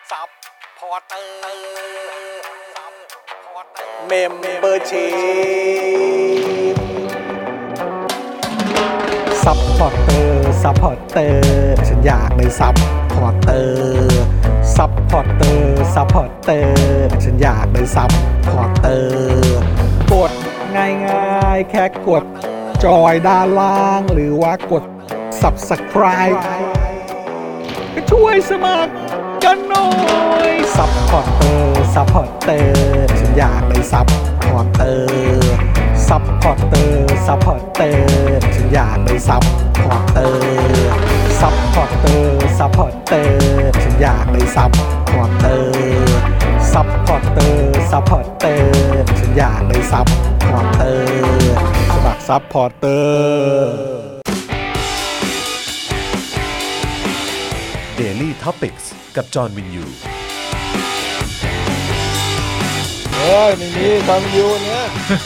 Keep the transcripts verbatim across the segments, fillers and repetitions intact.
ซับพอร์เตอร์ซับพอร์เตอร์เมมเบอร์ชีพซัพพอร์เตอร์ซัพพอร์เตอร์ฉันอยากเป็นซัพพอร์เตอร์ซัพพอร์เตอร์ซัพพอร์เตอร์ฉันอยากเป็นซัพพอร์เตอร์กดง่ายๆแค่กดจอยด้านล่างหรือว่ากด ซับสไครบ์ ก็ช่วยสมัครกันหน่อยซัพพอร์เตอร์ซัพพอร์เตอร์ฉันอยากเป็นซัพพอร์เตอร์ซัพพอร์เตอร์ซัพพอร์เตอร์ฉันอยากเป็นซัพพอร์เตอร์ซัพพอร์เตอร์ซัพพอร์เตอร์ฉันอยากเป็นซัพพอร์เตอร์ซัพพอร์เตอร์ซัพพอร์เตอร์ฉันอยากเป็นซัพพอร์เตอร์สมัครซัพพอร์เตอร์ Daily Topics กับจอห์นวินยูเฮ้ยไม่มีจอห์นวินยูเนี่ย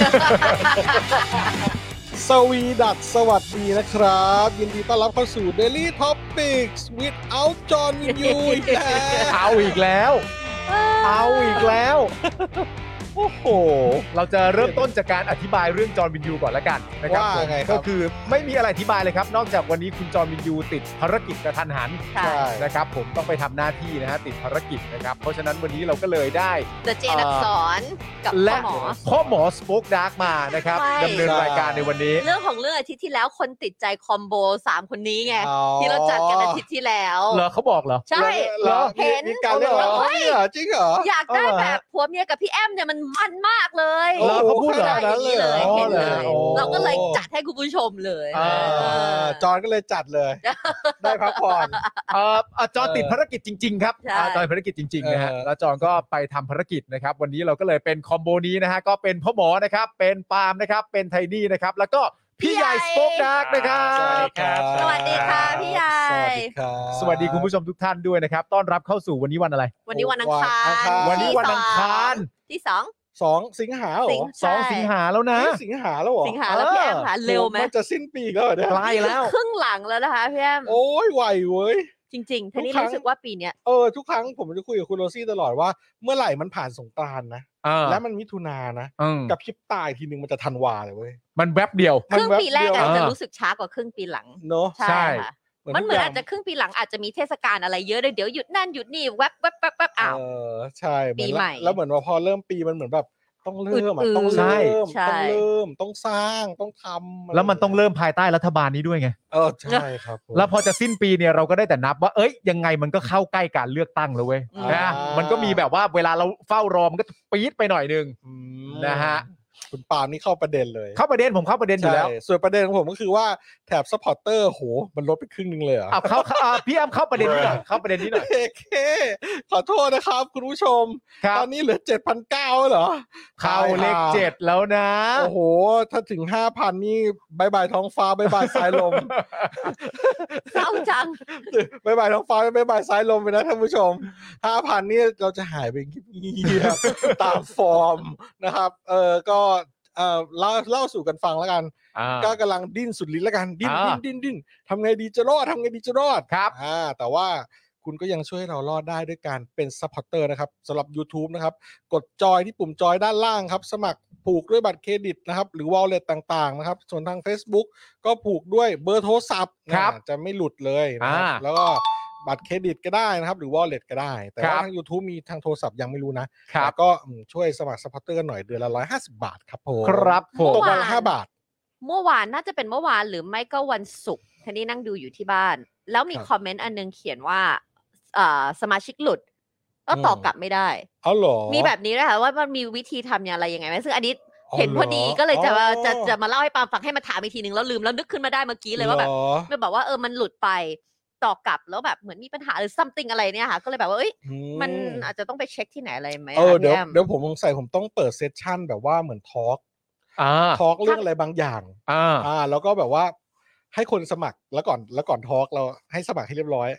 สวีดัสสวัสดีนะครับยินดีต้อนรับเข้าสู่ Daily Topics without จอห์นวินยูอีกแล้วเอาอีกแล้วเอาอีกแล้วโอ้โหเราจะเริ่มต้นจากการอธิบายเรื่องจอห์นวินยูก่อนละกันนะครับผมก็คือไม่มีอะไรอธิบายเลยครับนอกจากวันนี้คุณจอห์นวินยูติดภารกิจกระทันหันนะครับผมต้องไปทำหน้าที่นะฮะติดภารกิจนะครับเพราะฉะนั้นวันนี้เราก็เลยได้เดอะเจนอักษรกับพ่อหมอพ่อหมอสโป๊กดาร์กมานะครับดำเนินรายการในวันนี้เรื่องของเรื่องอาทิตย์ที่แล้วคนติดใจคอมโบสามคนนี้ไงที่เราจัดกันอาทิตย์ที่แล้วเหรอเขาบอกเหรอใช่เห็นการเล่นเหรอจริงเหรออยากได้แบบผัวเมียกับพี่แอมเนี่ยมันมันมากเลยเขาพูดแบบนั้นเลยเห็นเลยเราก็เลยจัดให้คุณผู้ชมเลยจอนก็เลยจัดเลยได้พักผ่อนจอนติดภารกิจจริงๆครับจอนภารกิจจริงๆนะฮะแล้วจอนก็ไปทำภารกิจนะครับวันนี้เราก็เลยเป็นคอมโบนี้นะฮะก็เป็นพ่อหมอนะครับเป็นปาล์มนะครับเป็นไทนี่นะครับแล้วก็พี่ใหญ่สป็อคดาร์กนะครับสวัสดีครับสวัสดีค่ะพี่ใหญ่สวัสดีครับสวัสดีคุณผู้ชมทุกท่านด้วยนะครับต้อนรับเข้าสู่วันนี้วันอะไรวันนี้วันอังคารวันนี้วันอังคารที่สองสองสิงหาเหรอสองสิงหาแล้วนะสิงหาแล้วเหรอสิงหาแล้วพี่แอมค่ะเร็วไหมมันจะสิ้นปีแล้วเนี่ยใกล้แล้วครึ่งหลังแล้วนะคะพี่แอมโอ้ยไวเว้ยจริงๆทีนี้รู้สึกว่าปีเนี้ยเออทุกครั้งผมจะคุยกับคุณโรซี่ตลอดว่าเมื่อไหร่มันผ่านสงกรานต์นะแล้วมันมิถุนายนนะกับพริบตาทีนึงมันจะธันวาเลยเว้ยมันแวบเดียวครึ่งปีแรกอาจจะรู้สึกช้ากว่าครึ่งปีหลังเนาะใช่ค่ะมันเหมือนอาจจะครึ่งปีหลังอาจจะมีเทศกาลอะไรเยอะเลยเดี๋ยวหยุดนั่นหยุดนี่แวบแวบแวบแวบอ้าวเออใช่ปีใหม่แล้วเหมือนว่าพอเริ่มปีมันเหมือนแบบต้องเริ่มอ่ะต้องเริ่มต้องเริ่มต้องสร้างต้องทำแล้วมันต้องเริ่มภายใต้รัฐบาลนี้ด้วยไงเออใช่ครับแล้วพอจะสิ้นปีเนี่ยเราก็ได้แต่นับว่าเอ้ยยังไงมันก็เข้าใกล้การเลือกตั้งแล้วเว้ยนะมันก็มีแบบว่าเวลาเราเฝ้ารอมันก็ปี๊ดไปหน่อยนึงนะฮะคุณปาล์มนี่เข้าประเด็นเลยเข้าประเด็นผมเข้าประเด็นอยู่แล้วส่วนประเด็นของผมก็คือว่าแถบซัพพอร์เตอร์โหมันลดไปครึ่งนึงเลยเหรอเอาเข้าพี่อ้ำเข้าประเด็นนี้หน่อยเข้าประเด็นนี้หน่อยโอเคขอโทษนะครับคุณผู้ชมตอนนี้เหลือ เจ็ดพันเก้าร้อย เหรอเข้าเลขเจ็ดแล้วนะโอ้โหถ้าถึง ห้าพัน นี่บายบายท้องฟ้าบายบายสายลมเศร้าจังบายบายท้องฟ้าบายบายสายลมไปนะท่านผู้ชม ห้าพัน นี่เราจะหายไปเงียบๆตามฟอร์มนะครับเออก็เอ่อเล่าเล่าสู่กันฟังแล้วกันก็กำลังดิ้นสุดลิ้นแล้วกันดิ้นดิ้นดิ้นดิ้นทำไงดีจะรอดทำไงดีจะรอดครับอ่าแต่ว่าคุณก็ยังช่วยให้เรารอดได้ด้วยการเป็นซัพพอร์เตอร์นะครับสำหรับ YouTube นะครับกดจอยที่ปุ่มจอยด้านล่างครับสมัครผูกด้วยบัตรเครดิตนะครับหรือ Wallet ต่างๆนะครับส่วนทาง Facebook ก็ผูกด้วยเบอร์โทรศัพท์จะไม่หลุดเลยนะครับแล้วก็บัตรเครดิตก็ได้นะครับหรือ Wallet ก็ได้แต่ว่าทาง YouTube มีทางโทรศัพท์ยังไม่รู้นะแล้วก็ช่วยสมัครซัพพอร์เตอร์กันหน่อยเดือนละหนึ่งร้อยห้าสิบบาทครับผมครับผมตกวันละห้าบาทเมื่อวานน่าจะเป็นเมื่อวานหรือไม่ก็วันศุกร์ทีนี้นั่งดูอยู่ที่บ้านแล้วมีคอมเมนต์อันนึงเขียนว่าอ่าสมาชิกหลุดก็ตอบกลับไม่ได้อ๋อเหรอมีแบบนี้ด้วยค่ะว่ามันมีวิธีทำอย่างไรยังไงไหมซึ่งอันนี้เห็นพอดีก็เลยจะจะจะมาเล่าให้ปาล์มฟังให้มาถามอีกทีนึงแล้วลืมแล้วนึกขึ้นมาได้เมื่อกี้เลยว่าแบบไม่บอกว่าเออมันหลุดไปตอบกลับแล้วแบบเหมือนมีปัญหาหรือ something อะไรเนี่ยค่ะก็เลยแบบว่าเอ้ยมันอาจจะต้องไปเช็คที่ไหนอะไรไหมเออเดี๋ยวเดี๋ยวผมสงสัยผมต้องเปิดเซสชั่นแบบว่าเหมือนทอล์กอ่าทอล์กเรื่องอะไรบางอย่างอ่าอ่าแล้วก็แบบว่าให้คนสมัครแล้วก่อนแล้วก่อนทอล์กเราให้สมัครให้เรียบร้อย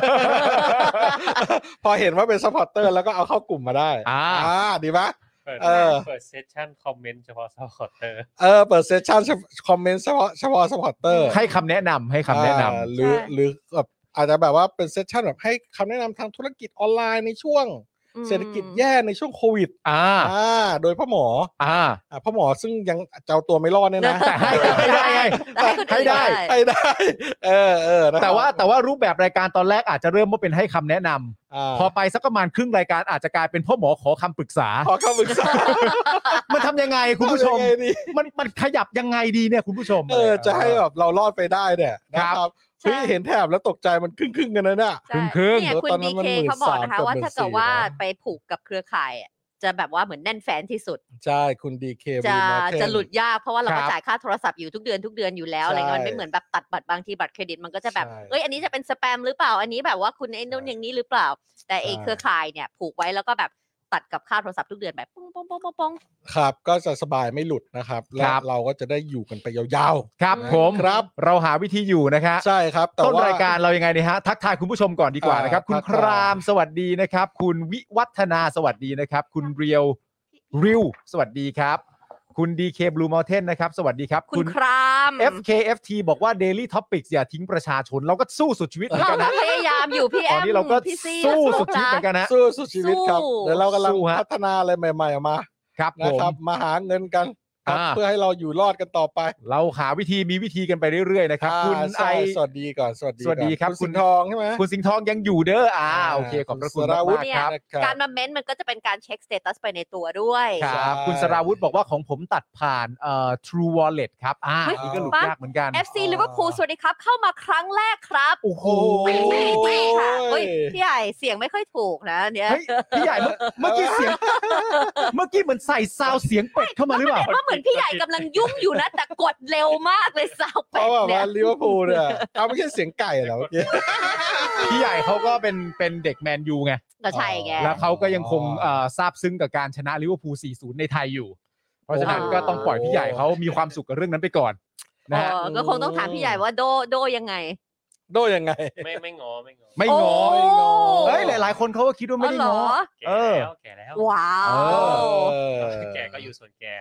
พอเห็นว่าเป็นซัพพอร์เตอร์แล้วก็เอาเข้ากลุ่มมาได้อ่าอ่าดีปะเออเปิดเซสชั่นคอมเมนต์เฉพาะซัพพอร์เตอร์เออเปิดเซสชั่นคอมเมนต์เฉพาะเฉพาะซัพพอร์เตอร์ให้คำแนะนำให้คำแนะนำหรือหรือแบบอาจจะแบบว่าเป็นเซสชั่นแบบให้คำแนะนำทางธุรกิจออนไลน์ในช่วงเศรษฐกิจแย่ในช่วงโควิดอ่าอ่าโดยพ่อหมออ่าอ่าพ่อหมอซึ่งยังเจ้าตัวไม่รอดเนี่ยนะแต่ให้ให้ได้ไงให้ได้ให้ได้เออเออแต่ว่าแต่ว่ารูปแบบรายการตอนแรกอาจจะเริ่มว่าเป็นให้คำแนะนำพอไปสักประมาณครึ่งรายการอาจจะกลายเป็นพ่อหมอขอคำปรึกษาขอคำปรึกษามันทำยังไงคุณผู้ชมมันมันขยับยังไงดีเนี่ยคุณผู้ชมเออจะให้แบบเรารอดไปได้เนี่ยนะครับเฮ้ยเห็นแถบแล้วตกใจมันครึ่งๆกันนะเนี่ยครึ่งๆเนี่ยคุณดีเคเขาบอกนะคะว่าถ้าเกิดว่าไปผูกกับเครือข่ายจะแบบว่าเหมือนแน่นแฟนที่สุดใช่คุณดีเคจะจะหลุดยากเพราะว่าเราก็จ่ายค่าโทรศัพท์อยู่ทุกเดือนทุกเดือนอยู่แล้วอะไรเงี้ยมันไม่เหมือนแบบตัดบัตรบางทีบัตรเครดิตมันก็จะแบบเอ้ยอันนี้จะเป็นสแปมหรือเปล่าอันนี้แบบว่าคุณไอ้นู่นอย่างนี้หรือเปล่าแต่เอเครือข่ายเนี่ยผูกไว้แล้วก็แบบตัดกับค่าโทรศัพท์ทุกเดือนแบบปองปองปองปองครับก็จะสบายไม่หลุดนะครับและเราก็จะได้อยู่กันไปยาวๆครับผมครับเราหาวิธีอยู่นะครับใช่ครับต้นรายการเรายังไงดีฮะทักทายคุณผู้ชมก่อนดีกว่านะครับคุณครามสวัสดีนะครับคุณวิวัฒนาสวัสดีนะครับคุณเรียวริวสวัสดีครับคุณ ดี เค Blue Mountain นะครับสวัสดีครับคุณครามเอฟ เค เอฟ ที บอกว่า Daily Topics อย่าทิ้งประชาชนเราก็สู้สุดชีวิตเหมือนกันนะพยายามอยู่พี่แอมตอนนี้เราก็สู้สุดชีวิตเหมือนกันนะสู้สุดชีวิตครับเดี๋ยวเรากำลังพัฒนาอะไรใหม่ๆออกมาครับนะครับมาหาเงินกันเพื่อให้เราอยู่รอดกันต่อไปเราหาวิธีมีวิธีกันไปเรื่อยๆนะครับคุณไอสวัสดีก่อนสวัสดีสวัสดีครับคุณสิงห์ทองใช่ไหมคุณสิงห์ทองยังอยู่เด้ออ่าโอเคขอบพระคุณมากครับการมาเม้นมันก็จะเป็นการเช็คสเตตัสไปในตัวด้วยครับคุณสราวุธบอกว่าของผมตัดผ่านเอ่อ True Wallet ครับอ่านี่ก็หลุดยากเหมือนกันเอฟ ซี Liverpool สวัสดีครับเข้ามาครั้งแรกครับโอ้โหค่ะเฮ้ยพี่ใหญ่เสียงไม่ค่อยถูกนะเนี่ยพี่ใหญ่เมื่อกี้เสียงเมื่อกี้เหมือนใส่ซาวเสียงเป็ดเข้ามาหรือเปล่าว่าเหมือนพี่ใหญ่กำลังยุ่งอยู่นะแต่กดเร็วมากเลยซาวเป็ดเนี่ยเพราะว่าลิเวอร์พูลเนี่ยเอาไม่ใช่เสียงไก่เหรอเมื่อกี้พี่ใหญ่เขาก็เป็นเป็นเด็กแมนยูไงก็ใช่ไงแล้วเขาก็ยังคงซาบซึ้งกับการชนะลิเวอร์พูล สี่ศูนย์ ในไทยอยู่เพราะฉะนั้นก็ต้องปล่อยพี่ใหญ่เขามีความสุขกับเรื่องนั้นไปก่อนนะฮะก็คงต้องถามพี่ใหญ่ว่าโดโดยังไงโดยังไงไม่ไม่งอไม่งอไม่งอเฮ้ยหลายๆคนเขาก็คิดว่าไม่ได้งอแก่แล้วแก่แล้วว้าวแก่ก็อยู่ส่วนแก่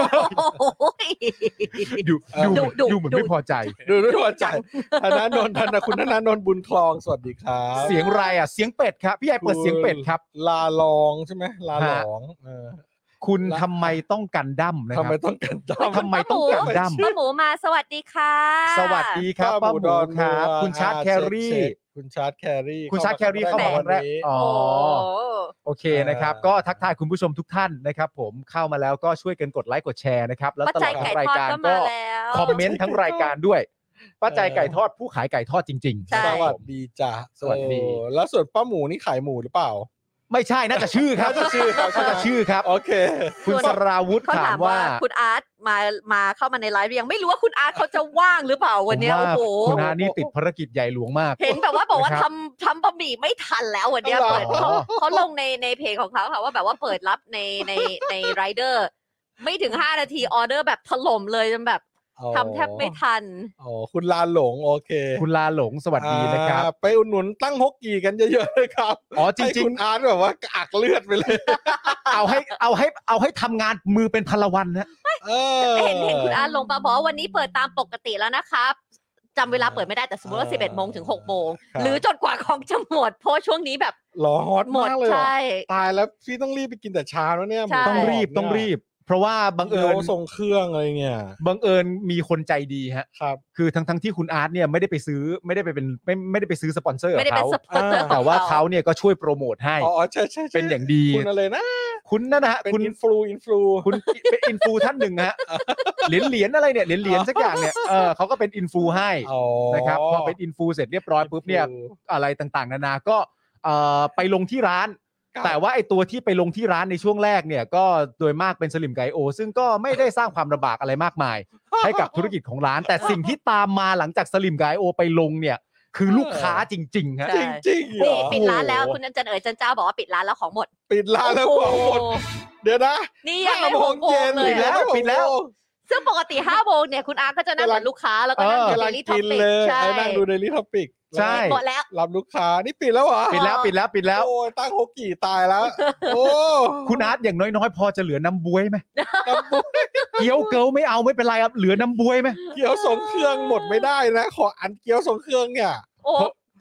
ดูดูดูเหมือนไม่พอใจดูไม่พอใจธนาโนนท์ธนาคุณธนาโนนท์บุญคลองสวัสดีครับเสียงไรอ่ะเสียงเป็ดครับพี่ใหญ่เปิดเสียงเป็ดครับลาลองใช่ไหมลาลองคุณทำไมต้องกันดั้มนะครับทำไมต้องกันดั้มทำไมต้องกันดั้มป้าหมูมาสวัสดีค่ะสวัสดีครับป้าหมูครับคุณชาร์ตแครี่คุณชาร์ตแครี่คุณชาร์ตแครี่เข้ามาวันแรกอ๋อโอเคนะครับก็ทักทายคุณผู้ชมทุกท่านนะครับผมเข้ามาแล้วก็ช่วยกันกดไลค์กดแชร์นะครับแล้วตลอดทั้งรายการก็คอมเมนต์ทั้งรายการด้วยป้าใจไก่ทอดผู้ขายไก่ทอดจริงๆสวัสดีจ้ะสวัสดีแล้วส่วนป้าหมูนี่ขายหมูหรือเปล่าไม่ใช่น่าจะชื่อครับน่าจะชื่อครับน่าจะชื่อครับโอเคคุณสราวุธถามว่าคุณอาร์ตมามาเข้ามาในไลฟ์ยังไม่รู้ว่าคุณอาร์ตเขาจะว่างหรือเปล่าวันนี้โอ้โหคุณอาร์ตนี่ติดภารกิจใหญ่หลวงมากเห็นแบบว่าบอกว่าทำทำบะหมี่ไม่ทันแล้ววันนี้เปิดเขาเขาลงในในเพจของเขาค่ะว่าแบบว่าเปิดรับในในในไรเดอร์ไม่ถึงห้านาทีออเดอร์แบบถล่มเลยจนแบบทำแทบไม่ทันอ๋อคุณลาหลงโอเคคุณลาหลงสวัสดีนะครับไปอุดหนุนตั้งฮกกี่กันเยอะๆเลยครับอ๋อจริงๆคุณอาร์ตแบบว่าอักเลือดไปเลยเอาให้เอาให้เอาให้ทำงานมือเป็นพลวันนะเห็นเห็นคุณอาร์ตลงมาบอกว่าวันนี้เปิดตามปกติแล้วนะครับจำเวลาเปิดไม่ได้แต่สมมติว่าสิบเอ็ดโมงถึงหกโมงหรือจนกว่าของจะหมดเพราะช่วงนี้แบบหล่อฮอตมากเลยใช่ตายแล้วพี่ต้องรีบไปกินแต่เช้าแล้วเนี่ยต้องรีบต้องรีบเพราะว่าบังเอิญส่งเครื่องอะไรเงี้ยบังเอิญมีคนใจดีฮะครับคือทั้งทั้งที่คุณอาร์ตเนี่ยไม่ได้ไปซื้อไม่ได้ไปเป็นไม่ไม่ได้ไปซื้อสปอนเซอร์เขาแต่ว่าเขาเนี่ยก็ช่วยโปรโมทให้อ๋อใช่ใช่เป็นอย่างดีคุณอะไรนะคุณนั่นนะฮะคุณอินฟลูอินฟลูคุณเป็นอินฟูท่านหนึ่งฮะเหรียญเหรียญอะไรเนี่ยเหรียญเหรียญสักอย่างเนี่ยเออเขาก็เป็นอินฟูให้นะครับพอเป็นอินฟูเสร็จเรียบร้อยปุ๊บเนี่ยอะไรต่างๆนานาก็เอ่อไปลงที่ร้านแต่ว่าไอตัวที่ไปลงที่ร้านในช่วงแรกเนี่ยก็โดยมากเป็นสลิมไกโอซึ่งก็ไม่ได้สร้างความลำบากอะไรมากมายให้กับธุรกิจของร้านแต่สิ่งที่ตามมาหลังจากสลิมไกโอไปลงเนี่ยคือลูกค้าจริงๆฮะจริงๆนี่ปิดร้านแล้วคุณจันเอ๋ยจันเจ้าบอกว่าปิดร้านแล้วของหมดปิดร้านแล้วของหมดเดี๋ยวนะนี่ยังไม่หกโมงเย็นปิดแล้วปิดแล้วซึ่งปกติห้าโมงเนี่ยคุณอาร์ก็จะนั่งกับลูกค้าแล้วก็นั่งดู Daily Topic ใช่นั่งดู Daily Topic ใช่หมดแล้วรับลูกค้านี่ปิดแล้วเหรอปิดแล้วปิดแล้วปิดแล้วโอ้ตั้งฮกกี่ตายแล้วโอ้คุณอาร์ตอย่างน้อยๆพอจะเหลือน้ำบ๊วยไหมน้ำบ๊วยเกี๊ยวเกิลไม่เอาไม่เป็นไรครับเหลือน้ำบ๊วยไหมเกี๊ยวส่งเครื่องหมดไม่ได้นะขออันเกี๊ยวส่งเครื่องเนี่ยโอ้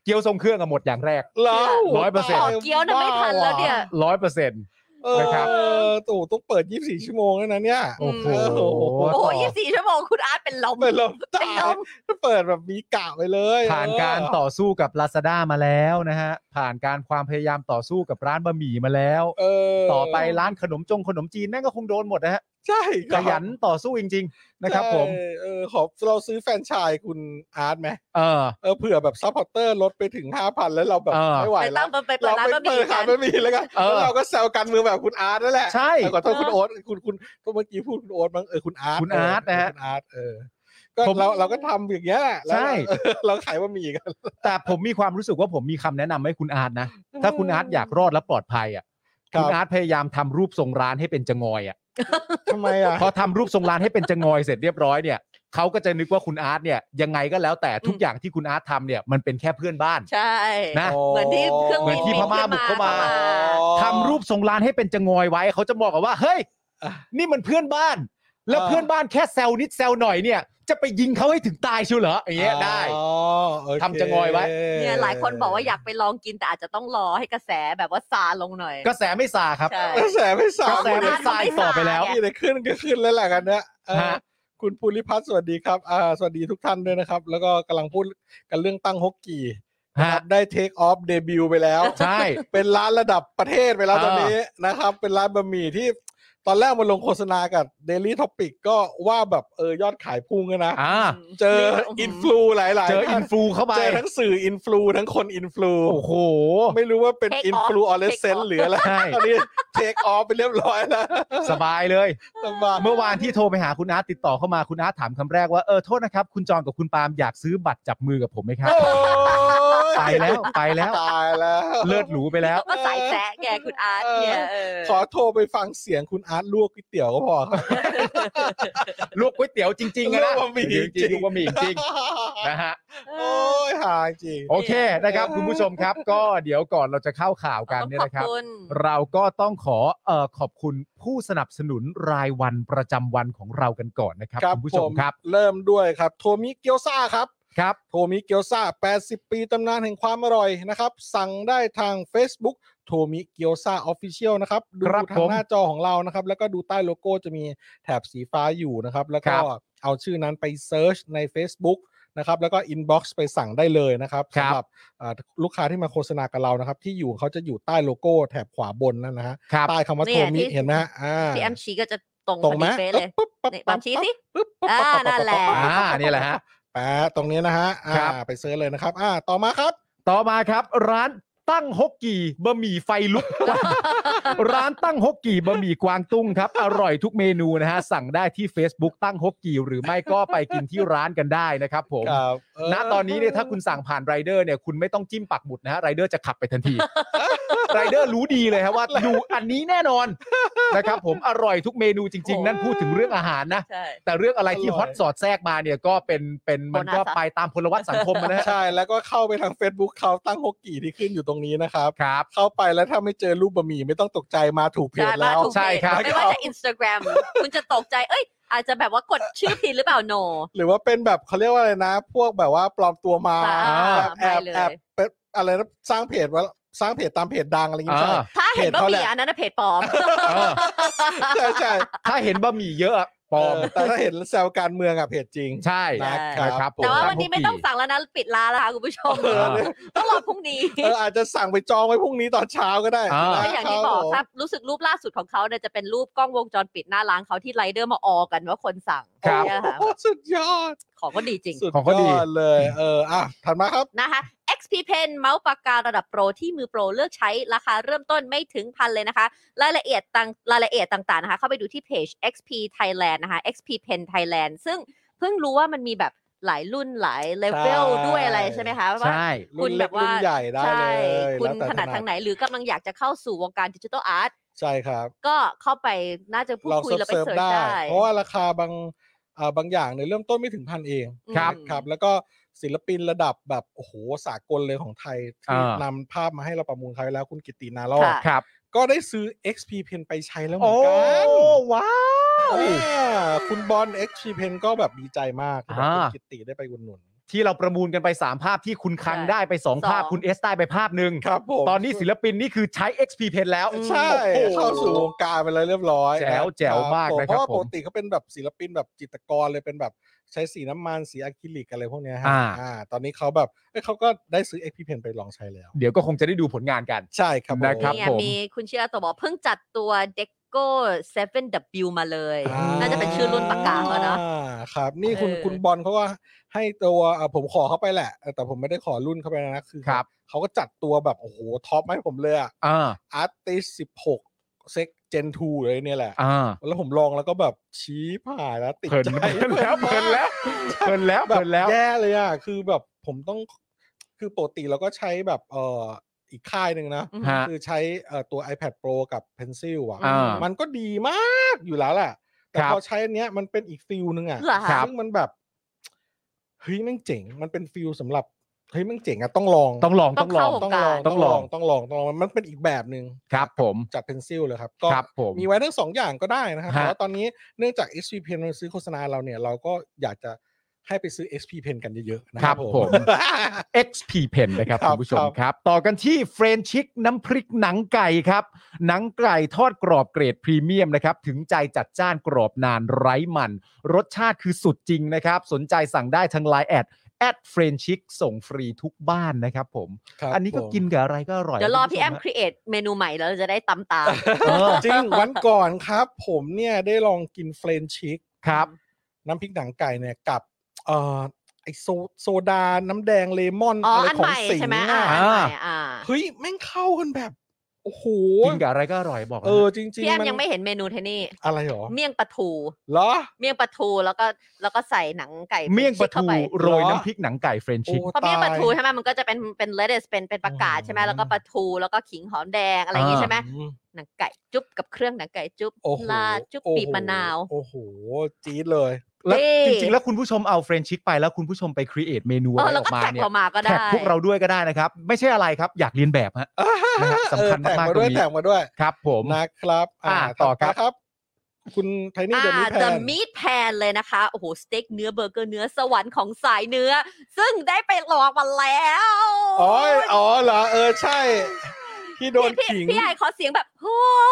เกี๊ยวทรงเครื่องอะหมดอย่างแรกแล้วร้อยเปอร์เซ็นต์ต่อเกี๊ยวนะไม่ทันแล้วเนี่ยร้อยเปอร์เซ็นต์เออนะครับตู่ต้องเปิดยี่สิบสี่ชั่วโมงแล้วนะเนี่ยโอ้โหโอ้โหโอ้โหยี่สิบสี่ชั่วโมงคุณอาร์ตเป็นลมเป็นลมเป็นตายลมเปิดแบบมีกะไปเลยผ่านการต่อสู้กับ Lazada มาแล้วนะฮะผ่านการความพยายามต่อสู้กับร้านบะหมี่มาแล้วเออต่อไปร้านขนมจงขนมจีนแม่งก็คงโดนหมดนะฮะใช่คขรับยันต่อสู้จริงๆนะครับผมใช่เออขอเราซื้อแฟรนไชส์คุณอาร์ตไหมเออเออเผื่อแบบซัพพอร์เตอร์ลดไปถึง ห้าพัน แล้วเราแบบเออไม่ไหวไปแล้ตั้วงไปเปิดร้านบะหมี่เปิดกัขายนบะหมี่แล้วกันเออแล้วเราก็แซวกันเมืองแบบคุณอาร์ตนั่นแหละใช่เออขอโทษคุณโอ๊ตคุณคุณเมื่อกี้พูดคุณโอ๊ตมั้งเออคุณอาร์ตคุณอาร์ตนะฮะคุณอาร์ตเออก็ผมเราเราก็ทำอย่างเงี้ยแหละแล้วใช่เออเราขายบะหมี่กันแต่ผมมีความรู้สึกว่าผมมีคำแนะนำให้คุณอาร์ตนะ ถ้าคุณอาร์ตอยากรอดและปลอดภัยอ่ะครับคุณอาร์ตพยายามทำรูปทรงร้านให้เป็นจะงอยอ่ะทำไมอ่ะพอทำรูปทรงร้านให้เป็นจะงอยเสร็จเรียบร้อยเนี่ยเขาก็จะนึกว่าคุณอาร์ตเนี่ยยังไงก็แล้วแต่ทุกอย่างที่คุณอาร์ตทำเนี่ยมันเป็นแค่เพื่อนบ้านใช่นะเหมือนที่เครื่องเหมืบิอนนที่พม่าบุกเข้ามา ทำรูปทรงร้านให้เป็นจะงอยไว้เขาจะบอกกันว่าเฮ้ยอ่ะนี่มันเพื่อนบ้าน แล้วอ่าเพื่อนบ้านแค่แซวนิดแซวหน่อยเนี่ยจะไปยิงเขาให้ถึงตายชัวเหรออย่างเงี้ยได้อ๋อโอเคทำจะงอยไว้เนี่ยหลายคนบอกว่าอยากไปลองกินแต่อาจจะต้องรอให้กระแสแบบว่าซาลงหน่อยกระแสไม่ซาครับใช่กระแสไม่สากระแสไม่ซาต่อไปแล้วนี่ได้ขึ้นก็ขึ้นแล้วแหละกันเนี่ยเออฮะคุณภูริพัฒน์สวัสดีครับอ่าสวัสดีทุกท่านด้วยนะครับ แล้วก็กำลังพูดกันเรื่องตั้งฮกกี่นะครับได้เทคออฟเดบิวต์ไปแล้วใช่เป็นร้านระดับประเทศไปแล้วเออตอนนี้นะครับ เป็นร้านบะหมี่ที่ตอนแรกมันลงโฆษณากับ Daily Topic ก็ว่าแบบเออยอดขายพุ่งอะนะอ่าเจออินฟลูหลายๆเจอท่าอินฟลูเข้าไปเจอทั้งสื่ออินฟลูทั้งคนอินฟลูโอ้โหไม่รู้ว่าเป็น Take อินฟลูอ off อเรสเซน Take off หรืออะไรใช่ตอนนี้เทคออฟไปเรียบร้อยแล้วสบายเลยสบายเมื่อวานที่โทรไปหาคุณอาร์ตติดต่อเข้ามาคุณอาร์ตถามคำแรกว่าเออโทษนะครับคุณจอนกับคุณปาล์มอยากซื้อบัตรจับมือกับผมไหมครับโอ้ยไปแล้วไปแล้วตายแล้วเลิศหรูไปแล้วก็สายแซะแกคุณอาร์ตเนี่ยเออขอโทรไปฟังเสียงคุณอาร์ตลวกก๋วยเตี๋ยวก็พอครับลวกก๋วยเตี๋ยวจริงๆอะนะลวกบะหมี่จริงๆลวกบะหมี่จริงนะฮะโอ้ยหาจริงโอเคนะครับคุณผู้ชมครับ ก็เดี๋ยวก่อนเราจะเข้าข่าวกันเนี่ยนะครับขอบคุณเราก็ต้องขอเอ่อขอบคุณผู้สนับสนุนรายวันประจำวันของเรากันก่อนนะครับครับคุณผู้ชมครับเริ่มด้วยครับโทมิเกียวซ่าครับครับโทมิเกียวซ่าแปดสิบปีตำนานแห่งความอร่อยนะครับ สั่งได้ทาง Facebook โทมิเกียวซ่าออฟฟิเชียลนะครับ ดูครับทาผงมหน้าจอของเรานะครับ แล้วก็ดูใต้โลโก้จะมีแถบสีฟ้าอยู่นะครับ แล้วคก็รับเอาชื่อนั้นไปเซิร์ชใน Facebook นะครับ แล้วก็อินบ็อกซ์ไปสั่งได้เลยนะครับครับสำหรับอ่าลูกค้าที่มาโฆษณากับเรานะครับ ที่อยู่เขาจะอยู่ใต้โลโก้แถบขวาบนนั่นนะฮะครับใต้คำว่าเนี่โทยมิที่เห็นไหมฮะอ่าที่แอมชี้ก็จะตรงตพรองไหมดีเป๊ะเลยปึ๊บปึ๊บนี่ปึ๊บบางชี้สิปึ๊บปึ๊บอ่าปึ๊บนั่นแหละอ่านี่แหละฮะแปะตรงนี้นะฮะอ่าครับไปเซิร์ชเลยนะครับอ่าต่อมาครับต่อมาครับ ร้านตั้งฮกกี่บะหมี่ไฟลุก ร้านตั้งฮกกี่บะหมี่กวางตุ้งครับ อร่อยทุกเมนูนะฮะ สั่งได้ที่ Facebook ตั้งฮกกี่หรือไม่ก็ไปกินที่ร้านกันได้นะครับผมครับเออณตอนนี้เนี่ยถ้าคุณสั่งผ่านไรเดอร์เนี่ยคุณไม่ต้องจิ้มปักหมุดนะฮะไรเดอร์จะขับไปทันที ไรเดอร์รู้ดีเลยครับว่าอยู่อันนี้แน่นอนนะครับผมอร่อยทุกเมนูจริง ๆ นั่นพูดถึงเรื่องอาหารนะใช่แต่เรื่องอะไรที่ฮอตสอดแทรกมาเนี่ยก็เป็นเป็นมันก็โบนัสอะไปตามพลวัตสังคมนะฮะใช่แล้วก็เข้าไปทาง Facebook เขาตั้งฮกกี่ที่ขึ้นอยู่ตรงนี้นะครับครับเข้าไปแล้วถ้าไม่เจอรูปบะหมี่ไม่ต้องตกใจมาถูกเพจใช่แล้วมาถูกใช่เพจครับไม่ว่าจะ Instagram คุณจะตกใจ เอ้ย อาจจะแบบว่ากดชื่อผิดหรือเปล่าโนหรือว่าเป็นแบบเขาเรียกว่าอะไรนะ พวกแบบว่าปลอมตัวมาอ่าแบบแอบไม่เลยแอบเป็นอะไรนะสร้างเพจว่าสร้างเพจตามเพจดังอะไรอย่างเงี้ยอ่าใช่ถ้าเห็นเพจบะเขาหแหมี่ละอันนั้นนะเพจปลอมเออใช่ใช่ถ้าเห็นบะหมี่เยอะอะปลอมเออแต่ถ้าเห็นแซวการเมืองอะเพจจริงใช่นะครับนะครับผมแต่ว่าวันนี้ไม่ต้องสั่งแล้วนะปิดร้านแล้วค่ะคุณผู้ชมเออต้องรอพรุ่งนี้เอออาจจะสั่งไปจองไว้พรุ่งนี้ตอนเช้าก็ได้อ่านะก็อย่างที่บอกครับรู้สึกรูปล่าสุดของเขาเนี่ยจะเป็นรูปกล้องวงจรปิดหน้าร้านเขาที่ไรเดอร์มาออกันว่าคนสั่งครับเนี่ยค่ะโอ้สุดยอดของก็ดีจริงสุดของเขาดียอดเลยเอออ่ะถัดมาครับนะคะ เอ็กซ์ พี Pen เมาส์ปากการะดับโปรที่มือโปรเลือกใช้ราคาเริ่มต้นไม่ถึงพันเลยนะคะ รายละเอียดต่างรายละเอียดต่างๆนะคะ เข้าไปดูที่เพจ เอ็กซ์ พี Thailand นะคะ เอ็กซ์ พี Pen Thailand ซึ่งเพิ่งรู้ว่ามันมีแบบหลายรุ่นหลายเลเวลใช่ด้วยอะไรใช่ไหมคะว่าใช่คุณรุ่นแบเล็กบว่ารุ่นใหญ่ได้ใช่เลยคุณแล้วแต่ถนัดทางไหนหรือกำลังอยากจะเข้าสู่วงการดิจิทัลอาร์ตใช่ครับก็เข้าไปน่าจะพูดลองคุยเซิร์แล้วฟไปเซิร์ฟเสิร์ชได้ได้เพราะว่าราคาบางอ่าบางอย่างเนี่ยเริ่มต้นไม่ถึงพันเองครับครับ แล้วก็ศิลปินระดับแบบโอ้โหสากลเลยของไทยที่อ่านำภาพมาให้เราประมูลเขาไว้แล้วคุณกิตตินารอดค่ะครับก็ได้ซื้อ เอ็กซ์ พี Pen ไปใช้แล้วเหมืโอ้อนกันว้าวอ่าคุณบอล เอ็กซ์ พี Pen ก็แบบดีใจมากที่แบบอ่าคุณกิตติได้ไปอุดหนุนที่เราประมูลกันไปสามภาพที่คุณคังใช่ได้ไปสองสองภาพคุณเอสได้ไปภาพหนึ่งครับผมตอนนี้ศิลปินนี่คือใช้ เอ็กซ์ พี Pen แล้วใช่โอ้โหเข้าสู่วงการไปเลยเรียบร้อยแจ๋วแจ๋วมากผมนะครับเพราะว่าผมปกติเขาเป็นแบบศิลปินแบบจิตรกรเลยเป็นแบบใช้สีน้ำมันสีอะคริลิกอะไรพวกเนี้ยฮะอ่าอ่าตอนนี้เขาแบบเอ้ยเขาก็ได้ซื้อ เอ็กซ์ พี Pen ไปลองใช้แล้วเดี๋ยวก็คงจะได้ดูผลงานกันใช่ครับผมนะครับนี่ไงผมมีคุณเชียร์ตัวบอกเพิ่งจัดตัว Deco เซเว่น ดับเบิลยู มาเลยอ่น่าจะเป็นชื่อรุ่นปากกาเขาเนาะอ่ครับ นี่คุณเออคุณบอลเขาก็ให้ตัวอ่าผมขอเขาไปแหละเออแต่ผมไม่ได้ขอรุ่นเข้าไปนะคือครับเขาก็จัดตัวแบบโอ้โหท็อปมาให้ผมเลยอะอ่าอาร์ติสสิบหกเซ็กเจนทูเลยเนี่ยแหละอ่าแล้วผมลองแล้วก็แบบชี้ผ่านแล้วติดเพลินใจเพลินแล้วเพลินแล้วเพลินแล้วแบเพบลินแล้วแย่เลยอ่ะคือแบบผมต้องคือปกติเราก็ใช้แบบเอ่ออีกค่ายหนึ่งนะอืมฮะคือใช้เอ่อตัว iPad Pro กับ Pencil อ่ะอ่ามันก็ดีมากอยู่แล้วแหละแต่ครับพอใช้อันเนี้ยมันเป็นอีกฟิลนึงอ่ะเหรอคะซึ่งมันแบบเฮ้ยแม่งเจ๋งมันเป็นฟิลสำหรับเฮ้ยแม่งเจ๋งอ่ะต้องลองต้องลองต้ต้ออง งลองเข้าต้องลองต้องลองต้องลองต้องลองมันเป็นอีกแบบหนึ่งครับผมจาก Pencil เลยครับก็ครับผมมีไว้ทั้งสองอย่างก็ได้นะครับฮะแต่ว่าตอนนี้เนื่องจาก เอ็กซ์ พี Pen มันซื้อโฆษณาเราเนี่ยเราก็อยากจะให้ไปซื้อ เอ็กซ์ พี Pen กันเยอะๆนะคครัรับบผมผม เอ็กซ์ พี Pen นะครับครับคุณผู้ชมครับครับ ต่อกันที่เฟรนชิกน้ำพริกหนังไก่ครับ หนังไก่ทอดกรอบเกรดพรีเมียมนะครับ ถึงใจจัดจ้านกรอบนานไร้มัน รสชาติคือสุดจริงนะครับ สนใจสั่งได้ทาง ไลน์ แอดแอดเฟรนชิกส่งฟรีทุกบ้านนะครับผมครับอันนี้ก็ผมกินกับอะไรก็อร่อยเดี๋ยวรอนะพี่ณแอผู้ชมครีเอทเมนูใหม่แล้วเราจะได้ตำตามเออจริงวันก่อนครับ ผมเนี่ยได้ลองกินเฟรนชิกครับน้ำพริกหนังไก่เนี่ยกับเอ่อไอโซโซดาน้ำแดงเลมอนอ๋ออะไรอันขอใหงม่สิงใช่ไหมห์อ่าอ่ะอันใหม่อ่าเฮ้ยแม่งเข้ากันแบบ โอ้โหกินกับอะไรก็อร่อยบอกเอแล้วอนะจริงพี่แอมๆมันยังไม่เห็นเมนูเทนี่อะไรหรอเมี่ยงปลาทูเหรอเมี่ยงปลาทูแล้วก็แล้วก็ใส่หนังไก่เมี่ยงปลาเข้าทูไปโรยเหรอน้ำพริกหนังไก่เฟรนชิกโอ้เพราะเมี่ยงปลาทูตายใช่ไหมมันก็จะเป็นเป็นเลดสเป็นเป็นประกาศใช่ไหมอืมแล้วก็ปลาทูแล้วก็ขิงหอมแดงอะไรอย่างงี้อ่าใช่ไหมอืมหนังไก่จุ๊บกับเครื่องหนังไก่จุ๊บโอ้โหลาดจุ๊บโอ้โหปีบมะนาวโอ้โหจี๊ดเลยแล้วเย้จริงๆ แล้วคุณผู้ชมเอาเฟรนชิกไปแล้วคุณผู้ชมไปครีเอทเมนูเออะอไรแล้วออก็กมาแท็กเนี่ยเรามาก็ได้แท็กพวกเราด้วยก็ได้นะครับ ไม่ใช่อะไรครับ อยากเรียนแบบฮะ นะฮะสำคัญเออแท็กมากๆมาตรด้วยงนี้แท็กมาด้วยครับผมนะครับอ่าต่อครับถัดไปครับ คุณไทนี่อ่าเดอะมิแพ The น Meat Pan เลยนะคะ โอ้โห สเต็กเนื้อเบอร์เกอร์เนื้อสวรรค์ของสายเนื้อ ซึ่งได้ไปลองมาแล้วอ๋ออ๋อเหรอเออใช่ ที่โดนพี่ขิงพี่ใหญ่ขอเสียงแบบ โอ้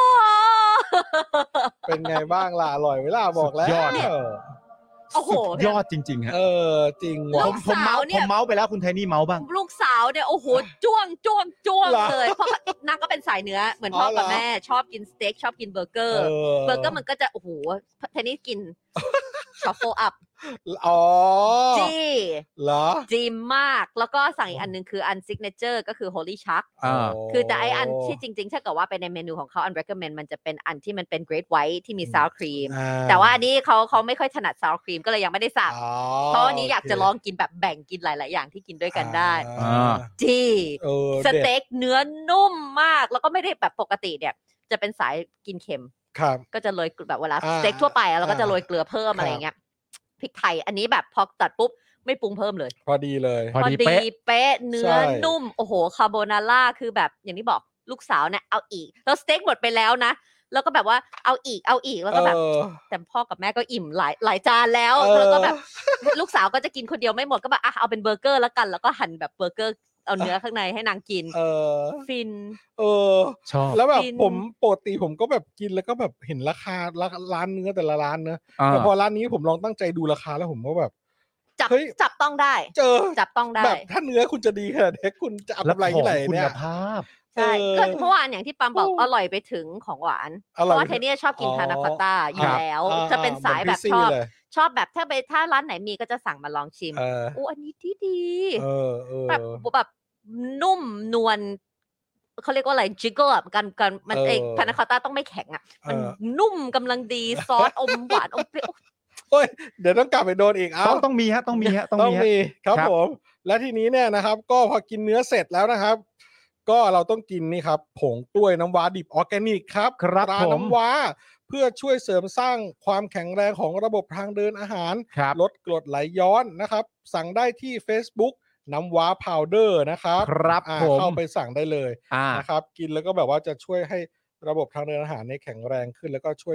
เป็นไงบ้างล่ะอร่อยเวลาบอกแล้วสุดยอดเนี่ยโอ้โหสุดยอดจริงๆฮะเออจริงลูว่ะผมผมเมาส์สาวเนี่ผยมเมาส์ไปแล้วคุณไทนี่เมาส์บ้างลูกสาวเนี่ยโอ้โหจ้วงจ้วงจ้วงเหรอเลยเพราะนางก็เป็นสายเนื้อเหมือนพ่ออ๋อเหรอกับแม่ชอบกินสเต็กชอบกินเบอร์เกอร์ เบอร์เกอร์มันก็จะโอ้โหเทนนี่กิน ช็อฟเฟิลอัพอ๋อจีเหรอจีมาก แล้วก็สั่งอีกอันหนึงคืออันซิกเนเจอร์ก็คือ Holy Shark อ่าคือแต่ไออันที่จริงๆ ถ้าเกิดว่าไปในเมนูของเขาอัน recommend มันจะเป็นอันที่มันเป็น Great White ที่มี sour cream อ่แต่ว่าอันนี้เขาเขาไม่ค่อยถนัด sour cream ก็เลยยังไม่ได้สั่งอ๋อเพราะวันนี้อยากจะลองกินแบบแบ่งกินหลาย ๆ อย่างที่กินด้วยกันได้อ่าจีเออสเด็ดเต็กเนื้อนุ่มมาก แล้วก็ไม่ได้แบบปกติเนี่ย จะเป็นสายกินเค็มครับก็จะโรยแบบเวลาอ่าสเต็กทั่วไปอะเราก็จะอ่าโรยเกลือเพิ่มครับอะไรอย่างเงี้ยพริกไทยอันนี้แบบพอตัดปุ๊บไม่ปรุงเพิ่มเลยพอดีเลยพอดีเป๊ะเป๊ะเนื้อใช่นุ่ม โอ้โห คาโบนาร่าคือแบบอย่างที่บอกลูกสาวเนี่ยเอาอีก แล้วสเต็กหมดไปแล้วนะ แล้วก็แบบว่าเอาอีกเอาอีกแล้วก็แบบเออแต่พ่อกับแม่ก็อิ่มหลายหลายจานแล้วเออแล้วก็แบบ ลูกสาวก็จะกินคนเดียวไม่หมดก็แบบอ่ะเอาเป็นเบอร์เกอร์แล้วกัน แล้วก็หั่นแบบเบอร์เกอร์เอาเนื้อข้างในให้นางกินเออฟินเออชอบแล้วแบบฟินผมปกติผมก็แบบกินแล้วก็แบบเห็นราคาร้านร้านเนื้อแต่ละร้านเนอะอ่าแต่พอร้านนี้ผมลองตั้งใจดูราคาแล้วผมก็แบบจับเฮ้ยจับต้องได้เจอจับต้องได้แบบถ้าเนื้อคุณจะดีขนาดนี้คุณจะเอาแล้วกำไรขอที่งไหนคุเนี่ณยภาพใช่เออก็เมื่อวานอย่างที่ปัมบอกโอ้อร่อยไปถึงของหวานอเพร่อยราะว่าเทเนี่ยชอบกินอ๋อพานาคอตต้าอยู่ครับแล้วอ่าจะเป็นสายแบบเหมือนชอบพี่ซี่เลยชอบแบบถ้าไปถ้าร้านไหนมีก็จะสั่งมาลองชิมเอออู้อันนี้ดีดีเออเออแบบแบบนุ่มนวลเขาเรียกว่าอะไรจิกเกอร์กันกันมันเออเองพานาคอตต้าต้องไม่แข็งอ่ะ มันเออนุ่มกำลังดีซอสอมหวานอมเปรี้ยวโอ้ยเดี๋ยวต้องกลับไปโดนอีกเอ้าต้องต้องมีฮะต้องมีฮะต้องต้องมีฮะมีครับครับผม และทีนี้เนี่ยนะครับ ก็พอกินเนื้อเสร็จแล้วนะครับ ก็เราต้องกินนี่ครับผงกล้วยน้ำว้าดิบออร์แกนิกครับครับตราผมน้ำว้า เพื่อช่วยเสริมสร้างความแข็งแรงของระบบทางเดินอาหารครับลดกรดไหลย้อนนะครับ สั่งได้ที่ Facebook น้ำว้าพาวเดอร์นะครับครับอ่าผมเข้าไปสั่งได้เลยอ่านะครับ กินแล้วก็แบบว่าจะช่วยให้ระบบทางเดินอาหารเนี่ยแข็งแรงขึ้น แล้วก็ช่วยแบบ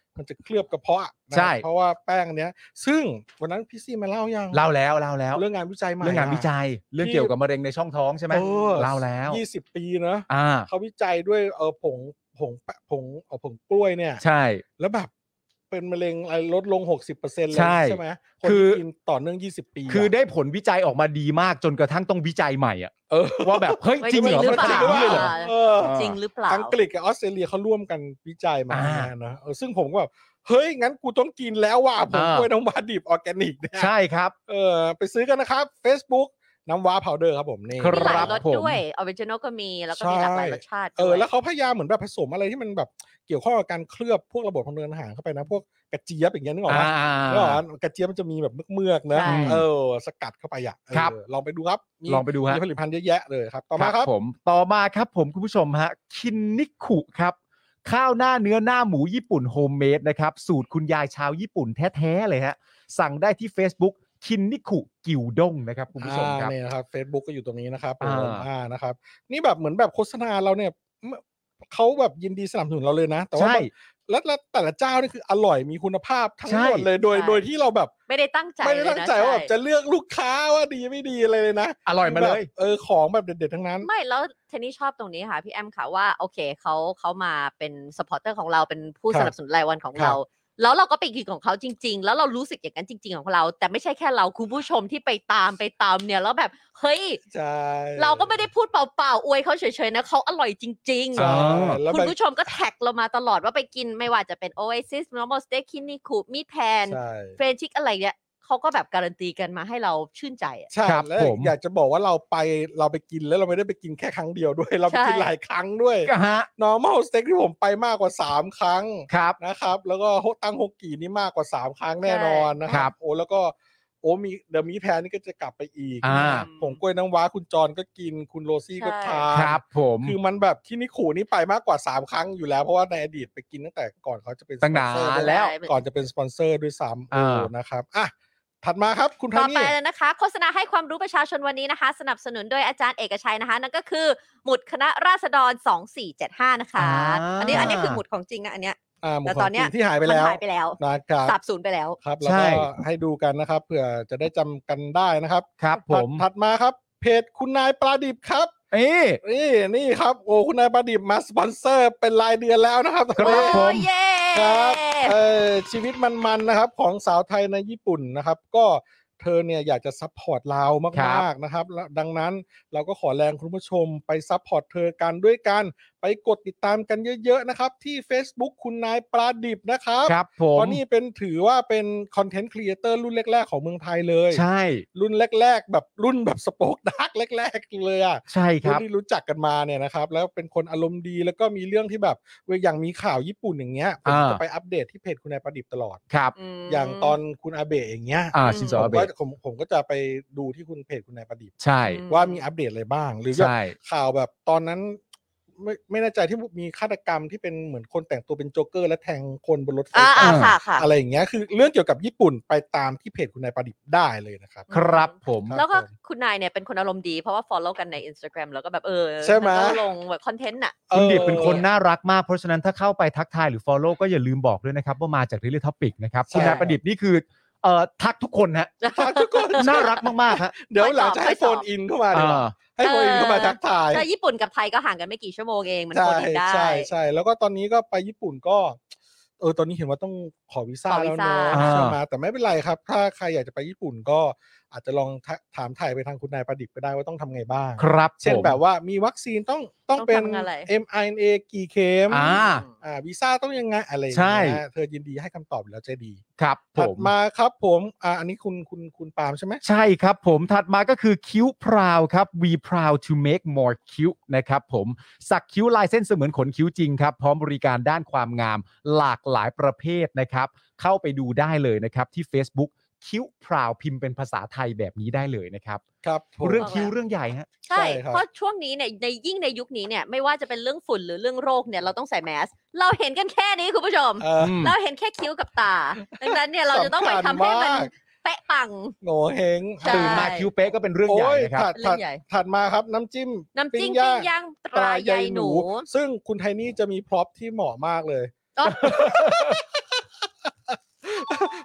มันจะเคลือบกระเพาะนะใช่เพราะว่าแป้งเนี้ยซึ่งวันนั้นพี่ซี่มาเล่ายังเล่าแล้วเล่าแล้วเรื่องงานวิจัยใหม่เรื่องงานวิจัยเรื่องเกี่ยวกับมะเร็งในช่องท้องใช่ไหมเออเล่าแล้วยี่สิบปีนะอ่าเขาวิจัยด้วยเออผงผงผงเออผงกล้วยเนี่ยใช่แล้วแบบเป็นมะเร็งอะไรลดลง หกสิบเปอร์เซ็นต์ เลยใช่ใช่ไหมคนคือที่กินต่อเนื่องยี่สิบปีคืออะได้ผลวิจัยออกมาดีมากจนกระทั่งต้องวิจัยใหม่อ่ะเออว่าแบบเฮ้ยเฮ้ยจริงเหรอจริงหรือเปล่ามันขนาดนี้เลยเหรอเออจริงหรือเปล่าอังกฤษกับออสเตรเลียเขาร่วมกันวิจัยมาอ่านะเออซึ่งผมก็แบบเฮ้ยงั้นกูต้องกินแล้วว่ะผมอ่ากล้วยน้ำว้าดิบออร์แกนิกเนี่ยใช่ครับเออไปซื้อกันนะครับ Facebook น้ำว้าพาวเดอร์ครับผมนี่คมีหลายรับรสผมด้วยออริจินอลก็มีแล้วก็มีหลากหลายรสชาติเออด้วยแล้วเขาพยายามเหมือนแบบผสมอะไรที่มันแบบเกี่ยวข้องกับการเคลือบพวกระบบทางเดินอาหารเข้าไปนะพวกกระเจี๊ยบอย่างเงี้ยนึกออกปะอ่านึกออกปะกระเจี๊ยบมันจะมีแบบเมือกๆนะใช่เออสกัดเข้าไปอ่ะเออครับลองไปดูครับมีลองไปดูฮะมีผลิตภัณฑ์เยอะแยะเลยครับต่อมาครับผมต่อมาครับผมคุณผู้ชมฮะคินนิคุครับข้าวหน้าเนื้อหน้าหมูญี่ปุ่นโฮมเมดนะครับสูตรคุณยายชาวญี่ปุ่นแท้ๆเลยฮะสั่งได้ที่ Facebook คินนิคุกิวด้งนะครับคุณผู้ชมครับอ่านี่นะครับ Facebook ก็อยู่ตรงนี้นะครับผมอ่าอ่านะครับ นี่แบบเหมือนแบบโฆษณาเราเนี่ยเมื่อเขาแบบยินดีสนับสนุนเราเลยนะ แต่ว่าใช่แบบแล้วแล้วแต่ละเจ้านี่คืออร่อยมีคุณภาพทั้งใช่หมดเลยโดยใช่โดยที่เราแบบไม่ได้ตั้งใจไม่ได้ตั้งใจเลยนะว่าแบบช่จะเลือกลูกค้าว่าดีไม่ดีอะไรเลยนะอร่อยมาเลยแบบเออของแบบเด็ดๆทั้งนั้นไม่แล้วเทนนี่ชอบตรงนี้ค่ะพี่แอมค่ะว่าโอเคเขาเขามาเป็นสปอร์เตอร์ของเราเป็นผู้ครับสนับสนุนรายวันของครับเรา แล้วเราก็ไปกินของเขาจริง ๆ แล้วเรารู้สึกอย่างนั้นจริง ๆ ของเรา แต่ไม่ใช่แค่เราคุณผู้ชมที่ไปตามไปตามเนี่ยแล้วแบบเฮ้ยใช่เราก็ไม่ได้พูดเปล่าๆอวยเขาเฉยๆนะเขาอร่อยจริงใช่ๆแล้วคุณแบบผู้ชมก็แท็กเรามาตลอดว่าไปกินไม่ว่าจะเป็น Oasis Normal Steak คินิคุมีแพนใช่เฟรนชิกอะไรเนี่ยเขาก็แบบการันตีกันมาให้เราชื่นใจอะใช่ครับแล้วผมอยากจะบอกว่าเราไปเราไปกินแล้วเราไม่ได้ไปกินแค่ครั้งเดียวด้วย เราไปกินใช่หลายครั้งด้วยก็ฮะ normal steak ที่ผมไปมากกว่าสามครั้งครับนะครับแล้วก็โฮตั้งฮกกีนี่มากกว่าสามครั้งแน่นอนนะคครัรับบ โอ้แล้วก็โอ้มีเดอะมีแพนนี่ก็จะกลับไปอีกอ่าผมกล้วยน้ำว้าคุณจรก็กินคุณโรซี่ก็ทานครับผมคือมันแบบที่นิคูนี่ไปมากกว่าสามครั้งอยู่แล้วเพราะว่าในอดีตไปกินตั้งแต่ก่อนเขาจะเป็นตั้งนานสปอเซอร์ด้วยแล้วก่อนจะเป็นสปอนเซอร์ด้วยซ้ำอ่าโอ้นะครับอ่ะถัดมาครับคุณต่ทาอไปนี่เลยนะคะ โฆษณาให้ความรู้ประชาชนวันนี้นะคะ สนับสนุนโดยอาจารย์เอกชัยนะคะ นั่นก็คือหมุดคณะราษฎรสองสี่เจ็ดห้านะคะอ่าอันนี้อันนี้คือหมุดของจริงนะอันเนี้ยอ่าหมุแต่ขงตอนเนี้ยจริงที่หายไปมันแล้วหายไปแล้วนะครับสาบสูญไปแล้วครับแล้วใช่ก็ให้ดูกันนะครับเผื่อจะได้จำกันได้นะครับครับผถัดมถัดมาครับเพจคุณนายปลาดิบครับเอ้ยนี่นี่ครับโอ้คุณนายประดิบมาสปอนเซอร์เป็นรายเดือนแล้วนะครับครับผมโอ้เย้ครับเออชีวิตมันๆนะครับของสาวไทยในญี่ปุ่นนะครับ ก็เธอเนี่ยอยากจะซัพพอร์ตเราครัมากบๆนะครับแล้วดังนั้นเราก็ขอแรงคุณผู้ชมไปซัพพอร์ตเธอกันด้วยกันไปกดติดตามกันเยอะๆนะครับที่ Facebook คุณนายปลาดิบนะครับครับผเพมราะนี่เป็นถือว่าเป็นคอนเทนต์ครีเอเตอร์รุ่นแรก ๆ ของเมืองไทยเลยใช่รุ่นแรก ๆ แบบรุ่นแบบสปอคดาร์กแรก ๆ เลยอ่ะใช่ครุ่รันบที่รู้จักกันมาเนี่ยนะครับแล้วเป็นคนอารมณ์ดีแล้วก็มีเรื่องที่แบบเวลาอย่างมีข่าวญี่ปุ่นอย่างเงี้ยผมอ่าจะไปอัปเดตที่เพจคุณนายประดิษฐ์ตลอดครับมอย่างตอนคุณอาเบะอย่างเงี้ยอ่าอืมชินโซผมอาเบก็ะผมผมก็จะไปดูที่คุณเพจคุณนายประดิษฐ์ใช่อืมว่ามีอัปเดตอะไรบ้าง หรือแบบใช่ข่าวแบบตอนนั้นไม่ไม่แน่ใจที่มีฆาตกรรมที่เป็นเหมือนคนแต่งตัวเป็นโจ๊กเกอร์และแทงคนบนรถไฟอ่าฟ้าอ่าค่ะค่ะอะไรอย่างเงี้ยคือเรื่องเกี่ยวกับญี่ปุ่นไปตามที่เพจคุณนายประดิษฐ์ได้เลยนะครับครับผมครับแล้วก็ผมคุณนายเนี่ยเป็นคนอารมณ์ดีเพราะว่า follow กันใน Instagram แล้วก็แบบเออใช่ไหมนก็ลงแบบคอนเทนต์น่ะคุณดิบเป็นคนออน่ารักมาก เพราะฉะนั้นถ้าเข้าไปทักทายหรือ follow ก็อย่าลืมบอกด้วยนะครับ ว่ามาจาก Daily Topic นะครับใช่คุณนายประดิษฐ์นี่คือเอ่อทักทุกคนฮะทุกคนน่ารักมากๆฮะเดี๋ยวหลังจะให้ค่โฟอยตอบนอินเข้ามาดีกว่าอ่าให้โฟนอินเข้ามาทักทายถ้าญี่ปุ่นกับไทยก็ห่างกันไม่กี่ชั่วโมงเองมันใช่โคดินได้ใช่ใช่แล้วก็ตอนนี้ก็ไปญี่ปุ่นก็เออตอนนี้เห็นว่าต้องขอวีซ่าขอวีแล้วซ่าเนาะอ่าใช่ไหมแต่ไม่เป็นไรครับ ถ้าใครอยากจะไปญี่ปุ่นก็อาจจะลองถามถ่ายไปทางคุณนายประดิษฐ์ก็ได้ว่าต้องทำไงบ้างครับเช่นผมแบบว่ามีวัคซีนต้องต้องต้องเป็นทำอะไรเอ็ม ไอ เอ็น เอ กี่เข็มอ่าอ่าวีซ่าต้องยังไงอะไรอย่างใช่เงี้ยเธอยินดีให้คำตอบอยู่แล้วใจดีครับผถัดมมาครับผมอ่าอันนี้คุณคุณคุณปาล์มใช่ไหมใช่ครับผมถัดมาก็คือคิ้วพราวครับ we proud to make more คิ้วนะครับผมสักคิ้วลายเส้นเสมือนขนคิ้วจริงครับ พร้อมบริการด้านความงามหลากหลายประเภทนะครับ เข้าไปดูได้เลยนะครับ ที่ Facebook คิ้วพราวพิมพ์เป็นภาษาไทยแบบนี้ได้เลยนะครับครับผมเรื่องคิ้วเรื่องใหญ่ฮะใช่ใช่ครับเพราะช่วงนี้เนี่ยในยิ่งในยุคนี้เนี่ยไม่ว่าจะเป็นเรื่องฝุ่นหรือเรื่องโรคเนี่ยเราต้องใส่แมสเราเห็นกันแค่นี้คุณผู้ชมเออมเราเห็นแค่คิ้วกับตา ดังนั้นเนี่ยเราจะต้องไปทำให้มันสำคัญมากเป๊ะปังโง่เฮงใช่ตื่นมาคิ้วเป๊ะก็เป็นเรื่องใหญ่โอ้ยนะครับถัดเรื่ถัอดงใหญ่ถัดมาครับน้ำจิ้มน้ำจิ้มปิ้ปิ้งย่างตราใยหนูซึ่งคุณไทนี่จะมีพร็อพที่เหมาะมากเลยอ๋อ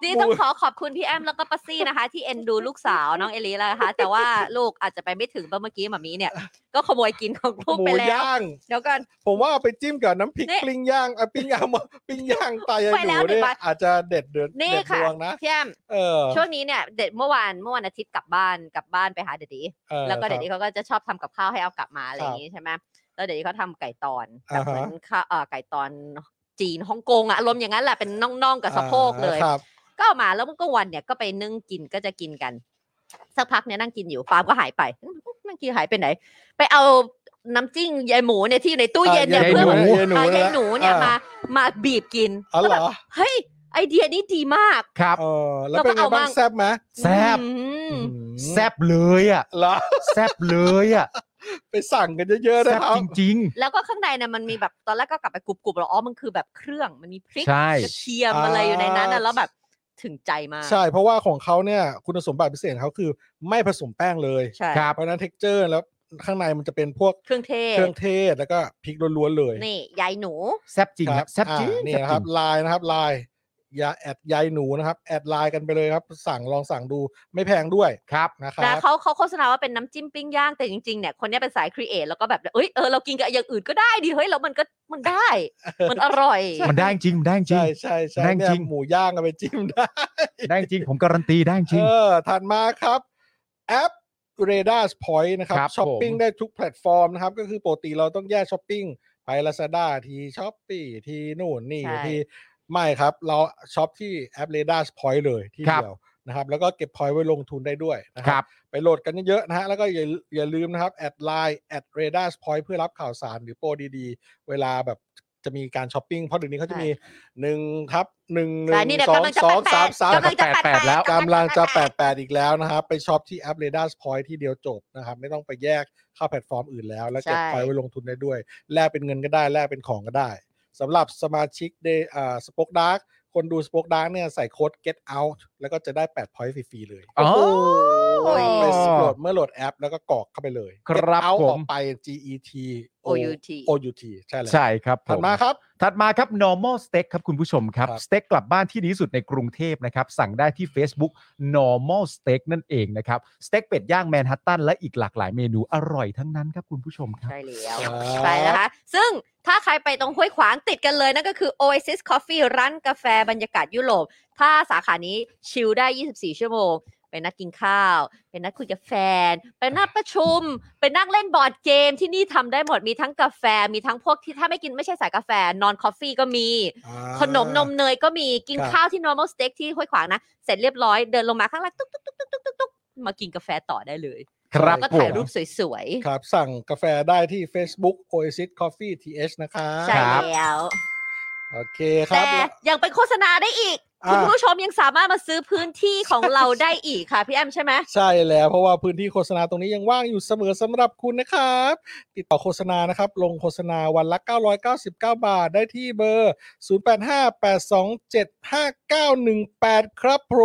นี่ต้องขอขอบคุณพี่แอมแล้วก็ป้าซี่นะคะ ที่เอ็นดูลูกสาวน้องเอลิแล้วนะคะแต่ว่าลูกอาจจะไปไม่ถึงเพราะเมื่อกี้หมามีเนี่ยก็ขโมยกินของลูกหมูไปแล้วย่างเดี๋ยวกันผมว่าเอาไปจิ้มกับน้ำพริกนี่ปิ้งย่างอ่ะปิ้งย่างมาปิ้งย่างตายายไปหแล้นูวหนึ่งเนี่ยใบอาจจะเด็ดเดือดนี่เด็ดดค่ะวงนะพี่แอมเออช่วงนี้เนี่ยเด็ดเมื่อวานเมื่อวันอาทิตย์กลับบ้านกลับบ้านไปหาเดดดี้เออแล้วก็คเดรับดดี้เขาก็จะชอบทำกับข้าวให้เอากลับมาอะไรอย่างงี้ใช่ไหมแล้วเดดดี้เขาทำไก่ตอนแบบเหมือนข้าวเอ่อไก่ตอนจีนฮ่องกงอะอารมณ์อย่างนั้นแหละเป็นน่องๆกับสะโพกเลยอ่าครับก็เอามาแล้วเมื่อกลางวันเนี่ยก็ไปนึ่งกินก็จะกินกันสักพักเนี่ยนั่งกินอยู่ฟาร์มก็หายไปนั่งกินหายไปไหน ไปเอาน้ำจิ้งยายหมูเนี่ยที่อยู่ในตู้เย็นเนี่ยอ่ะเพื่อยายหนูอ่ะยายหนูยายหนูเนี่ยอ่ะมามาบีบกินอ๋อเหรอแล้วแบบเฮ้ยไอเดียนี้ดีมากครับเออแล้วเป็นไงเราก็เอาบ้างมั่งแซ่บไหมแซ่บอืมแซ่บเลยอ่ะเหรอแซ่บเลยอ่ะไปสั่งกันเยอะๆนะแซ่บครับจริงแล้วก็ข้างในเนี่ยมันมีแบบตอนแรกก็กลับไปกรุบๆแล้วอ๋อมันคือแบบเครื่องมันมีพริกใช่กระเทียมอะไรอยู่ในนั้นน่ะแล้วแบบถึงใจมากใช่เพราะว่าของเขาเนี่ยคุณสมบัติพิเศษของเขาคือไม่ผสมแป้งเลยใช่ครับเพราะฉะนั้นเท็กเจอร์แล้วข้างในมันจะเป็นพวกเครื่องเทศเครื่องเทศแล้วก็พริกล้วนๆเลยนี่ยายหนูๆ แซ่บจริงคครัรับ บแซ่บจริงอ่านี่แซ่บนะจคริรับงไลน์นะครับไลน์ยาแอดยายหนูนะครับแอดไลน์กันไปเลยครับสั่งลองสั่งดูไม่แพงด้วยครับนะครัแต่บเขาเขาโฆษณาว่าเป็นน้ำจิ้มปิ้งย่างแต่จริงๆเนี่ยคนเนี้ยเป็นสายครีเอทแล้วก็แบบเอ้ยเออเรากินกับอย่างอื่นก็ได้ดิเฮ้ยแล้วมันก็มันได้ มันอร่อยมันได้จริงมันได้จริใช่งใช่ใช่ได้เนี่ยจริงหมูย่างเอาไปจิ้มได้ได้จริงผมการันตีได้จริงเออถัดมาครับแอป เรดาร์ Point นะครับครับช้อปปิ้งผมได้ทุกแพลตฟอร์มนะครับก็คือปกติเราต้องแยกช้อปปิ้งไป Lazada ทีช้อปปี้ทีนู่นนี่ใช่ทีไม่ครับ เราช็อปที่แอป เรดาร์ Point เลยที่ครับเดียวนะครับแล้วก็เก็บ point ไว้ลงทุนได้ด้วยนะคครัรับ บไปโหลดกันเยอะๆนะฮะแล้วก็อย่าอย่าลืมนะครับแอดไลน์แอด เรดาร์ Point เพื่อรับข่าวสารหรือโปรดีๆ เวลาแบบจะมีการช้อปปิ้งเพราะเดี๋ยวนี้เขาจะมีหนึ่งทับหนึ่งหนึ่ใช่งนี่เดี๋ยวสองกำลังจะสองแปสาดมสามกำลังจะแปดแปดแล้วกำลังจะแปดแปดอีกแล้วนะครับ ไปช็อปที่แอป เรดาร์ Point ที่เดียวจบนะครับ ไม่ต้องไปแยกเข้าแพลตฟอร์มอื่นแล้ว แล้วเก็บใช่ point ไว้ลงทุนได้ด้วย แลกเป็นเงินก็ได้ แลกเป็นของก็ได้สำหรับสมาชิกเดอ่าสป็อกดาร์กคนดูสป็อกดาร์กเนี่ยใส่โค้ด get out แล้วก็จะได้แปด point ฟรีๆเลยอ๋อโอ้ยไปโหลดเมื่อโหลดแอปแล้วก็กรอกเข้าไปเลยครับ Get out ผมออกไป G E T O U T O U T ใช่แล้วใช่ครับผถัดมาครับถัดมาครับ normal steak ครับคุณผู้ชมครับครับสเต็กกลับบ้านที่ดีที่สุดในกรุงเทพนะครับ สั่งได้ที่ Facebook normal steak นั่นเองนะครับ สเต็กเป็ดย่างแมนฮัตตันและอีกหลากหลายเมนูอร่อยทั้งนั้นครับคุณผู้ชมครับใช่แล้วครับใช่นะคะ ซึ่งถ้าใครไปตรงห้วยขวางติดกันเลยนั่นก็คือ Oasis Coffee ร้านกาแฟบรรยากาศยุโรป ถ้าสาขานี้ชิลได้ ยี่สิบสี่ ชั่วโมง ไปนัดกินข้าว ไปนัดคุยกับแฟน ไปนัดประชุม ไปนั่งเล่นบอร์ดเกมที่นี่ทำได้หมด มีทั้งกาแฟ มีทั้งพวกที่ถ้าไม่กินไม่ใช่สายกาแฟ นอนคอฟฟี่ก็มีอ่าขนมนมเนยก็มี กินครับข้าวที่ normal steak ที่ห้วยขวางนะ เสร็จเรียบร้อย เดินลงมาข้างล่างตุ๊กตุ๊กตุ๊กตุ๊กตุ๊กตุ๊กมากินกาแฟต่อได้เลยครับแล้วก็ผถ่ายมรูปสวยครับสั่งกาแฟได้ที่ Facebook Oasis Coffee ที เอช นะครับๆ ใช่แล้วโอเคครับแต่ยังเป็นโฆษณาได้อีกอ่าคุณผู้ชมยังสามารถมาซื้อพื้นที่ของเราได้อีกค่ะ พี่แอมใช่ไหมใช่แล้วเพราะว่าพื้นที่โฆษณาตรงนี้ยังว่างอยู่เสมอสำหรับคุณนะครับ ติดต่อโฆษณานะครับ ลงโฆษณาวันละเก้าร้อยเก้าสิบเก้าบาทได้ที่เบอร์ ศูนย์ แปด ห้า แปด สอง เจ็ด ห้า เก้า หนึ่ง แปด ครับผม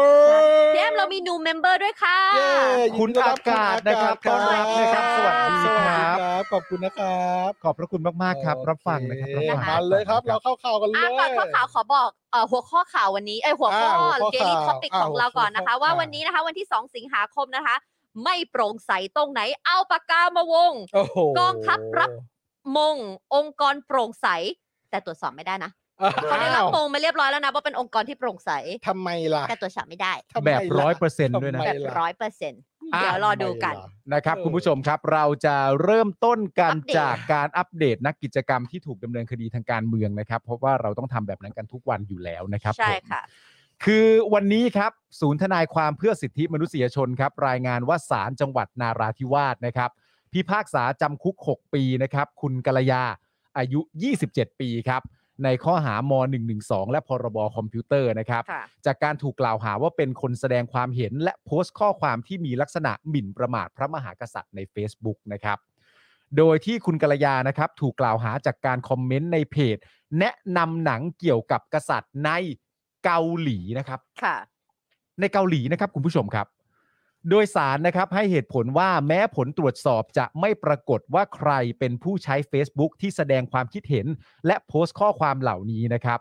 พี่แอมเรามี new member ด้วยค่ะเย้คุณยินดีต้นรับอากาศนะครับคุณต้อนรับนะครับสวัสดีครับบขอบคุณนะครับขอบพระคุณมากๆครับ รับฟังนะครับรับฟังมาเลยครับ เราเข้าข่าวกันเลอ่ะยก่อนเข้าข่าวขอบอกเอ่อหัวข้อข่าววันนี้เอ้ยหัวข้ออ่าหัวข้อ daily ข่าว topic อ่าของเราก่อนนะคะหัวข้อว่าข่าววันนี้นะคะวันที่สองสิงหาคมนะคะ ไม่โปร่งใสตรงไหนเอาปากกามาวงโอ้โหกองทัพรับ มงองค์กรโปร่งใส แต่ตรวจสอบไม่ได้นะเขาได้รับมงมาเรียบร้อยแล้วนะว่าเป็นองค์กรที่โปร่งใสทำไมล่ะแต่ตรวจสอบไม่ได้ทำไมแบบล่ะร้อยเปอร์เซ็นต์ด้วยนะทำไมแบบร้อยเปอร์เซ็นต์อ่ะเดี๋ยวรอดูกันทำไมล่ะนะครับเออคุณผู้ชมครับเราจะเริ่มต้นกันอัปเดตจากการอัปเดตนักกิจกรรมที่ถูกดำเนินคดีทางการเมืองนะครับ เพราะว่าเราต้องทำแบบนั้นกันทุกวันอยู่แล้วนะครับใช่ผมค่ะคือวันนี้ครับศูนย์ทนายความเพื่อสิทธิมนุษยชนครับรายงานว่าศาลจังหวัดนาราธิวาสนะครับพิพากษาจำคุกหกปีนะครับคุณกัลยาอายุยี่สิบเจ็ดปีครับในข้อหามหนึ่งหนึ่งสองและพรบคอมพิวเตอร์นะครับค่ะจากการถูกกล่าวหาว่าเป็นคนแสดงความเห็นและโพสต์ข้อความที่มีลักษณะหมิ่นประมาทพระมหากษัตริย์ใน Facebook นะครับโดยที่คุณกัลยานะครับถูกกล่าวหาจากการคอมเมนต์ในเพจแนะนำหนังเกี่ยวกับกษัตริย์ในเกาหลีนะครับค่ะในเกาหลีนะครับคุณผู้ชมครับโดยสารนะครับให้เหตุผลว่าแม้ผลตรวจสอบจะไม่ปรากฏว่าใครเป็นผู้ใช้ Facebook ที่แสดงความคิดเห็นและโพสต์ข้อความเหล่านี้นะครับ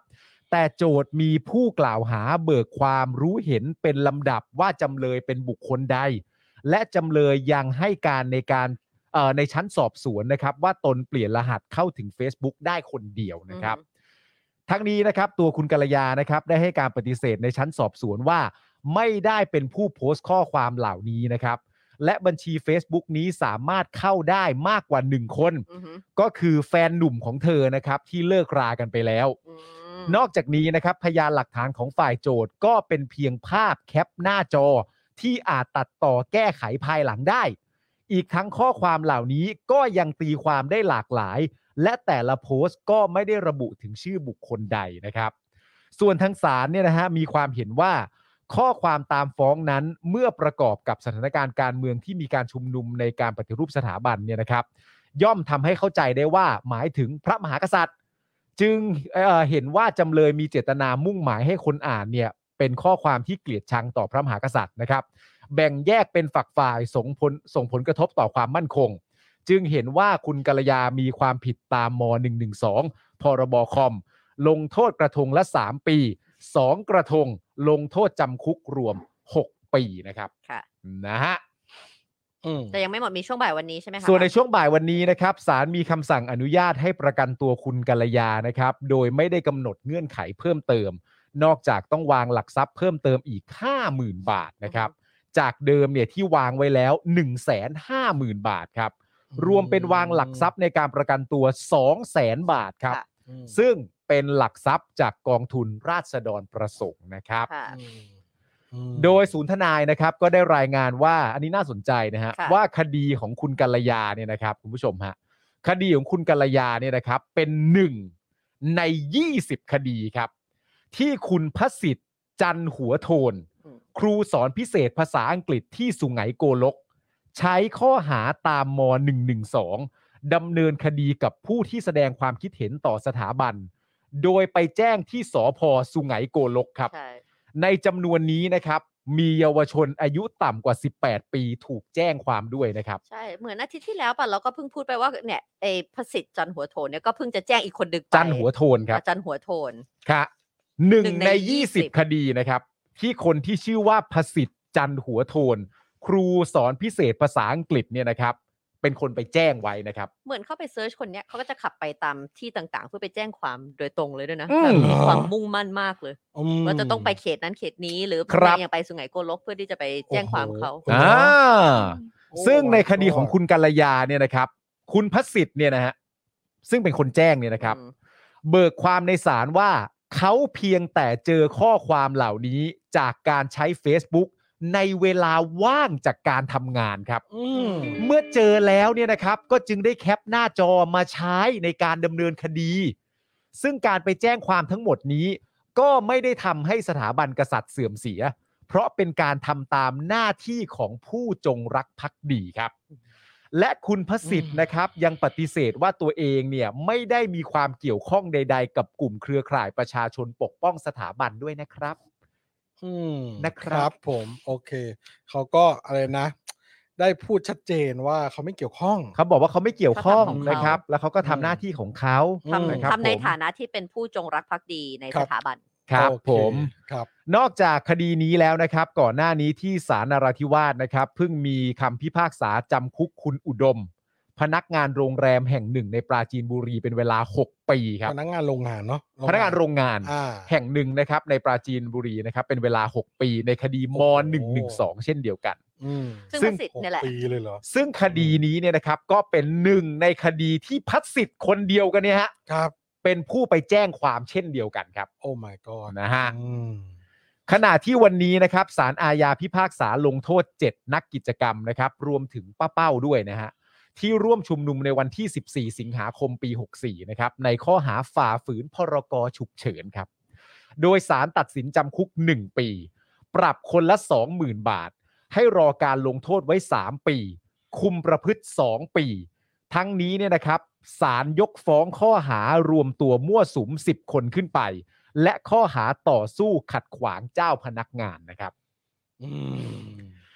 แต่โจทย์มีผู้กล่าวหาเบิกความรู้เห็นเป็นลำดับว่าจำเลยเป็นบุคคลใดและจำเลยยังให้การในการเอ่อในชั้นสอบสวนนะครับว่าตนเปลี่ยนรหัสเข้าถึง Facebook ได้คนเดียวนะครับทั้งนี้นะครับตัวคุณกัลยานะครับได้ให้การปฏิเสธในชั้นสอบสวนว่าไม่ได้เป็นผู้โพสต์ข้อความเหล่านี้นะครับและบัญชี Facebook นี้สามารถเข้าได้มากกว่าหนึ่งคนก็คือแฟนหนุ่มของเธอนะครับที่เลิกรากันไปแล้วนอกจากนี้นะครับพยานหลักฐานของฝ่ายโจทก์ก็เป็นเพียงภาพแคปหน้าจอที่อาจตัดต่อแก้ไขภายหลังได้อีกทั้งข้อความเหล่านี้ก็ยังตีความได้หลากหลายและแต่ละโพสต์ก็ไม่ได้ระบุถึงชื่อบุคคลใดนะครับส่วนทางศาลเนี่ยนะฮะมีความเห็นว่าข้อความตามฟ้องนั้นเมื่อประกอบกับสถานการณ์การเมืองที่มีการชุมนุมในการปฏิรูปสถาบันเนี่ยนะครับย่อมทำให้เข้าใจได้ว่าหมายถึงพระมหากษัตริย์จึง เอ่อ เห็นว่าจำเลยมีเจตนามุ่งหมายให้คนอ่านเนี่ยเป็นข้อความที่เกลียดชังต่อพระมหากษัตริย์นะครับแบ่งแยกเป็นฝักฝ่ายส่งผลส่งผลกระทบต่อความมั่นคงจึงเห็นว่าคุณกัลยามีความผิดตามม.หนึ่งหนึ่งสองพรบคอมลงโทษกระทงละสามปีสองกระทงลงโทษจำคุกรวมหกปีนะครับค่ะนะฮะแต่ยังไม่หมดมีช่วงบ่ายวันนี้ใช่ไหมคะส่วนในช่วงบ่ายวันนี้นะครับศาลมีคำสั่งอนุญาตให้ประกันตัวคุณกัลยานะครับโดยไม่ได้กำหนดเงื่อนไขเพิ่มเติมนอกจากต้องวางหลักทรัพย์เพิ่มเติมอีก ห้าหมื่น บาทนะครับจากเดิมเนี่ยที่วางไว้แล้ว หนึ่งแสนห้าหมื่น บาทครับรวมเป็นวางหลักทรัพย์ในการประกันตัว สองแสน บาทครับซึ่งเป็นหลักทรัพย์จากกองทุนราษฎรประสงค์นะครับโดยศูนย์ทนายนะครับก็ได้รายงานว่าอันนี้น่าสนใจนะฮะว่าคดีของคุณกัลยาเนี่ยนะครับคุณผู้ชมฮะคดีของคุณกัลยาเนี่ยนะครับเป็นหนึ่งในยี่สิบคดีครับที่คุณพสิทธิ์จันหัวโทนครูสอนพิเศษภาษาอังกฤษที่สุไหงโกลกใช้ข้อหาตามม.หนึ่งหนึ่งสองดำเนินคดีกับผู้ที่แสดงความคิดเห็นต่อสถาบันโดยไปแจ้งที่สภ.สุไหงโกลกครับในจำนวนนี้นะครับมีเยาวชนอายุต่ำกว่าสิบแปดปีถูกแจ้งความด้วยนะครับใช่เหมือนอาทิตย์ที่แล้วป่ะเราก็เพิ่งพูดไปว่าเนี่ยไอ้พสิทธิ์จันหัวโทนเนี่ยก็เพิ่งจะแจ้งอีกคนดึกไปจันหัวโทนครับจันหัวโทนครับหนึ่งในยี่สิบคดีนะครับที่คนที่ชื่อว่าพสิทธิ์จันหัวโทนครูสอนพิเศษภาษาอังกฤษเนี่ยนะครับเป็นคนไปแจ้งไว้นะครับเหมือนเข้าไปเซิร์ชคนเนี้ยเขาก็จะขับไปตามที่ต่างๆเพื่อไปแจ้งความโดยตรงเลยด้วยนะแบบมีความมุ่งมั่นมากเลยว่าจะต้องไปเขตนั้นเขตนี้หรืออย่างไปสุไหงโกลกเพื่อที่จะไปแจ้งความเขาอ่าซึ่งในคดีของคุณกัลยาเนี่ยนะครับคุณพสิทธิ์เนี่ยนะฮะซึ่งเป็นคนแจ้งเนี่ยนะครับเบิกความในศาลว่าเขาเพียงแต่เจอข้อความเหล่านี้จากการใช้ Facebookในเวลาว่างจากการทำงานครับเมื่อเจอแล้วเนี่ยนะครับก็จึงได้แคปหน้าจอมาใช้ในการดำเนินคดีซึ่งการไปแจ้งความทั้งหมดนี้ก็ไม่ได้ทำให้สถาบันกษัตริย์เสื่อมเสียเพราะเป็นการทำตามหน้าที่ของผู้จงรักภักดีครับและคุณพสิทธิ์นะครับยังปฏิเสธว่าตัวเองเนี่ยไม่ได้มีความเกี่ยวข้องใดๆกับกลุ่มเครือข่ายประชาชนปกป้องสถาบันด้วยนะครับอืมนะครับผมโอเคเขาก็อะไรนะได้พูดชัดเจนว่าเขาไม่เกี่ยวข้องเขาบอกว่าเขาไม่เกี่ยวข้องนะครับแล้วเขาก็ทำหน้าที่ของเขาทำทำในฐานะที่เป็นผู้จงรักภักดีในสถาบันครับผมครับนอกจากคดีนี้แล้วนะครับก่อนหน้านี้ที่ศาลนราธิวาสนะครับเพิ่งมีคำพิพากษาจำคุกคุณอุดมพนักงานโรงแรมแห่งหนึ่งในปราจีนบุรีเป็นเวลาหกปีครับพนักงานโรงงานเนาะพนักงานโรงงานแห่งหนึ่งนะครับในปราจีนบุรีนะครับเป็นเวลาหกปีในคดีม.หนึ่งหนึ่งสองเช่นเดียวกันซึ่งพสิทธิ์เนี่ยแหละซึ่งคดีนี้เนี่ยนะครับก็เป็นหนึ่งในคดีที่พสิทธิ์คนเดียวกันเนี่ยฮะครับเป็นผู้ไปแจ้งความเช่นเดียวกันครับโอ้ my god นะฮะขณะที่วันนี้นะครับศาลอาญาพิพากษาลงโทษเจ็ดนักกิจกรรมนะครับรวมถึงป้าเป้าด้วยนะฮะที่ร่วมชุมนุมในวันที่สิบสี่สิงหาคมปีหกสี่นะครับในข้อหาฝ่าฝืนพรกฉุกเฉินครับโดยศาลตัดสินจำคุกหนึ่งปีปรับคนละ สองหมื่น บาทให้รอการลงโทษไว้สามปีคุมประพฤติสองปีทั้งนี้เนี่ยนะครับศาลยกฟ้องข้อหารวมตัวมั่วสุมสิบคนขึ้นไปและข้อหาต่อสู้ขัดขวางเจ้าพนักงานนะครับ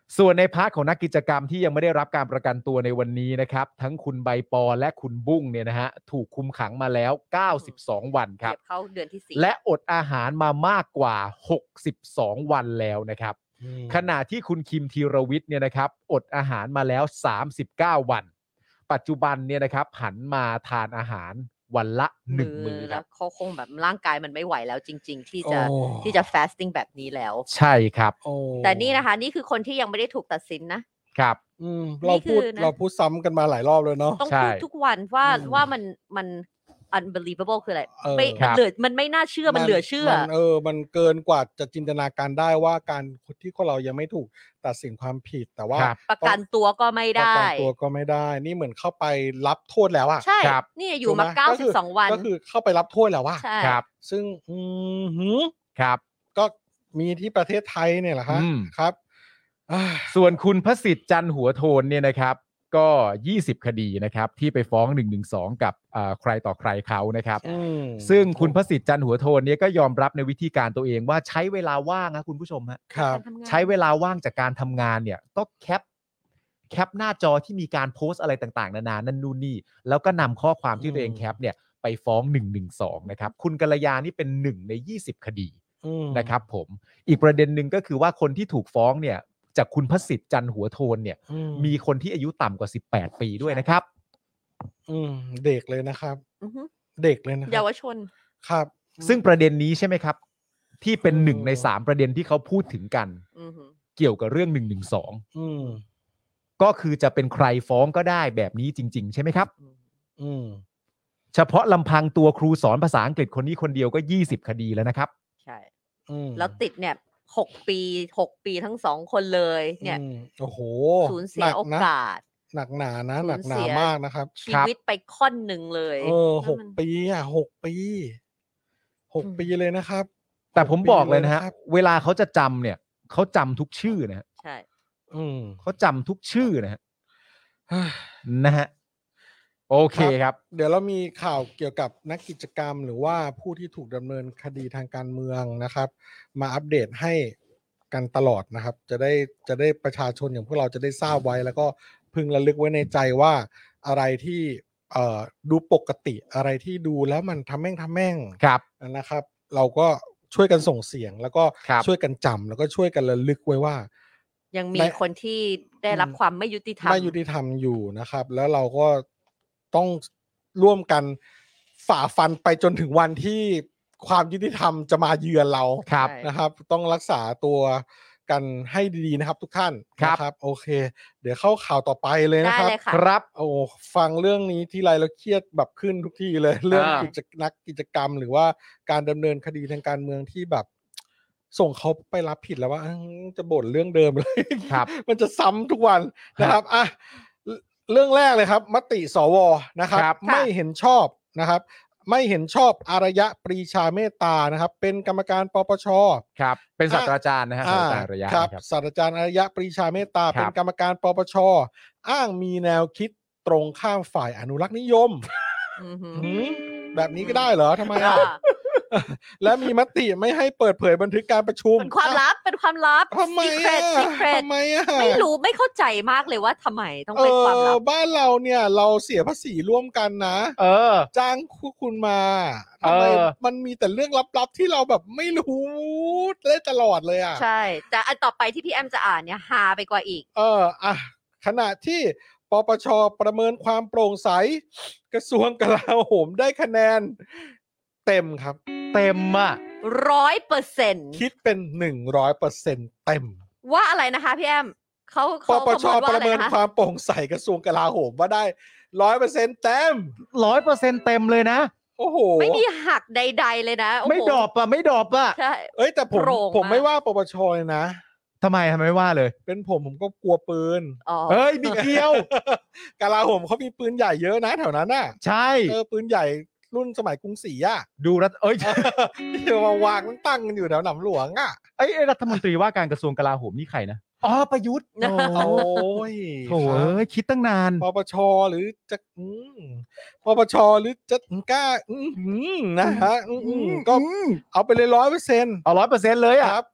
ส่วนในพาร์ทของนักกิจกรรมที่ยังไม่ได้รับการประกันตัวในวันนี้นะครับทั้งคุณใบปอและคุณบุ้งเนี่ยนะฮะถูกคุมขังมาแล้วเก้าสิบสองวันครับเก็บเข้าเดือนที่สี่และอดอาหารมามากกว่าหกสิบสองวันแล้วนะครับขณะที่คุณคิมธีรวิทย์เนี่ยนะครับอดอาหารมาแล้วสามสิบเก้าวันปัจจุบันเนี่ยนะครับหันมาทานอาหารวันละหนึ่งมื้อครับเขาคงแบบร่างกายมันไม่ไหวแล้วจริงๆที่จะที่จะ fasting แบบนี้แล้วใช่ครับแต่นี่นะคะนี่คือคนที่ยังไม่ได้ถูกตัดสินนะครับอืมเราพูดเราพูดซ้ำกันมาหลายรอบเลยเนาะต้องพูดทุกวันว่าว่ามันมัน unbelievable คืออะไรไม่มันเหลือมันไม่น่าเชื่อมันเหลือเชื่อเออมันเกินกว่าจะจินตนาการได้ว่าการที่คนเรายังไม่ถูกตัดสินความผิดแต่ว่าประกันตัวก็ไม่ได้ประกันตัวก็ไม่ได้นี่เหมือนเข้าไปรับโทษแล้วอ่ะใช่นี่อยู่มาเก้าสิบสองวันก็คือเข้าไปรับโทษแล้วว่าครับซึ่งอืมหือครับก็มีที่ประเทศไทยเนี่ยแหละครับครับส่วนคุณพสิทธิ์จันหัวโทนเนี่ยนะครับก็ยี่สิบคดีนะครับที่ไปฟ้องหนึ่งหนึ่งสองกับใครต่อใครเขานะครับซึ่งคุณพสิทธิ์จันหัวโทนเนี่ยก็ยอมรับในวิธีการตัวเองว่าใช้เวลาว่างนะคุณผู้ชมฮะใช้เวลาว่างจากการทำงานเนี่ยก็แคปแคปหน้าจอที่มีการโพสต์อะไรต่างๆนานานั่นนู่นนี่แล้วก็นำข้อความที่ตัวเองแคปเนี่ยไปฟ้องหนึ่งหนึ่งสองนะครับคุณกัลยานี่เป็นหนึ่งในยี่สิบคดีนะครับผมอีกประเด็นหนึ่งก็คือว่าคนที่ถูกฟ้องเนี่ยจากคุณพสิทธิ์จันหัวโทนเนี่ยมีคนที่อายุต่ำกว่าสิบแปดปีด้วยนะครับอืมเด็กเลยนะครับเด็กเลยนะเยาวชนครับซึ่งประเด็นนี้ใช่ไหมครับที่เป็นหนึ่งในสามประเด็นที่เขาพูดถึงกันเกี่ยวกับเรื่องหนึ่งหนึ่งสองก็คือจะเป็นใครฟ้องก็ได้แบบนี้จริงๆใช่ไหมครับอืมเฉพาะลำพังตัวครูสอนภาษาอังกฤษคนนี้คนเดียวก็ยี่สิบคดีแล้วนะครับใช่แล้วติดเนี่ยหกปีหกปีทั้งสองคนเลยเนี่ยโอ้โหสูญเสียโอกาสหนักหนานะหนักหนามากนะครับชีวิตไปค่อนหนึ่งเลยเออหกปีอ่ะหกปีหกปีเลยนะครับแต่ผมบอกเลยนะฮะเวลาเขาจะจำเนี่ยเขาจำทุกชื่อนะฮะใช่เขาจำทุกชื่อนะฮะนะฮะโอเคครับเดี๋ยวเรามีข่าวเกี่ยวกับนักกิจกรรมหรือว่าผู้ที่ถูกดำเนินคดีทางการเมืองนะครับมาอัปเดตให้กันตลอดนะครับจะได้จะได้ประชาชนอย่างพวกเราจะได้ทราบไว้แล้วก็พึงระลึกไว้ในใจว่าอะไรที่เอ่อดูปกติอะไรที่ดูแล้วมันทำแม่งทำแม่งนะครับเราก็ช่วยกันส่งเสียงแล้วก็ช่วยกันจำแล้วก็ช่วยกันระลึกไว้ว่ายังมีคนที่ได้รับความไม่ยุติธรรมไม่ยุติธรรมอยู่นะครับแล้วเราก็ต้องร่วมกันฝ่าฟันไปจนถึงวันที่ความยุติธรรมจะมาเยือนเรานะครับต้องรักษาตัวกันให้ดีๆนะครับทุกท่านนะครับโอเคเดี๋ยวเข้าข่าวต่อไปเลยนะครับครับโอ้ฟังเรื่องนี้ที่ไรแล้วเครียดแบบขึ้นทุกทีเลยเรื่องกิจนักกิจกรรมหรือว่าการดำเนินคดีทางการเมืองที่แบบส่งเขาไปรับผิดแล้วว่าจะบ่นเรื่องเดิมเลยครับมันจะซ้ำทุกวันนะครับอ่ะเรื่องแรกเลยครับมติสวนะครับไม่เห็นชอบนะครับไม่เห็นชอบอารยะปรีชาเมตตานะครับเป็นกรรมการปปชครับเป็นศาสตราจารย์นะฮะศาสตราจารย์อารยะครับศาสตราจารย์อารยะปรีชาเมตตาเป็นกรรมการปปชอ้างมีแนวคิดตรงข้ามฝ่ายอนุรักษ์นิยมแบบนี้ก็ได้เหรอทำไมอ่ะและมีมติไม่ให้เปิดเผยบันทึกการประชุมเป็นความลับเป็นความลับ secret secret ทำไมอ่ะไม่รู้ไม่เข้าใจมากเลยว่าทำไมต้องเป็นความลับบ้านเราเนี่ยเราเสียภาษีร่วมกันนะเออจ้างคุณมาทำไมมันมีแต่เรื่องลับๆที่เราแบบไม่รู้ได้ตลอดเลยอ่ะใช่แต่อันต่อไปที่พี่แอมจะอ่านเนี่ยฮาไปกว่าอีกเอออ่ะขณะที่ปปชประเมินความโปร่งใสกระทรวงกลาโหมได้คะแนนเต็มครับเต็มอ่ะร้อยเปอร์เซ็นต์คิดเป็นหนึ่งร้อยเปอร์เซ็นต์เต็มว่าอะไรนะคะพี่แอมเขาปปชประเมินความโปร่งใสกระทรวงกลาโหมว่าได้ร้อยเปอร์เซ็นต์เต็มร้อยเปอร์เซ็นต์เต็มเลยนะโอ้โหไม่มีหักใดๆเลยนะไม่ดรอปอ่ะไม่ดรอปอ่ะใช่เอ้ยแต่ผมผมไม่ว่าปปชเลยนะทำไมทำไมไม่ว่าเลยเป็นผมผมก็กลัวปืนเฮ้ยมีเกี่ยวกลาโหมเขามีปืนใหญ่เยอะนะแถวนั้นน่ะใช่เออปืนใหญ่รุ่นสมัยกรุงศรีอ่ะดูรัฐเอ้ยที่มาวางตั้งกันอยู่แถวหนำหลวงอ่ะไอ้รัฐมนตรีว่าการกระทรวงกลาโหมนี่ใครนะอ๋อประยุทธ์โอ้ยโถ่เอ้ยคิดตั้งนานปปชหรือจะปปชหรือจะกล้านะฮะก็เอาไปเลยร้อยเปอร์เซ็นต์เอาร้อยเปอร์เซ็นต์เลยอ่ะครับถ้า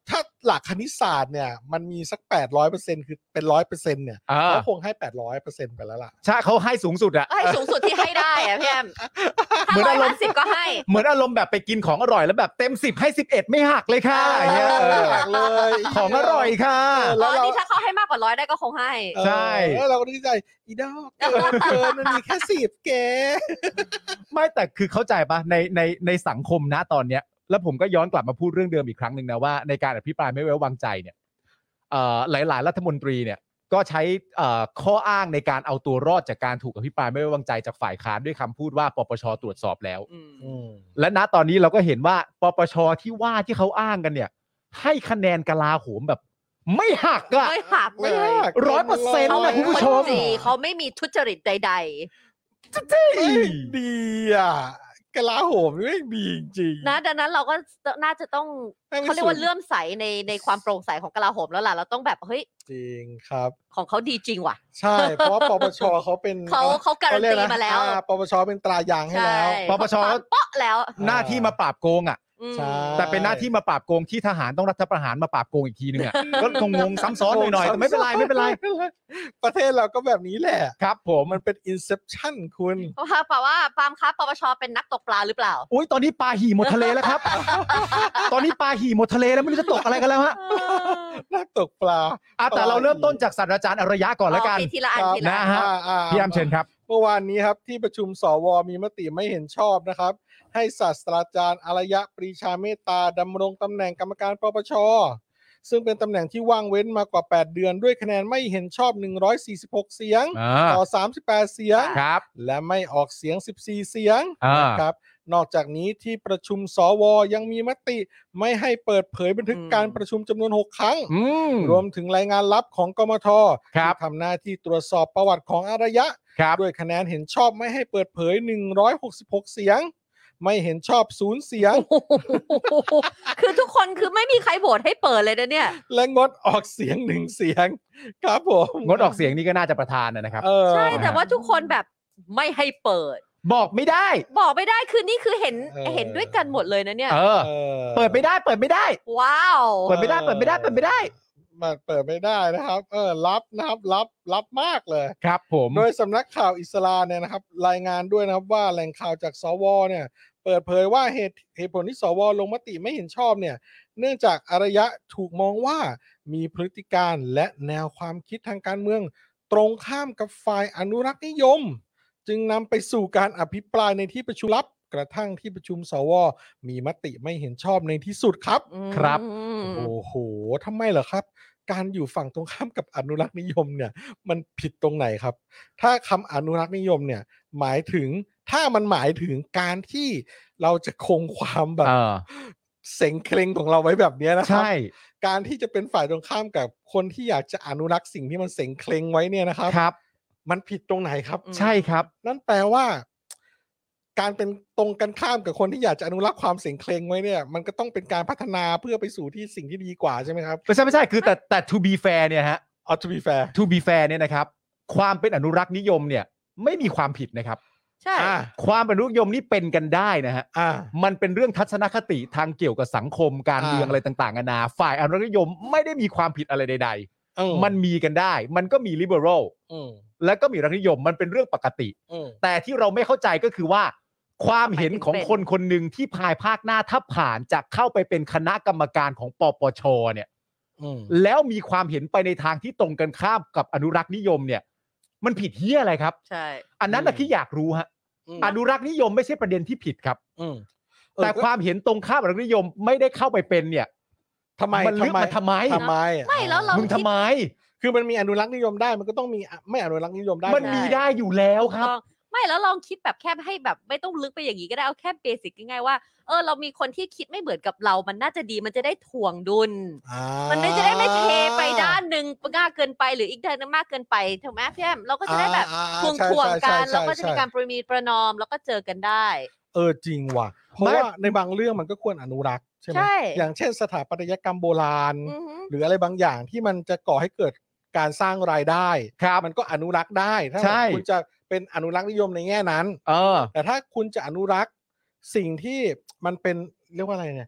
หลักคณิตศาสตร์เนี่ยมันมีสักแปดร้อยเปอร์เซ็นต์คือเป็นร้อยเปอร์เซ็นต์เนี่ยอ่าเขาคงให้แปดร้อยเปอร์เซ็นต์ไปแล้วล่ะใช่เขาให้สูงสุดอะให้สูงสุดที่ให้ได้อะพี่แอมเหมือนอารมณ์สิบก็ให้เหมือนอารมณ์แบบไปกินของอร่อยแล้วแบบเต็มสิบให้สิบเอ็ดไม่หักเลยค่ะอย่างเงี้ยเออหักเลยของอร่อยค่ะแล้อ๋วอเรานี่ถ้าเขาให้มากกว่าร้อยได้ก็คงให้ใช่เออแล้วเราก็ดีใจอีดอกเกินเกินมันมีแค่สิบเกไม่แต่คือเข้าใจปะในในในสังคมนะตอนเนี้ยแล้วผมก็ย้อนกลับมาพูดเรื่องเดิมอีกครั้งหนึ่งนะว่าในการอภิปรายไม่ไว้วางใจเนี่ยเอ่อหลาย ๆ รัฐมนตรีเนี่ยก็ใช้เอ่อข้ออ้างในการเอาตัวรอดจากการถูกอภิปรายไม่ไว้วางใจจากฝ่ายค้านด้วยคำพูดว่าปปชตรวจสอบแล้วอืมและณตอนนี้เราก็เห็นว่าปปชที่ว่าที่เขาอ้างกันเนี่ยให้คะแนนกลาโหมแบบไม่หักอะไม่หักไม่เลยหักร้อยเปอร์เซ็นต์เขานะเป็นคุณผู้ชคมนจีเขาไม่มีทุจริตใดเฮ้ยดีอ่ะกลาโหมไม่ดีจริงๆ นะดังนั้นเราก็น่าจะต้องให้มันเขาเรียกว่าสุดเลื่อมใสในในความโปร่งใสของกลาโหมแล้วล่ะเราต้องแบบเฮ้ยจริงครับของเขาดีจริงว่ะใช่ เพราะว่าปปชเขาเป็นเขาเขาการันตีเขเยกะมาแล้วอ่ปปชเป็นตรายางให้แล้วใช่ปปชเขาเปาะแล้วหน้าที่มาปราบโกงอ่ะอืมใช่แต่เป็นหน้าที่มาปราบโกงที่ทหารต้องรัฐประหารมาปราบโกงอีกทีนึงอ่ะ ก็คงงงซ้ำซ้อนหน่อยๆแต่ไม่เป็นไรไม่เป็นไรประเทศเราก็แบบนี้แหละครับผมมันเป็น inception คุณเพราะว่าแปลว่าปาล์มครับปปชเป็นนักตกปลาหรือเปล่าอุ้ยตอนนี้ปลาหี่หมดทะเลแล้วครับ ตอนนี้ปลาหี่หมดทะเลแล้วไม่รู้จะตกอะไรกันแล้วฮะนักตกปลาอ่ะแต่เราเริ่มต้นจากศาสตราจารย์อารยะก่อนแล้วกันโเคทีละอันครับทีละนะอันฮะอ่าๆพี่อ้ำเชิญครับเมื่อวานนี้ครับที่ประชุมสวมีมติไม่เห็นชอบนะครับ ให้ศาสตราจารย์อารยะปรีชาเมตตาดำรงตำแหน่งกรรมการปปชซึ่งเป็นตำแหน่งที่ว่างเว้นมากว่าแปดเดือนด้วยคะแนนไม่เห็นชอบหนึ่งร้อยสี่สิบหกเสียงอ่าต่อสามสิบแปดเสียงครับและไม่ออกเสียงสิบสี่เสียงอ่านนะครับนอกจากนี้ที่ประชุมสวยังมีมติไม่ให้เปิดเผยบันทึกการประชุมจำนวนหกครั้งอืมรวมถึงรายงานลับของกมทครับที่ทำหน้าที่ตรวจสอบประวัติของอารยะครับด้วยคะแนนเห็นชอบไม่ให้เปิดเผยหนึ่งร้อยหกสิบหกเสียง ไม่เห็นชอบศูนย์เสียงคือทุกคนคือไม่มีใครโหวตให้เปิดเลยนะเนี่ยและงดออกเสียงหนึ่งเสียง ครับผมงดออกเสียงนี่ก็น่าจะประธานนะครับเออใช่แต่ว่าทุกคนแบบไม่ให้เปิดบอกไม่ได้บอกไม่ได้คือนี่คือเห็นเออเห็นด้วยกันหมดเลยนะเนี่ยเออเออเปิดไม่ได้ เปิดไม่ได้ว้าวเปิดไม่ได้ เปิดไม่ได้ เปิดไม่ได้มันเปิดไม่ได้นะครับ เออรับนะครับรับรับมากเลยครับผมโดยสำนักข่าวอิสราเนี่ยนะครับ รายงานด้วยนะครับว่าแหล่งข่าวจากสวเนี่ยเปิดเผยว่าเหตุเหตุผลที่สวลงมติไม่เห็นชอบเนี่ยเนื่องจากอารยะถูกมองว่ามีพฤติการและแนวความคิดทางการเมืองตรงข้ามกับฝ่ายอนุรักษ์นิยม จึงนำไปสู่การอภิปรายในที่ประชุมลับกระทั่งที่ประชุมสวมีมติไม่เห็นชอบในที่สุดครับครับอืมโอ้โหทำไมเหรอครับ การอยู่ฝั่งตรงข้ามกับอนุรักษ์นิยมเนี่ยมันผิดตรงไหนครับ ถ้าคำอนุรักษ์นิยมเนี่ยหมายถึงถ้ามันหมายถึงการที่เราจะคงความแบบเออเสงเคร่งของเราไว้แบบเนี้ยนะครัใช่การที่จะเป็นฝ่ายตรงข้ามกับคนที่อยากจะอนุรักษ์สิ่งที่มันเสงเคร่งไว้เนี่ยนะครับครับมันผิดตรงไหนครับใช่ครับนั่นแปลว่า การเป็นตรงกันข้ามกับคนที่อยากจะอนุรักษ์ความเสียงเคร่งไว้เนี่ย มันก็ต้องเป็นการพัฒนาเพื่อไปสู่ที่สิ่งที่ดีกว่าใช่ไหมครับไม่ใช่ไม่ใช่ คือแต่แต่ to be fair เนี่ยฮะเอา to be fair to be fair เนี่ยนะครับ ความเป็นอนุรักษ์นิยมเนี่ย ไม่มีความผิดนะครับใช่อ่าความเป็นอนุรักษ์นิยมนี่เป็นกันได้นะฮะอ่ามันเป็นเรื่องทัศนคติทางเกี่ยวกับสังคมการเมืองอ่าอะไรต่างๆนานาฝ่ายอนุรักษ์นิยมไม่ได้มีความผิดอะไรใดอืๆ มันมีกันได้ มันก็มี liberal อืมแล้วก็มีรัฐนิยมมันเป็นเรื่องปกติอืมแต่ที่เราไม่เข้าใจก็คือว่า ความเห็นของทำไมถึงเป็นคนคนหนึ่งที่ภายภาคหน้าถ้าผ่านจะเข้าไปเป็นคณะกรรมการของปปชเนี่ยอืมแล้วมีความเห็นไปในทางที่ตรงกันข้ามกับอนุรักษ์นิยมเนี่ย มันผิดเฮียอะไรครับใช่อันนั้นแหละที่อยากรู้ฮะอืมอนุรักษ์นิยมไม่ใช่ประเด็นที่ผิดครับอืมแต่ความเห็นตรงข้ามอนุรักษ์นิยมไม่ได้เข้าไปเป็นเนี่ยทำไมมันเลือกมันทำไมทำไมไม่แล้วเรามึงทำไมคือมันมีอนุรักษ์นิยมได้มันก็ต้องมีไม่อนุรักษ์นิยมได้มันมีได้อยู่แล้วครับถูกต้องไม่แล้วลองคิดแบบแค่ให้แบบไม่ต้องลึกไปอย่างนี้ก็ได้เอาแค่เบสิกง่ายๆว่าเออเรามีคนที่คิดไม่เหมือนกับเรา มันน่าจะดีมันจะได้ถ่วงดุลอ่ามันไม่จะได้ไม่เทไปด้านหนึ่งมากเกินไปหรืออีกด้านหนึงมากเกินไปถูกไหมพี่แอมเราก็จะได้แบบอ่าทวงใช่ทวงใช่กันใช่แล้วก็จะมีใช่การประมีประนอมแล้วก็เจอกันได้เออจริงว่ะ เพราะไม่ว่าในบางเรื่องมันก็ควรอนุรักษ์ใช่ไหมใช่อย่างเช่นสถาปัตยกรรมโบราณอือหือหรืออะไรบางอย่างที่มันจะก่อให้เกิดการสร้างรายได้ครับมันก็อนุรักษ์ได้ถ้าใช่คุณจะเป็นอนุรักษ์นิยมในแง่นั้นเออแต่ถ้าคุณจะอนุรักษ์สิ่งที่มันเป็นเรียกว่าอะไรเนี่ย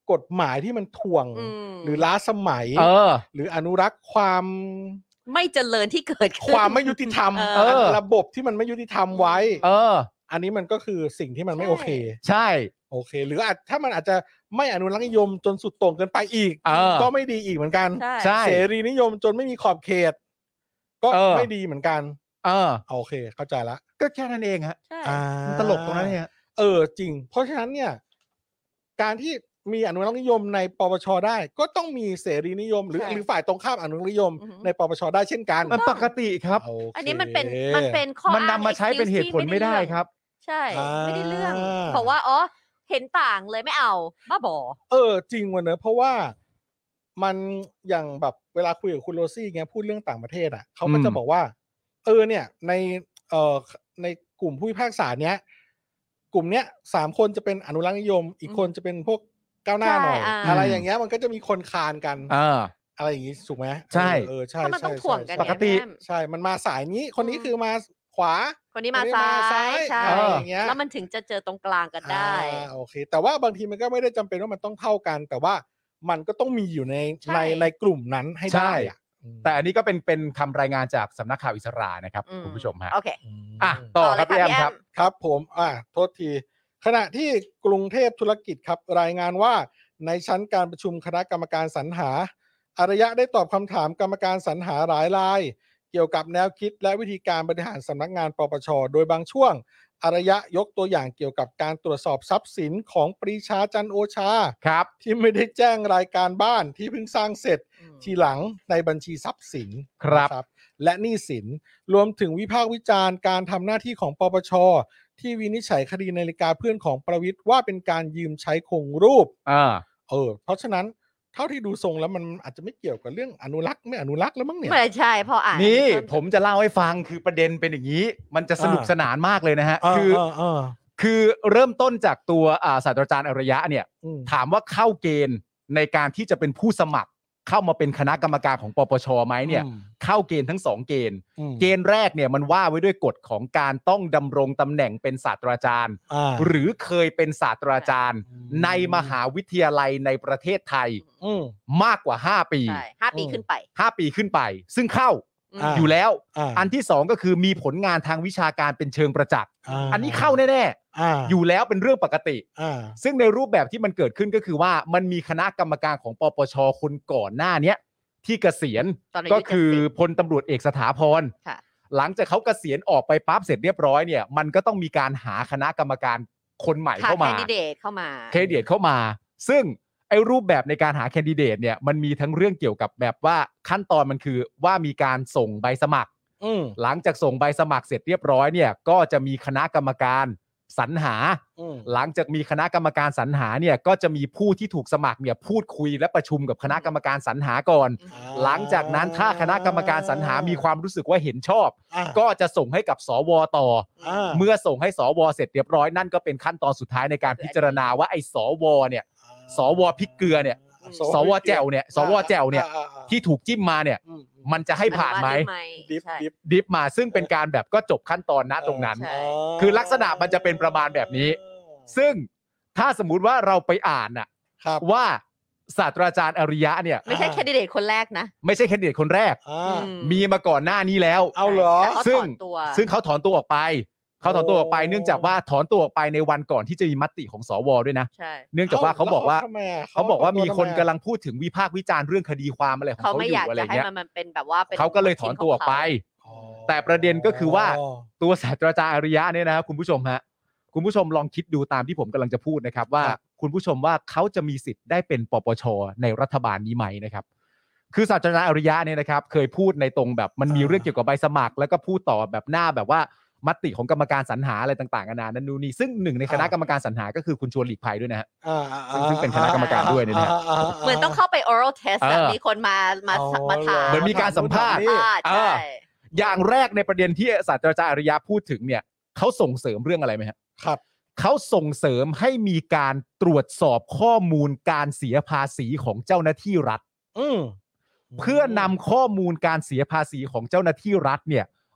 กฎหมายที่มันถ่วงอืมหรือล้าสมัยเออหรืออนุรักษ์ความไม่เจริญที่เกิดขึ้นความไม่ยุติธรรมเออระบบที่มันไม่ยุติธรรมไว้เอออันนี้มันก็คือสิ่งที่มันไม่ใช่โอเคใช่โอเค หรืออาจถ้ามันอาจจะไม่อนุรักษ์นิยมจนสุดโต่งเกินไปอีกเออก็ไม่ดีอีกเหมือนกันใช่ใช่เสรีนิยมจนไม่มีขอบเขต ก็เออไม่ดีเหมือนกันเออโอเค เข้าใจละก็แค่นั้นเองฮะใช่อ่ามันตลกตรงนั้นเนี่ยเออจริง เพราะฉะนั้นเนี่ยการที่มีอนุรักษ์นิยมในปปชได้ ก็ต้องมีเสรีนิยม หรือใช่หรือฝ่ายตรงข้ามอนุรักษ์นิยมอือหือในปปชได้เช่นกันมันปกติครับโเคอันนี้มันเป็นมันเป็นข้อมันนำมาใช้เป็นเหตุผลไม่ได้ครับใช่อ่าไม่ได้เรื่องเพราะว่าอ๋อเห็นต่างเลยไม่เอาบ้าบอเออจริงวันเนอะเพราะว่ามันอย่างแบบเวลาคุยกับคุณโรซี่เงี้ยพูดเรื่องต่างประเทศอ่ะเขาก็จะอืมบอกว่า เออเนี่ย ในเอ่อในกลุ่มผู้พิพากษาเนี้ย กลุ่มเนี้ยสามคนจะเป็นอนุรักษ์นิยม อีกคนจะเป็นพวกก้าวหน้าหน่อยใช่อ่าอะไรอย่างเงี้ยมันก็จะมีคนคานกันเอออะไรอย่างงี้ถูกไหมใช่เออใช่เพราะมันต้องใช่ถ่วงกันใช่ปกติไงแม่ใช่ มันมาสายนี้ คนนี้คือมาขวาคนนี้มาคนนี้ซ้ามาซ้ายยใช่อะไรอย่างเงี้ยแล้วมันถึงจะเจอตรงกลางกันได้อ่าโอเค แต่ว่าบางทีมันก็ไม่ได้จำเป็นว่ามันต้องเท่ากัน แต่ว่ามันก็ต้องมีอยู่ในใช่ในในกลุ่มนั้นให้ได้อะแต่อันนี้ก็เป็นเป็นคำรายงานจากสำนักข่าวอิสรานะครับอืมคุณผู้ชมฮะโอเคอืมอ่ะต่อครับต่อพี่เลแอย มค่ะครับพี่แอมครับผมอ่าโทษที ขณะที่กรุงเทพธุรกิจครับรายงานว่าในชั้นการประชุมคณะกรรมการสรรหา อารยะได้ตอบคำถามกรรมการสรรหาหลายราย เกี่ยวกับแนวคิดและวิธีการบริหารสำนักงานปปช โดยบางช่วง อารยะยกตัวอย่างเกี่ยวกับการตรวจสอบทรัพย์สินของปรีชาจันทร์โอชาครับที่ไม่ได้แจ้งรายการบ้านที่เพิ่งสร้างเสร็จอืมทีหลังในบัญชีทรัพย์สินครับนะและหนี้สินรวมถึงวิพากษ์วิจารณ์การทำหน้าที่ของปปช ที่วินิจฉัยคดีนาฬิกาเพื่อนของประวิตรว่าเป็นการยืมใช้คงรูปอ่าเออเพราะฉะนั้นเท่าที่ดูทรงแล้วมันอาจจะไม่เกี่ยวกับเรื่องอนุรักษ์ไม่อนุรักษ์แล้วมั้งเนี่ยไม่ใช่พออ่านนี่ต้ผมจะเล่าให้ฟังคือประเด็นเป็นอย่างนี้ มันจะสนุกอ่าสนานมากเลยนะฮะอ่าคืออ่าอ่าคือเริ่มต้นจากตัวอ่าศาสตราจารย์อารยะเนี่ยอืมถามว่าเข้าเกณฑ์ในการที่จะเป็นผู้สมัครเข้ามาเป็นคณะกรรมการของปปชไหมเนี่ยอืมเข้าเกณฑ์ทั้งสองเกณฑ์อืมเกณฑ์แรกเนี่ยมันว่าไว้ด้วยกฎของการต้องดำรงตำแหน่งเป็นศาสตราจารย์อ่าหรือเคยเป็นศาสตราจารย์อืมในมหาวิทยาลัยในประเทศไทยอืมมากกว่าห้าปีใช่ห้าปีอืมขึ้นไปห้าปีขึ้นไป ซึ่งเข้าอืมอ่าอยู่แล้วอ่าอันที่สองก็คือมีผลงานทางวิชาการเป็นเชิงประจักษ์าอันนี้เข้าแน่อ่าๆอยู่แล้วเป็นเรื่องปกติอ่าซึ่งในรูปแบบที่มันเกิดขึ้นก็คือว่ามันมีคณะกรรมการของปปชคนก่อนหน้าเนี้ยที่เกษียณตอนอายุก็คือเจ็ดสิบพลตำรวจเอกสถาพรค่ะหลังจากเขาเกษียณออกไปปั๊บเสร็จเรียบร้อยเนี่ยมันก็ต้องมีการหาคณะกรรมการคนใหม่หาเข้าแคมานดิเดตเข้ามาแคนดิเดตเข้ามา ซึ่งไอ้รูปแบบในการหาแคนดิเดตเนี่ยมันมีทั้งเรื่องเกี่ยวกับแบบว่าขั้นตอนมันคือว่ามีการส่งใบสมัครอืมหลังจากส่งใบสมัครเสร็จเรียบร้อยเนี่ยก็จะมีคณะกรรมการสรรหาอืมหลังจากมีคณะกรรมการสรรหาเนี่ยก็จะมีผู้ที่ถูกสมัครเนี่ยพูดคุยและประชุมกับคณะกรรมการสรรหาก่อน หลังจากนั้นถ้าคณะกรรมการสรรหามีความรู้สึกว่าเห็นชอบอ่าก็จะส่งให้กับสวต่ออ่าเมื่อส่งให้สวเสร็จเรียบร้อยนั่นก็เป็นขั้นตอนสุดท้ายในการพิจารณาว่าไอ้สวเนี่ย สวพริกเกลือเนี่ย สวแจ่วเนี่ยสวแจ่วเนี่ยอ่าอ่าที่ถูกจิ้มมาเนี่ยอืมมันจะให้ผ่านไหมดิฟใช่ดิฟดิฟมาซึ่งเป็นการแบบก็จบขั้นตอนณตรงนั้นใช่คือลักษณะมันจะเป็นประมาณแบบนี้ ซึ่งถ้าสมมุติว่าเราไปอ่านน่ะครับว่าศาสตราจารย์อริยะเนี่ยไม่ใช่แคนดิเดตคนแรกนะไม่ใช่แคนดิเดตคนแรกอ่าอืมีมาก่อนหน้านี้แล้วเอาเหรอแต่เขาซึ่งถอนตัวซึ่งเขาถอนตัวออกไป เขาถอนตัวออกไปโอ้เนื่องจากว่าถอนตัวออกไปในวันก่อนที่จะมีมติของสวด้วยนะใช่เนื่องจากว่าเขาบอกว่าทำไมะเขาบอกว่ามีคนทำไมกำอะลังพูดถึงวิพากษ์วิจารณ์เรื่องคดีความอะไรของเขาเขาไม่ออยากยู่อะไรจะให้เงี้ยมันมันเป็นแบบว่าเป็นเขาก็เลยถอนตัวออกไปอ๋อแต่ประเด็นก็คือว่า ตัวศาสตราจารย์อริยะเนี่ยนะครับคุณผู้ชมฮะคุณผู้ชมลองคิดดูตามที่ผมกำลังจะพูดนะครับว่าครับคุณผู้ชมว่าเขาจะมีสิทธิ์ได้เป็นปปชในรัฐบาลนี้ไหมนะครับ คือศาสตราจารย์อริยะเนี่ยนะครับเคยพูดในตรงแบบมันมีเรื่องเกี่ยวกับใบสมัคร แล้วก็พูดต่อแบบหน้าแบบว่ามติของกรรมการสรรหาอะไรต่างๆนานานั้นนู่นนี่ซึ่งหนึ่งในคณะกรรมการสรรหาก็คือคุณชวนหลีกภัยด้วยนะฮะอ่าอ่าซึ่งซึ่งเป็นคณะกรรมการด้วยเนี่ยนะาาาเหมือนต้องเข้าไป oral test อะเออมีคนมามาอ๋อมาถามเหมือนมีการสัมภาษณ์อ่าเอใช่อ อย่างแรกในประเด็นที่ศาสตราจารย์อริยะพูดถึงเนี่ยเขาส่งเสริมเรื่องอะไรไหมฮะครับเขาส่งเสริมให้มีการตรวจสอบข้อมูลการเสียภาษีของเจ้าหน้าที่รัฐอืมเพื่อนำข้อมูลการเสียภาษีของเจ้าหน้าที่รัฐเนี่ย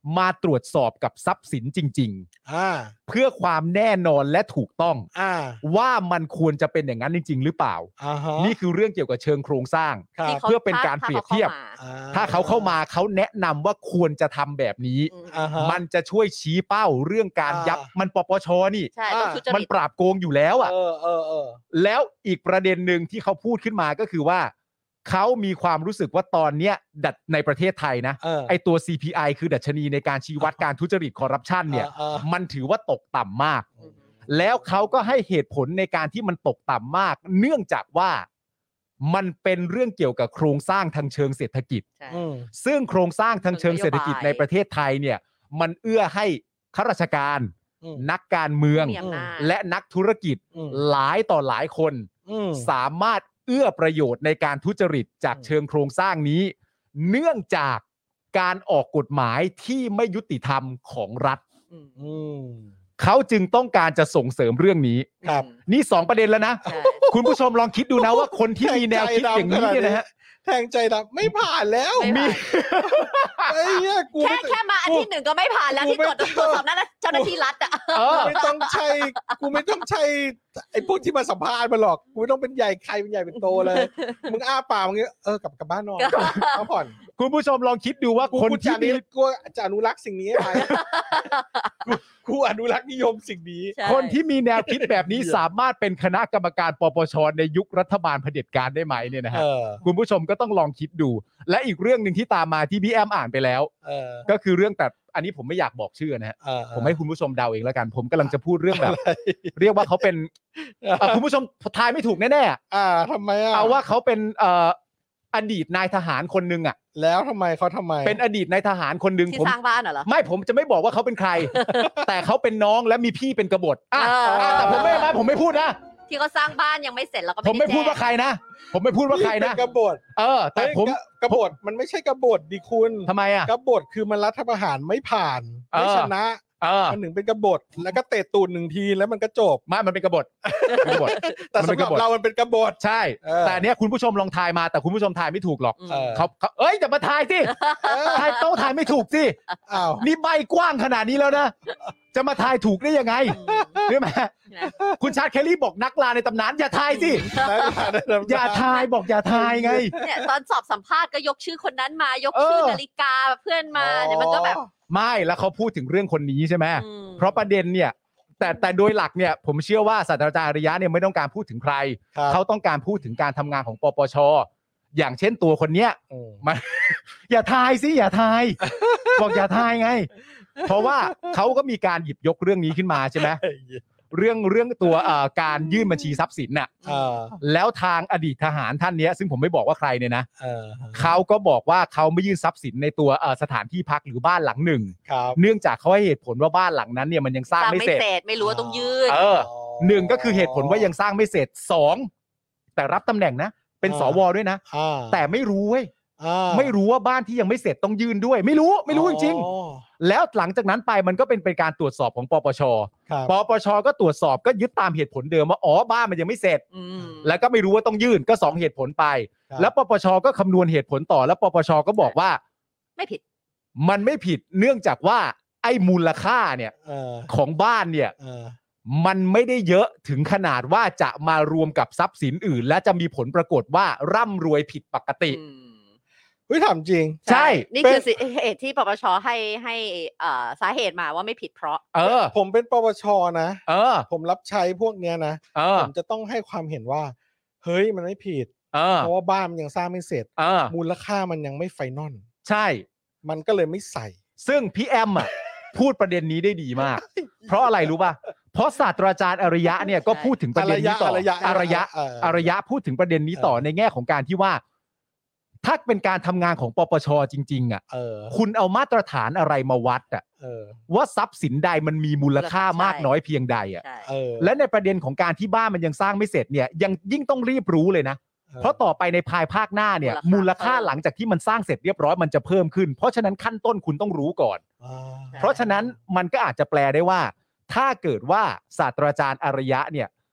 มาตรวจสอบกับทรัพย์สินจริงอ่าๆ เพื่อความแน่นอนและถูกต้องอ่าว่ามันควรจะเป็นอย่างนั้นจริง ๆ หรือเปล่าอ่าฮะนี่คือเรื่องเกี่ยวกับเชิงโครงสร้างครับที่ขาเพื่อเป็นการถ้เปรียบเทียบถ้าขาข้ามาถ้าเขาเข้ามาเขาแนะนำว่าควรจะทำแบบนี้อืมอ่าฮะมันจะช่วยชี้เป้าเรื่องการอ่ายัยับมันปปชนี่ใช่ต้องทุจมันริตปราบโกงอยู่แล้วอ่ะเออเออเออแล้วอีกประเด็นหนึ่งที่เขาพูดขึ้นมาก็คือว่าเขามีความรู้สึกว่าตอนเนี้ยดัดในประเทศไทยนะเออไอตัว ซี พี ไอ คือดัชนีในการชี้วัดการทุจริตคอร์รัปชันเนี่ยเออเออมันถือว่าตกต่ำมากอืมแล้วเขาก็ให้เหตุผลในการที่มันตกต่ำมาก เนื่องจากว่ามันเป็นเรื่องเกี่ยวกับโครงสร้างทางเชิงเศรษฐกิจใช่อืมซึ่งโครงสร้างทางเชิงเศรษฐกิจในประเทศไทยเนี่ยมันเอื้อให้ข้าราชการอืมนักการเมืองมีอำนาจและนักธุรกิจอืมหลายต่อหลายคนอืมสามารถเอื้อประโยชน์ในการทุจริตจากอืมเชิงโครงสร้างนี้ เนื่องจากการออกกฎหมายที่ไม่ยุติธรรมของรัฐอืมอืมเขาจึงต้องการจะส่งเสริมเรื่องนี้ครับนี่สองประเด็นแล้วนะใช่คุณผู้ชมลองคิดดูนะว่าคนที่มีแนวคิดอย่างนี้เนี่ยนะฮะแทงใจดำไม่ผ่านแล้วไม่ผ่านไอ้เนี่ยกูแค่ไม่แค่มาอาทิตย์หนึ่งก็ไม่ผ่านแล้วกูที่ไม่ตรวจตรวจสอบนั้นนะเจ้าหน้าที่รัฐอ่ะเออไม่ต้องใช่กูไม่ต้องใช่ไอ้พวกที่มาสัมภาษณ์มาหรอกกูไม่ต้องเป็นใหญ่ใครเป็นใหญ่เป็นโตเลย มึงอ้าปากมึงเงี้ยเออกลับกลับบ้านนอนพักผ่อนคุณผู้ชมลองคิดดูว่ากูคนกูที่จะมีนี้กูจะอนุรักษ์สิ่งนี้ให้ไปกูกูอนุรักษ์นิยมสิ่งนี้ใช่คนที่มีแนวคิดแบบนี้สามารถเป็นคณะกรรมการปปชในยุครัฐบาลเผด็จการได้ไหมเนี่ยนะฮะเออคุณผู้ชมก็ต้องลองคิดดู และอีกเรื่องหนึ่งที่ตามมาที่พี่แอมอ่านไปแล้วเออก็คือเรื่องแต่อันนี้ผมไม่อยากบอกชื่อนะฮะเออผมให้คุณผู้ชมเดาเองแล้วกัน ผมกำลังจะพูดเรื่องแบบ เรียกว่าเขาเป็นเอ่อคุณผู้ชมทายไม่ถูกแน่ๆอ่าทำไมอ่ะเอาว่าเขาเป็นเอ่ออดีตนายทหารคนหนึ่งอ่ะแล้วทำไมเขาทำไมเป็นอดีตนายทหารคนหนึ่งที่ผมสร้างบ้านเหรอไม่ผมจะไม่บอกว่าเขาเป็นใคร แต่เขาเป็นน้องและมีพี่เป็นกบฏอ่ะเอออ่ะแต่ผมไม่นะผมไม่พูดนะที่เขาสร้างบ้านยังไม่เสร็จแล้วก็ผมไม่ด้พูดว่าใครนะ ผมไม่พูดว่าใครนะเป็นกบฏเออ แต่เฮ้ยผมกกบฏมันไม่ใช่กบฏดิคุณทำไมอ่ะกบฏคือมันรัฐประหารไม่ผ่านไม่เออชนะเออมันถึงเป็นกบฏแล้วก็เตะตูดหนึ่งทีแล้วมันก็จบไม่มันเป็นกบฏเป็นกบฏแต่มันสำเป็นหกรับบฏเรามันเป็นกบฏใช่เออแต่เนี้ยคุณผู้ชมลองทายมาแต่คุณผู้ชมทายไม่ถูกหรอกอืมเออเขาเขาเอ้ยจะมาทายสิเออทายโต๊ะทายไม่ถูกสิอ้าวนี่ใบกว้างขนาดนี้แล้วนะจะมาทายถูกได้ยังไงอืมใช่ไหมนะคุณชาร์ตแคลรี่บอกนักลาในตำนานอย่าทายสิได้ได้ได้ได้อย่าทายบอกอย่าทายไงเนี่ยตอนสอบสัมภาษณ์ก็ยกชื่อคนนั้นมายกเออชื่อนาฬิกาเพื่อนมาเนี่ยมันก็แบบไม่แล้วเขาพูดถึงเรื่องคนนี้ใช่ไหมอืมเพราะประเด็นเนี่ย แต่แต่โดยหลักเนี่ยผมเชื่อว่าศาสตราจารย์อริยะเนี่ยไม่ต้องการพูดถึงใครครับเขาต้องการพูดถึงการทำงานของปปช อย่างเช่นตัวคนเนี้ยอืมมัน อย่าทายสิอย่าทาย บอกอย่าทายไง เพราะว่าเขาก็มีการหยิบยกเรื่องนี้ขึ้นมาใช่ไหมเรื่องเรื่องตัวเอ่อการยื่นบัญชีทรัพย์สินน่ะเออแล้วทางอดีตทหารท่านเนี้ยซึ่งผมไม่บอกว่าใครเนี่ยนะเออเขาก็บอกว่าเขาไม่ยื่นทรัพย์สินในตัวเอ่อสถานที่พักหรือบ้านหลังหนึ่งครับเนื่องจากเขาให้เหตุผลว่าบ้านหลังนั้นเนี่ยมันยังสร้างสร้างไม่ไม่เสร็จเสร็จไม่รู้ว่าต้องยื่นเออหนึ่งก็คือเหตุผลว่ายังสร้างไม่เสร็จสองแต่รับตำแหน่งนะ เป็นสวด้วยนะอ่าแต่ไม่รู้เว้ยอ่าไม่รู้ว่าบ้านที่ยังไม่เสร็จต้องยื่นด้วย ไม่รู้ไม่รู้จริงอ๋อๆแล้วหลังจากนั้นไปมันก็เป็นเป็นการตรวจสอบของปปชครับปปชก็ตรวจสอบก็ยึดตามเหตุผลเดิมว่าอ๋อบ้านมันยังไม่เสร็จอืมแล้วก็ไม่รู้ว่าต้องยื่นก็สองเหตุผลไปครับแล้วปปชก็คำนวณเหตุผลต่อแล้วปปชก็บอกว่าไม่ผิดมันไม่ผิดเนื่องจากว่าไอ้มูลค่าเนี่ยเออของบ้านเนี่ยเออมันไม่ได้เยอะถึงขนาดว่าจะมารวมกับทรัพย์สินอื่น และจะมีผลปรากฏว่าร่ำรวยผิดปกติอืมเฮ้ยถามจริงใช่นี่คือสิเหตุที่ปปชให้ให้เอ่อสาเหตุมาว่าไม่ผิดเพราะเออผมเป็นปปชนะเออผมรับใช้พวกเนี้ยนะเออผมจะต้องให้ความเห็นว่า เฮ้ยมันไม่ผิดเออเพราะว่าบ้านมันยังสร้างไม่เสร็จเออมูลค่ามันยังไม่ไฟนอลใช่มันก็เลยไม่ใส่ซึ่งพี่แอมอ่ะ พูดประเด็นนี้ได้ดีมาก เพราะอะไรรู้ป่ะ เพราะศาสตราจารย์อารยะเนี่ยก็พูดถึงประเด็นนี้ต่ออารยะอารยะเอออารยะพูดถึงประเด็นนี้ต่อในแง่ของการที่ว่า ถ้าเป็นการทำงานของปปชจริง ๆ อ่ะเออคุณเอามาตรฐานอะไรมาวัดอ่ะเออว่าทรัพย์สินใดมันมีมูลค่ามากน้อยเพียงใดอ่ะใช่เออและในประเด็นของการที่บ้านมันยังสร้างไม่เสร็จเนี่ยยังยิ่งต้องรีบรู้เลยนะ เพราะต่อไปในภายภาคหน้าเนี่ย มูลค่าหลังจากที่มันสร้างเสร็จเรียบร้อยมันจะเพิ่มขึ้น เพราะฉะนั้นขั้นต้นคุณต้องรู้ก่อนอ่าเพราะฉะนั้นมันก็อาจจะแปลได้ว่า ถ้าเกิดว่าศาสตราจารย์อารยะเนี่ย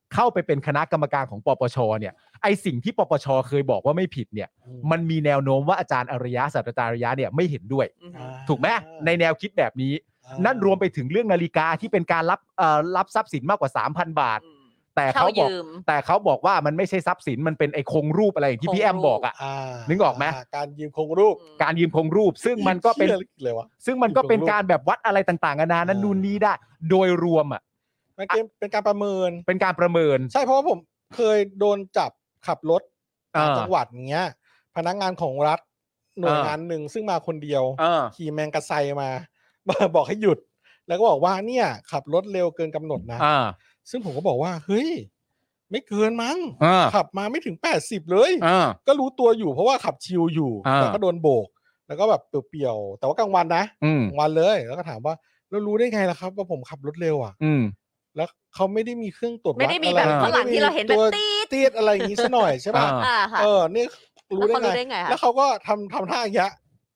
เข้าไปเป็นคณะกรรมการของปปชเนี่ยไอสิ่งที่ปปชเคยบอกว่าไม่ผิดเนี่ยมันมีแนวโน้มว่าอาจารย์อริยะศาสตราจารย์อริยะเนี่ยไม่เห็นด้วยอืมถูกไหมในแนวคิดแบบนี้ นั่นรวมไปถึงเรื่องนาฬิกาที่เป็นการรับเอ่อรับทรัพย์สินมากกว่า สามพัน บาทอืมแต่เขาบอกเช่ายืมแต่เขาบอกว่ามันไม่ใช่ทรัพย์สินมันเป็นไอ้คงรูปอะไรอย่างที่พี่แอมบอกอ่ะอ่านึกออกไหมาการยืมคงรูปการยืมคงรูป ซึ่งมันก็เป็นหี้ยเลยวะซึ่งมันก็เป็นการแบบวัดอะไรต่างๆนานานั้นอ่านู่นู่นนี่ได้ โดยรวมอ่ะมันเป็นเป็นการประเมินเป็นการประเมินใช่เพราะว่าผมเคยโดนจับขับรถอ่าต่างจังหวัดอย่างเงี้ย พนักงานของรัฐหน่วยอ่างงานหนึ่งซึ่งมาคนเดียวเออขี่แมงกะไซมา บอกให้หยุด แล้วก็บอกว่าเนี่ย ขับรถเร็วเกินกำหนดนะอ่าซึ่งผมก็บอกว่าเฮ้ยไม่เกินมั้งอ่าขับมาไม่ถึงแปดสิบเลยอ่าก็รู้ตัวอยู่เพราะว่าขับชิลอยู่อ่าแต่ก็โดนโบก แล้วก็แบบเปรี่ยวๆแต่ว่ากลางวันนะอืมกลางวันเลยแล้วก็ถามว่าแล้วรู้ได้ไงล่ะครับว่าผมขับรถเร็วอ่ะอืมแล้วเขาไม่ได้มีเครื่องตรวจวัดไม่ได้มีอะไรแบบอ่าข้างหลังที่เราเห็นแบบตัวตีดตีดอะไรอย่างงี้ซะหน่อยใช่ป่ะอ่าอ่าค่ะเออนี่รู้แล้วเขารู้ได้ได้ไงไงคะแล้วเขาก็ทำทำท่าอย่างเงี้ย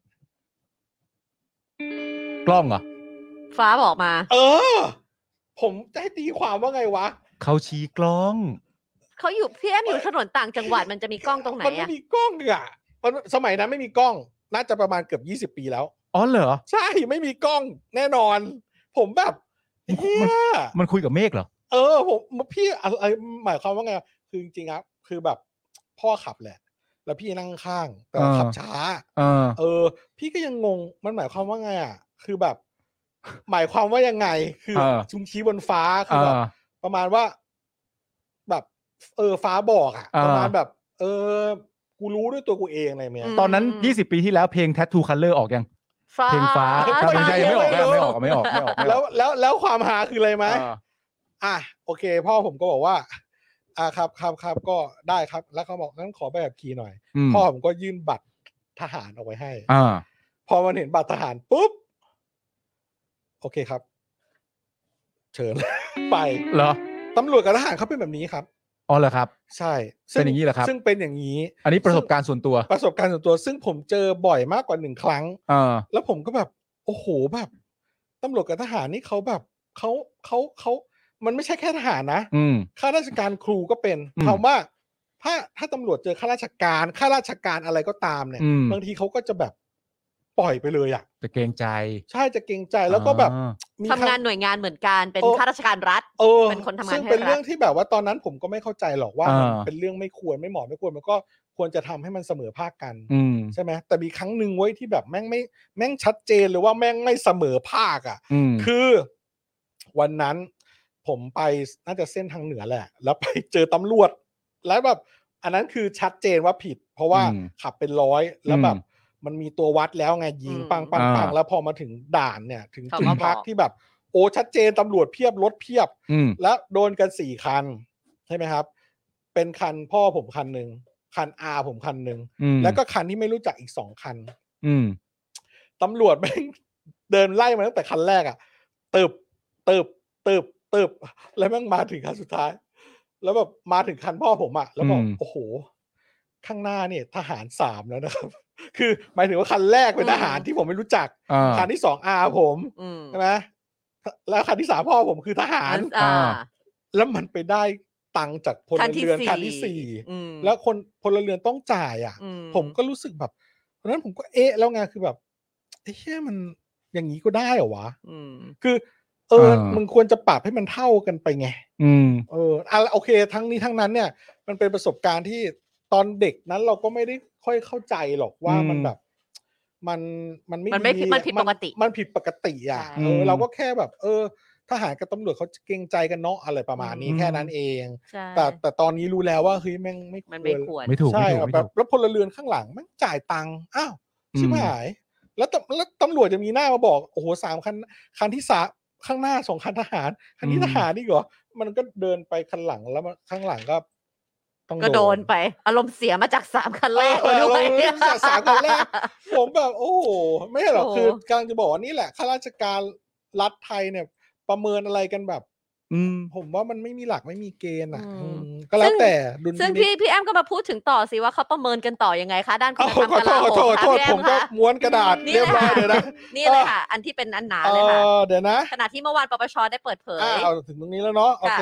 กล้องเหรอฟ้าบอกมาเออ ผมจะให้ตีความว่าไงวะเขาชี้กล้องเขาอยู่พี่แอมอยู่ถนนต่างจังหวัดมันจะมีกล้องตรงไหนมันไม่อะมีกล้องอ่ะมันสมัยนั้นไม่มีกล้อง น่าจะประมาณเกือบยี่สิบปีแล้วอ๋อเหรอใช่ไม่มีกล้องแน่นอน ผมแบบมันเฮียมันคุยกับเมฆเหรอเออผมพี่อะไรหมายความว่าไงคือจริงๆครับคือแบบพ่อขับแหละ แล้วพี่นั่งข้างแต่ว่าอ่าขับช้าเออเออ พี่ก็ยังงงมันหมายความว่าไงอ่ะ คือแบบ หมายความว่ายังไง คือเออชุมชี้บนฟ้าคือเอแบบอประมาณว่า แบบ เออฟ้าบอกอ่ะอ่าประมาณแบบ เออ กูรู้ด้วยตัวกูเองอะไรเงี้ยตอนนั้นยี่สิบปีที่แล้วเพลง Tattoo Color ออกยังฟ้าเพลงฟ้าไม่ไม่ใช่ไม่ออกไม่รู้ไม่ออกไม่ออกไม่ออกไม่ออกแล้วแล้วแล้วความหาคืออะไรไหมอ่าอ่ะโอเค พ่อผมก็บอกว่า อ่าครับครับครับก็ได้ครับ แล้วเขาบอกงั้นขอใบขับขี่หน่อยอืมพ่อผมก็ยื่นบัตรทหารเอาไว้ให้อ่าพอมันเห็นบัตรทหารปุ๊บ โอเคครับ เชิญ ไปเหรอตำรวจกับทหารเขาเป็นแบบนี้ครับอ๋อเหรอครับใช่เป็นอย่างนี้เหรอครับซึ่งเป็นอย่างนี้อันนี้ประสบการณ์ส่วนตัวประสบการณ์ส่วนตัว ซึ่งผมเจอบ่อยมากกว่าหนึ่งครั้งอ่าแล้วผมก็แบบ โอ้โหแบบตำรวจกับทหารนี่เขาแบบเขาเขาเขามันไม่ใช่แค่ทหารนะอืมข้าราชการครูก็เป็นอืมคำว่าถ้าถ้าตำรวจเจอข้าราชการข้าราชการอะไรก็ตามเนี่ยอืมบางทีเขาก็จะแบบปล่อยไปเลยอ่ะจะเกรงใจใช่จะเกรงใจแล้วก็แบบอ่ามีทำงานคหน่วยงานเหมือนกันเป็นเออข้าราชการรัฐเออเป็นคนทำงานซึ่งให้เป็นรัฐเรื่องที่แบบว่าตอนนั้นผมก็ไม่เข้าใจหรอกว่ามันอ่าเป็นเรื่องไม่ควรไม่เหมาะไม่ควรมันก็ควรจะทำให้มันเสมอภาคกันอืมใช่ไหมแต่มีครั้งหนึ่งไว้ยที่แบบแม่งไม่แม่งชัดเจนเลยว่าแม่งไม่เสมอภาคอ่ะอืมคือวันนั้นผมไปน่าจะเส้นทางเหนือแหละ แล้วไปเจอตำรวจ แล้วแบบ อันนั้นคือชัดเจนว่าผิด เพราะว่าอืมขับเป็นร้อยแล้วแบบอืมมันมีตัววัดแล้วไงยิงอืมปังปังปังอ่าแล้วพอมาถึงด่านเนี่ย ถึงเขาจุดมาพักบอกที่แบบ โอ้ชัดเจนตำรวจเพียบรถเพียบอืมแล้วโดนกันสี่คัน ใช่ไหมครับ เป็นคันพ่อผมคันหนึ่งคันอาผมคันหนึ่งอืมแล้วก็คันที่ไม่รู้จักอีกสองคันอืมตำรวจแม่ง เดินไล่มาตั้งแต่คันแรกอ่ะตึบตึบตึบตึบแล้วแม่งมาถึงคันสุดท้าย แล้วแบบมาถึงคันพ่อผมอ่ะแล้วบอกอืมโอ้โห ข้างหน้าเนี่ยทหารสามแล้วนะครับ คือหมายถึงว่าคันแรกเป็นทหารที่ผมไม่รู้จักอ่าคันที่สองอาผมอืมใช่ไหมแล้วคันที่สามพ่อผมคือทหารอ่าอ่าแล้วมันไปได้ตังค์จากพลคันที่เรือนสี่คันที่สี่อืมแล้วคนพลเรือนต้องจ่ายอ่ะอืมผมก็รู้สึกแบบตอนนั้นผมก็เอ๊ะแล้วไงคือแบบเอ๊ะมันอย่างนี้ก็ได้เหรอวะอืมคือ เอออ่ามึมึงควรจะปรับให้มันเท่ากันไปไงอืมเอออ่ะโอเค ทั้งนี้ทั้งนั้นเนี่ย มันเป็นประสบการณ์ที่ตอนเด็กนั้นเราก็ไม่ได้ค่อยเข้าใจหรอกว่าอืมมันแบบ มันมันไม่มันไม่ดีผิดมันผิดปกติมันผิดปกติอ่ะใช่เออเราก็แค่แบบ เออ ทหารกับตำรวจเขาเกรงใจกันเนาะอะไรประมาณนี้อืมแค่นั้นเองใช่แต่แต่ตอนนี้รู้แล้วว่าเฮ้ยแม่งไม่มันคไม่วรควรไม่ถูกใช่ไม่ถูกครับไม่แบถูบกแล้วพลเรือนข้างหลังแม่งจ่ายตังค์อ้าวอืมชิบหาย แล้วตำแล้วตำรวจจะมีหน้ามาบอกโอ้โหสามคันคันที่สามข้างหน้าสองคันทหารคันนี้อืมทหารนี่เหรอมันก็เดินไปคันหลังแล้วมันข้างหลังก็ต้องก็โดนไป อารมณ์เสียมาจากสามคันแรกเออด้วยเราเริ่มจากสามคันแรก ผมแบบ โอ้โหไม่ใช่หรอกโอ้คือกำลังจะบอกว่านี่แหละข้าราชการรัฐไทยเนี่ย ประเมินอะไรกันแบบอืมผมว่ามันไม่มีหลักไม่มีเกณฑ์อ่ะอืมอืมก็แล้วแต่ดุลซึ่งพินิพี่จพี่แอมก็มาพูดถึงต่อสิว่าเขาประเมินกันต่อยังไงคะด้านคุเอาณธรรมขอก โทลาษขอโหโทษมขอโทษค่ะพี่แอผม มก็คะม้วนกระดาษนี่เรียบแหละร้อยเลยนะนี่เลยค่ะ อันที่เป็นอันหนาเอเลยค่ะอเดี๋ยวนะขณะที่เมื่อวานปปชได้เปิดเผยอ่าเอาถึงตรงนี้แล้วเนาะโอเค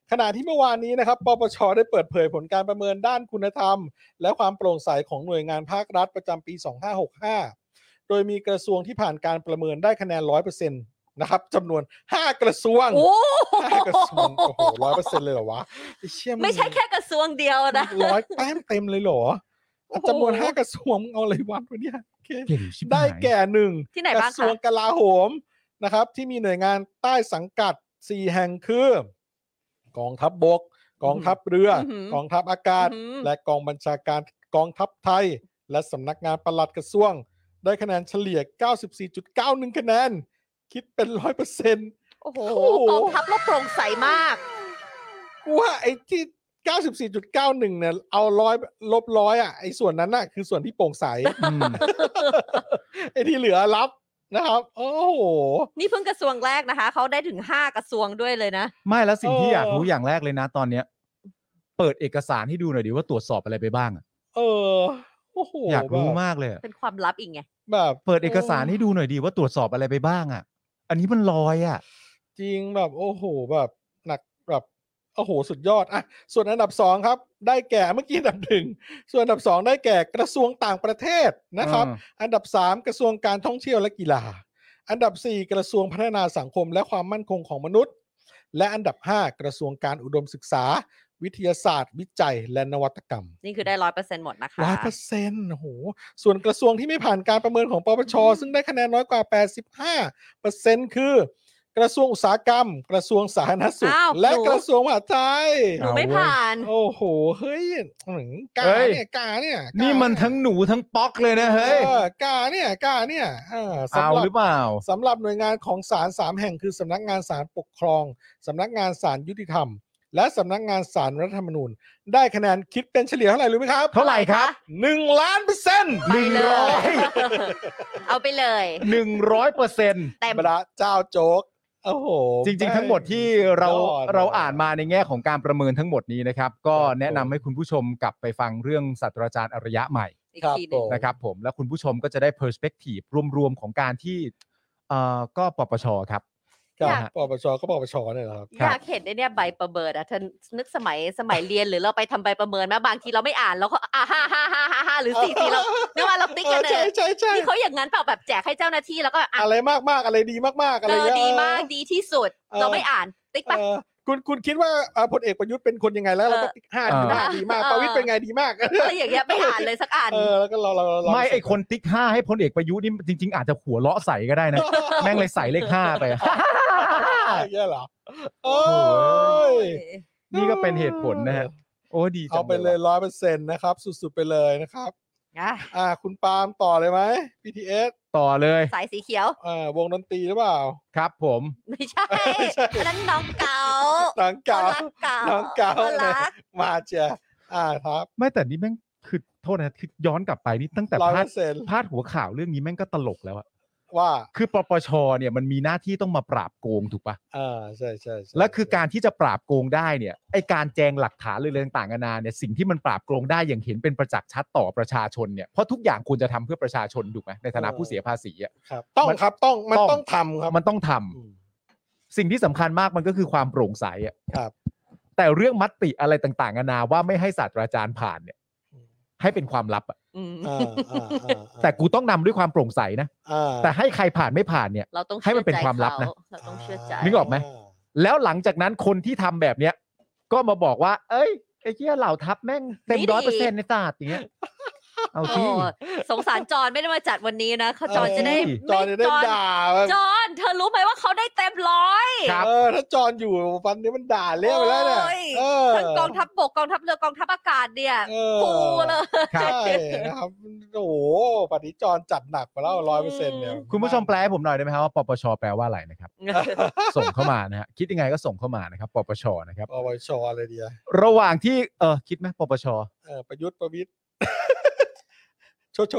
ขณะที่เมื่อวานนี้นะครับปปชได้เปิดเผยผลการประเมินด้านคุณธรรมและความโปร่งใสของหน่วยงานภาครัฐประจำปีสองพันห้าร้อยหกสิบห้าโดยมีกระทรวงที่ผ่านการประเมินได้คะแนน ร้อยเปอร์เซ็นต์ นะครับจำนวนห้ากระทรวงโอ้ห้ากระทรวงโอ้โห ร้อยเปอร์เซ็นต์ เลยเหรอวะไอ้เชี่ยไม่ใช่แค่กระทรวงเดียวนะร้อยแต้มเต็มเลยเหรอโอ้โหจำนวนห้ากระทรวงมึงเอาอะไรวัดวะเนี่ยโอเคเก่งชิบหายได้แก่หนึ่งที่ไหนกบ้างระคะทรวงกลาโหมนะครับที่มีหน่วยงานใต้สังกัดสี่แห่งคือกองทัพบก กองทัพเรือ กองทัพอากาศ และกองบัญชาการกองทัพไทย และสำนักงานปลัดกระทรวง ได้คะแนนเฉลี่ย เก้าสิบสี่จุดเก้าหนึ่ง คะแนน คิดเป็น ร้อยเปอร์เซ็นต์โอ้โหโอ้โหกองทัพเราโปร่งใสมากกูว่าไอ้ที่ เก้าสิบสี่จุดเก้าหนึ่ง เนี่ยเอาร้อยลบร้อยอ่ะไอ้ส่วนนั้นน่ะคือส่วนที่โปร่งใสอืมไอ้ที่เหลือรับนะครับ โอ้โหนี่เพิ่งกระทรวงแรกนะคะ เขาได้ถึงห้ากระทรวงด้วยเลยนะไม่แล้วสิ่งที่เอออยากรู้อย่างแรกเลยนะตอนเนี้ย เปิดเอกสารให้ดูหน่อยดิว่าตรวจสอบอะไรไปบ้างอะเออโอ้โหอยากรู้แบบมากเลยอะเป็นความลับอีกไงแบบเปิดเอกสารให้ดูหน่อยดิว่าตรวจสอบอะไรไปบ้างอ่ะ อันนี้มันลอยอ่ะจริงแบบโอ้โหแบบหนักแบบโอ้โหสุดยอดอ่ะส่วนอันดับสองครับ ได้แก่เมื่อกี้อันดับหนึ่งส่วนอันดับสองได้แก่กระทรวงต่างประเทศนะครับอ่าอันดับสามกระทรวงการท่องเที่ยวและกีฬา อันดับสี่กระทรวงพัฒนาสังคมและความมั่นคงของมนุษย์ และอันดับห้ากระทรวงการอุดมศึกษา วิทยาศาสตร์ วิจัย และนวัตกรรมนี่คือได้ร้อยเปอร์เซ็นต์หมดนะคะร้อยเปอร์เซ็นต์โอ้โหส่วนกระทรวงที่ไม่ผ่านการประเมินของปปช ซึ่งได้คะแนนน้อยกว่า แปดสิบห้าเปอร์เซ็นต์ คือ กระทรวงอุตสาหกรรม กระทรวงสาธารณสุขอ้าวและหนูกระทรวงมหาดไทยหนูไม่ผ่านโอ้โห เฮ้ยหือกาเฮ้ยเนี่ยกาเนี่ยกานี่มันทั้งหนูทั้งป๊อกเลยนะเฮ้ยออกาเนี่ยกาเนี่ยอ่าเอาสำหรับหรือเปล่าสำหรับหน่วยงานของศาลสามแห่งคือสำนักงานศาลปกครองสำนักงานศาลยุติธรรม และสำนักงานศาลรัฐธรรมนูญ ได้คะแนนคิดเป็นเฉลี่ยเท่าไหร่รู้ไหมครับเท่าไหร่ครับหนึ่งล้านเปอร์เซ็นต์ไปเลยหนึ่งร้อยเอาไปเลยหนึ่งร้อยเปอร์เซ็นต์เต็มพระเจ้าโจ๊กโอ้โหจริงๆ ทั้งหมดที่เรายอดเราอ่านมาในแง่ของการประเมินทั้งหมดนี้นะครับ ก็ครับแนะนำให้คุณผู้ชมกลับไปฟังเรื่องศาสตราจารย์อารยะใหม่อีกครับทีหผนึ่งมนะครับผมและคุณผู้ชมก็จะได้ perspective รวมๆ ของการที่เอ่อก็ปปชครับครับนะฮะปปชก็ปปชเนี่ยแหละครับอยากเห็นไอ้เนี่ยใบประเมินอะเธอนึกสมัยสมัยเรียนหรือเราไปทำใบประเมินไหมบางทีเราไม่อ่านเราก็อ่าฮ่าฮ่าฮ่าฮ่าฮ่าหรือสี่สี่เราเนื่อว่าเราติ๊กกันใช่เลยใช่ใช่ที่เขาอย่างนั้นเปล่าแบบแจกให้เจ้าหน้าที่แล้วก็อ่ะอะไรมากมากๆอะไรดีมากๆอะไรเออเงี้ยดีมากดีที่สุดเออเราไม่อ่านติ๊กไปเออคุณคุณคิดว่าเอ่อพลเอกประยุทธ์เป็นคนยังไงแล้วเราก็ติ๊กห้าดีมากดีมากเออประวิตรเป็นไงดีมากอะไรอย่างเงี้ยไม่อ่านเลยสักอันเออแล้วก็เราเราเราไม่ไอคนติ๊กห้าให้พลเอกประยุทธ์นี่จริง ๆ อาจจะหัวเราะใส่ก็ได้นะ แม่งเลยใส่เลขห้าไปอย่างเงี้ยเหรอโอ้ยนี่ก็เป็นเหตุผลนะฮะโอ้ดีจังเอาไปเลยร้อยเปอร์เซ็นต์นะครับ สุดๆไปเลยนะครับอ่ะอ่าคุณปาล์มต่อเลยไหม บี ที เอสต่อเลยสายสีเขียวอ่าวงดนตรีหรือเปล่าครับผมไม่ใช่ไม่ใช่อันนั้นน้องเก่าหนังเก่าคนรักเก่าน้องเก่าคนเนี่ยรักมาเชียร์อ่าครับไม่แต่นี่แม่งคือโทษนะคือย้อนกลับไปนี่ตั้งแต่ร้อยพาเปดอร์เซ็นต์พาดหัวข่าวเรื่องนี้แม่งก็ตลกแล้วอะว่าคือปปชเนี่ยมันมีหน้าที่ต้องมาปราบโกงถูกปะอ่าใช่ใช่ใช่และคือการที่จะปราบโกงได้เนี่ยไอการแจงหลักฐานเลยเรื่องต่างกันานาเนี่ยสิ่งที่มันปราบโกงได้อย่างเห็นเป็นประจักษ์ชัดต่อประชาชนเนี่ยเพราะทุกอย่างควรจะทำเพื่อประชาชนถูกไหมในฐานะผู้เสียภาษีอ่ะครับ ต้องครับต้องมันต้องต้องทำครับมันต้องทำอืมสิ่งที่สำคัญมากมันก็คือความโปร่งใสอ่ะครับแต่เรื่องมติอะไรต่างๆนานาว่าไม่ให้ศาสตราจารย์ผ่านเนี่ยให้เป็นความลับอ่ะอืมอ่าอ่าอ่าแต่กูต้องนำด้วยความโปร่งใสนะอ่าแต่ให้ใครผ่านไม่ผ่านเนี่ยเราต้องให้มันเป็นชื่อใจความลับนะเขาเราต้องเชื่อใจนึกออกไหม แล้วหลังจากนั้นคนที่ทำแบบเนี้ยก็มาบอกว่า เอ้ยไอ้เหี้ยเหล่าทัพแม่งเต็มร้อยเปอร์เซ็นต์ในศาสตร์อย่างเงี้ยเอาโอ้ที่สงสารจอนไม่ได้มาจัดวันนี้นะเขาจอนจะได้จอนจะได้จอนด่าแบบจอนเธอรู้ไหมว่าเขาได้เต็มร้อยเออถ้าจอนอยู่วันนี้มันด่าเละไปแล้วเนี่ยโอ้ยเออทั้งกองทัพบกกองทัพเรือกองทัพอากาศเนี่ยเออพูเลยครับใช่นะครับโอ้โหปฏิจรจัดหนักไปแล้วร้อยเปอร์เซ็นต์เนี่ยคุณผู้ชมแปลให้ผมหน่อยได้ไหมครับว่าปปชแปลว่าอะไรนะครับ ส่งเข้ามานะฮะคิดยังไงก็ส่งเข้ามานะครับปปชนะครับปปชอะไรเดียระหว่างที่เออคิดไหมปปชเออประยุทธ์ประวิตร โชโช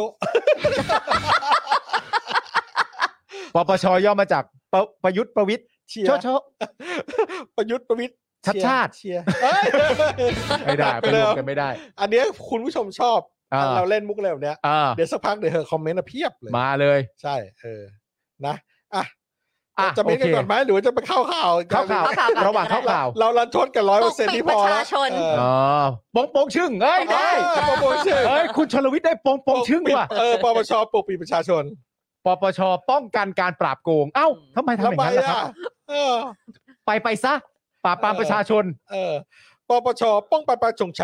ปปชย่อมาจากประประยุทธ์ประวิทย์เชียโชร์โชประยุทธ์ประวิตรชัดชาติเชียร์เอ้ยไม่ได้ไปรวมกันไม่ได้อันเนี้ยคุณผู้ชมชอบอ่าเราเล่นมุกอะไรแบบเนี้ยอ่าเดี๋ยวสักพักเดี๋ยวเธอคอมเมนต์มาเพียบเลยมาเลยใช่เออนะอ่ะอ่ะจะเม้นกันโอเคก่อนไหมหรือว่าจะไปเข้าข่าวเข้าข่าวเข้าข่าวก่อนระหว่างเข้าข่าวเราลันทดกันร้อยเปอร์เซ็นต์ปกปิดที่พอประแล้วชาชนเอออ๋อปงปงชึ่งเอ้ยได้เออปปชเอ้ยคุณชลวิทย์ได้ปงปงชึ่งว่ะเออปปชปกปิดประชาชนปปชป้องกันการปราบโกงเอ้าทำไมทำอย่างนั้นล่ะครับเออไปไปซะปราบปรามประชาชนเออปปชป้องปราบปรามจงไฉ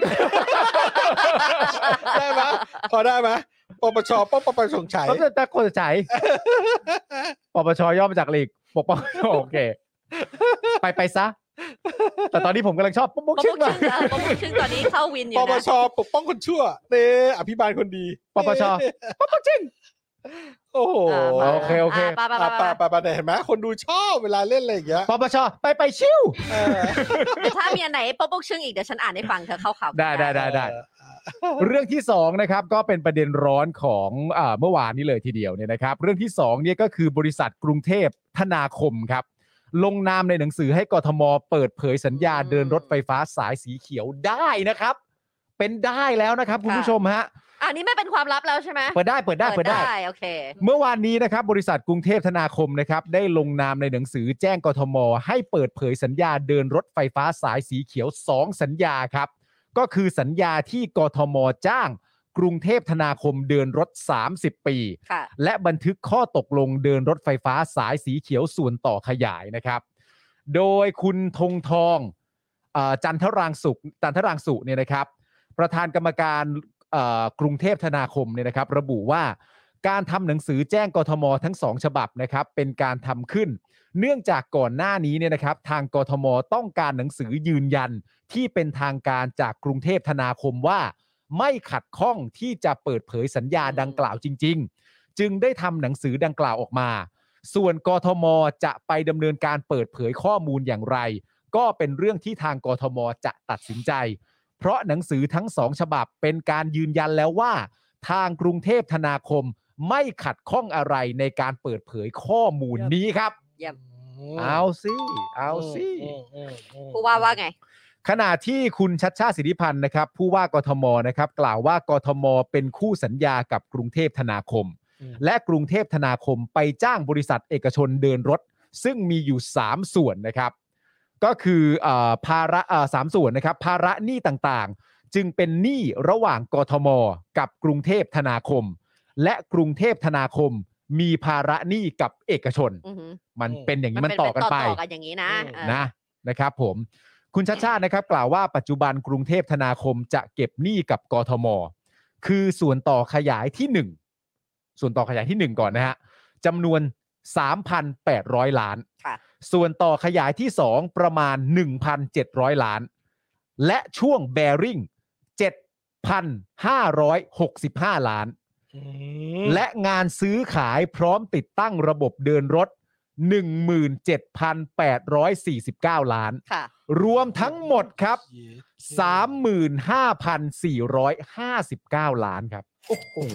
ได้ไหมพอได้ไหมปปชป้องปราบปรามจงไฉเขาจะตะโกนใจปปชย่อมาจากหลีกปกป้องโอเค ไปไปซะ แต่ตอนนี้ผมกำลังชอบปกป้องปชึ่กงชึ่ว่ะงเออปกชึ่งตอนนี้เข้าวินอยู่ปนะปชปกป้องคนชั่วเน่อภิบาลคนดีปปชปกป้องชึ่งโอ้โหอ่ามาโอเคโอเคอ่าไปไปปะไปปะไปปะปะเนี่ยเห็นไหมคนดูชอบเวลาเล่นอะไรอย่างเงี้ยปปชไปไปชิวเออเดี๋ยวถ้ามีอันไหนปกปกชึ่งอีกเดี๋ยวฉันอ่านให้ฟังเธอเข้าข่าวได้ได้ได้ได้ เรื่องที่สองนะครับก็เป็นประเด็นร้อนของอ่าเมื่อวานนี้เลยทีเดียวเนี่ยนะครับ เรื่องที่สองเนี่ยก็คือบริษัทกรุงเทพธนาคมครับ ลงนามในหนังสือให้กทมเปิดเผยสัญญาเดินรถไฟฟ้าสายสีเขียวได้นะครับ เป็นได้แล้วนะครับคุณผู้ชมฮะอันนี้ไม่เป็นความลับแล้วใช่ไหมเปิดได้เปิดได้เปิดได้โอเคเมื่อวานนี้นะครับบริษัทกรุงเทพธนาคมนะครับได้ลงนามในหนังสือแจ้งกทมให้เปิดเผยสัญญาเดินรถไฟฟ้าสายสีเขียวสองสัญญาครับก็คือสัญญาที่กทมจ้างกรุงเทพธนาคมเดินรถสามสิบปีค่ะและบันทึกข้อตกลงเดินรถไฟฟ้าสายสีเขียวส่วนต่อขยายนะครับโดยคุณธงทองเอ่อจันทรางสุขจันทรางสุเนี่ยนะครับประธานกรรมการเอ่อกรุงเทพธนาคมเนี่ยนะครับระบุว่าการทำหนังสือแจ้งกทมทั้งสองฉบับนะครับเป็นการทำขึ้น เนื่องจากก่อนหน้านี้เนี่ยนะครับทางกทมต้องการหนังสือยืนยันที่เป็นทางการจากกรุงเทพธนาคมว่าไม่ขัดข้องที่จะเปิดเผยสัญญาดังกล่าวจริงๆจึงได้ทำหนังสือดังกล่าวออกมาส่วนกทมจะไปดำเนินการเปิดเผยข้อมูลอย่างไรก็เป็นเรื่องที่ทางกทมจะตัดสินใจเพราะหนังสือทั้งสองฉบับเป็นการยืนยันแล้วว่าทางกรุงเทพธนาคมไม่ขัดข้องอะไรในการเปิดเผยข้อมูลนี้ครับเยี่ยมเอาสิเอาสิผู้ว่าว่าไงขณะที่คุณชัชชาติสิทธิพันธ์นะครับผู้ว่ากทมนะครับกล่าวว่ากทมเป็นคู่สัญญากับกรุงเทพธนาคมอืมและกรุงเทพธนาคมไปจ้างบริษัทเอกชนเดินรถ ซึ่งมีอยู่สามส่วนนะครับก็คือเอ่อภาระเอ่อสามส่วนนะครับภาระหนี้ต่างๆ จึงเป็นหนี้ระหว่างกทมกับกรุงเทพธนาคม และกรุงเทพธนาคมมีภาระหนี้กับเอกชนอือหือมันเป็นอย่างนี้มันเป็ต่อกันไปต่อๆกันอย่างนี้นะเออนะนะครับผมคุณชัชชาตินะครับกล่าวว่าปัจจุบันกรุงเทพธนาคมจะเก็บหนี้กับกทมคือส่วนต่อขยายที่หนึ่งส่วนต่อขยายที่หนึ่งก่อนนะฮะจำนวน สามพันแปดร้อย ล้านค่ะส่วนต่อขยายที่สองประมาณ หนึ่งพันเจ็ดร้อย ล้าน และช่วงแบริ่ง เจ็ดพันห้าร้อยหกสิบห้า ล้าน และงานซื้อขายพร้อมติดตั้งระบบเดินรถ หนึ่งหมื่นเจ็ดพันแปดร้อยสี่สิบเก้า ล้านค่ะรวมทั้งหมดครับ สามหมื่นห้าพันสี่ร้อยห้าสิบเก้า ล้านครับ โอ้โห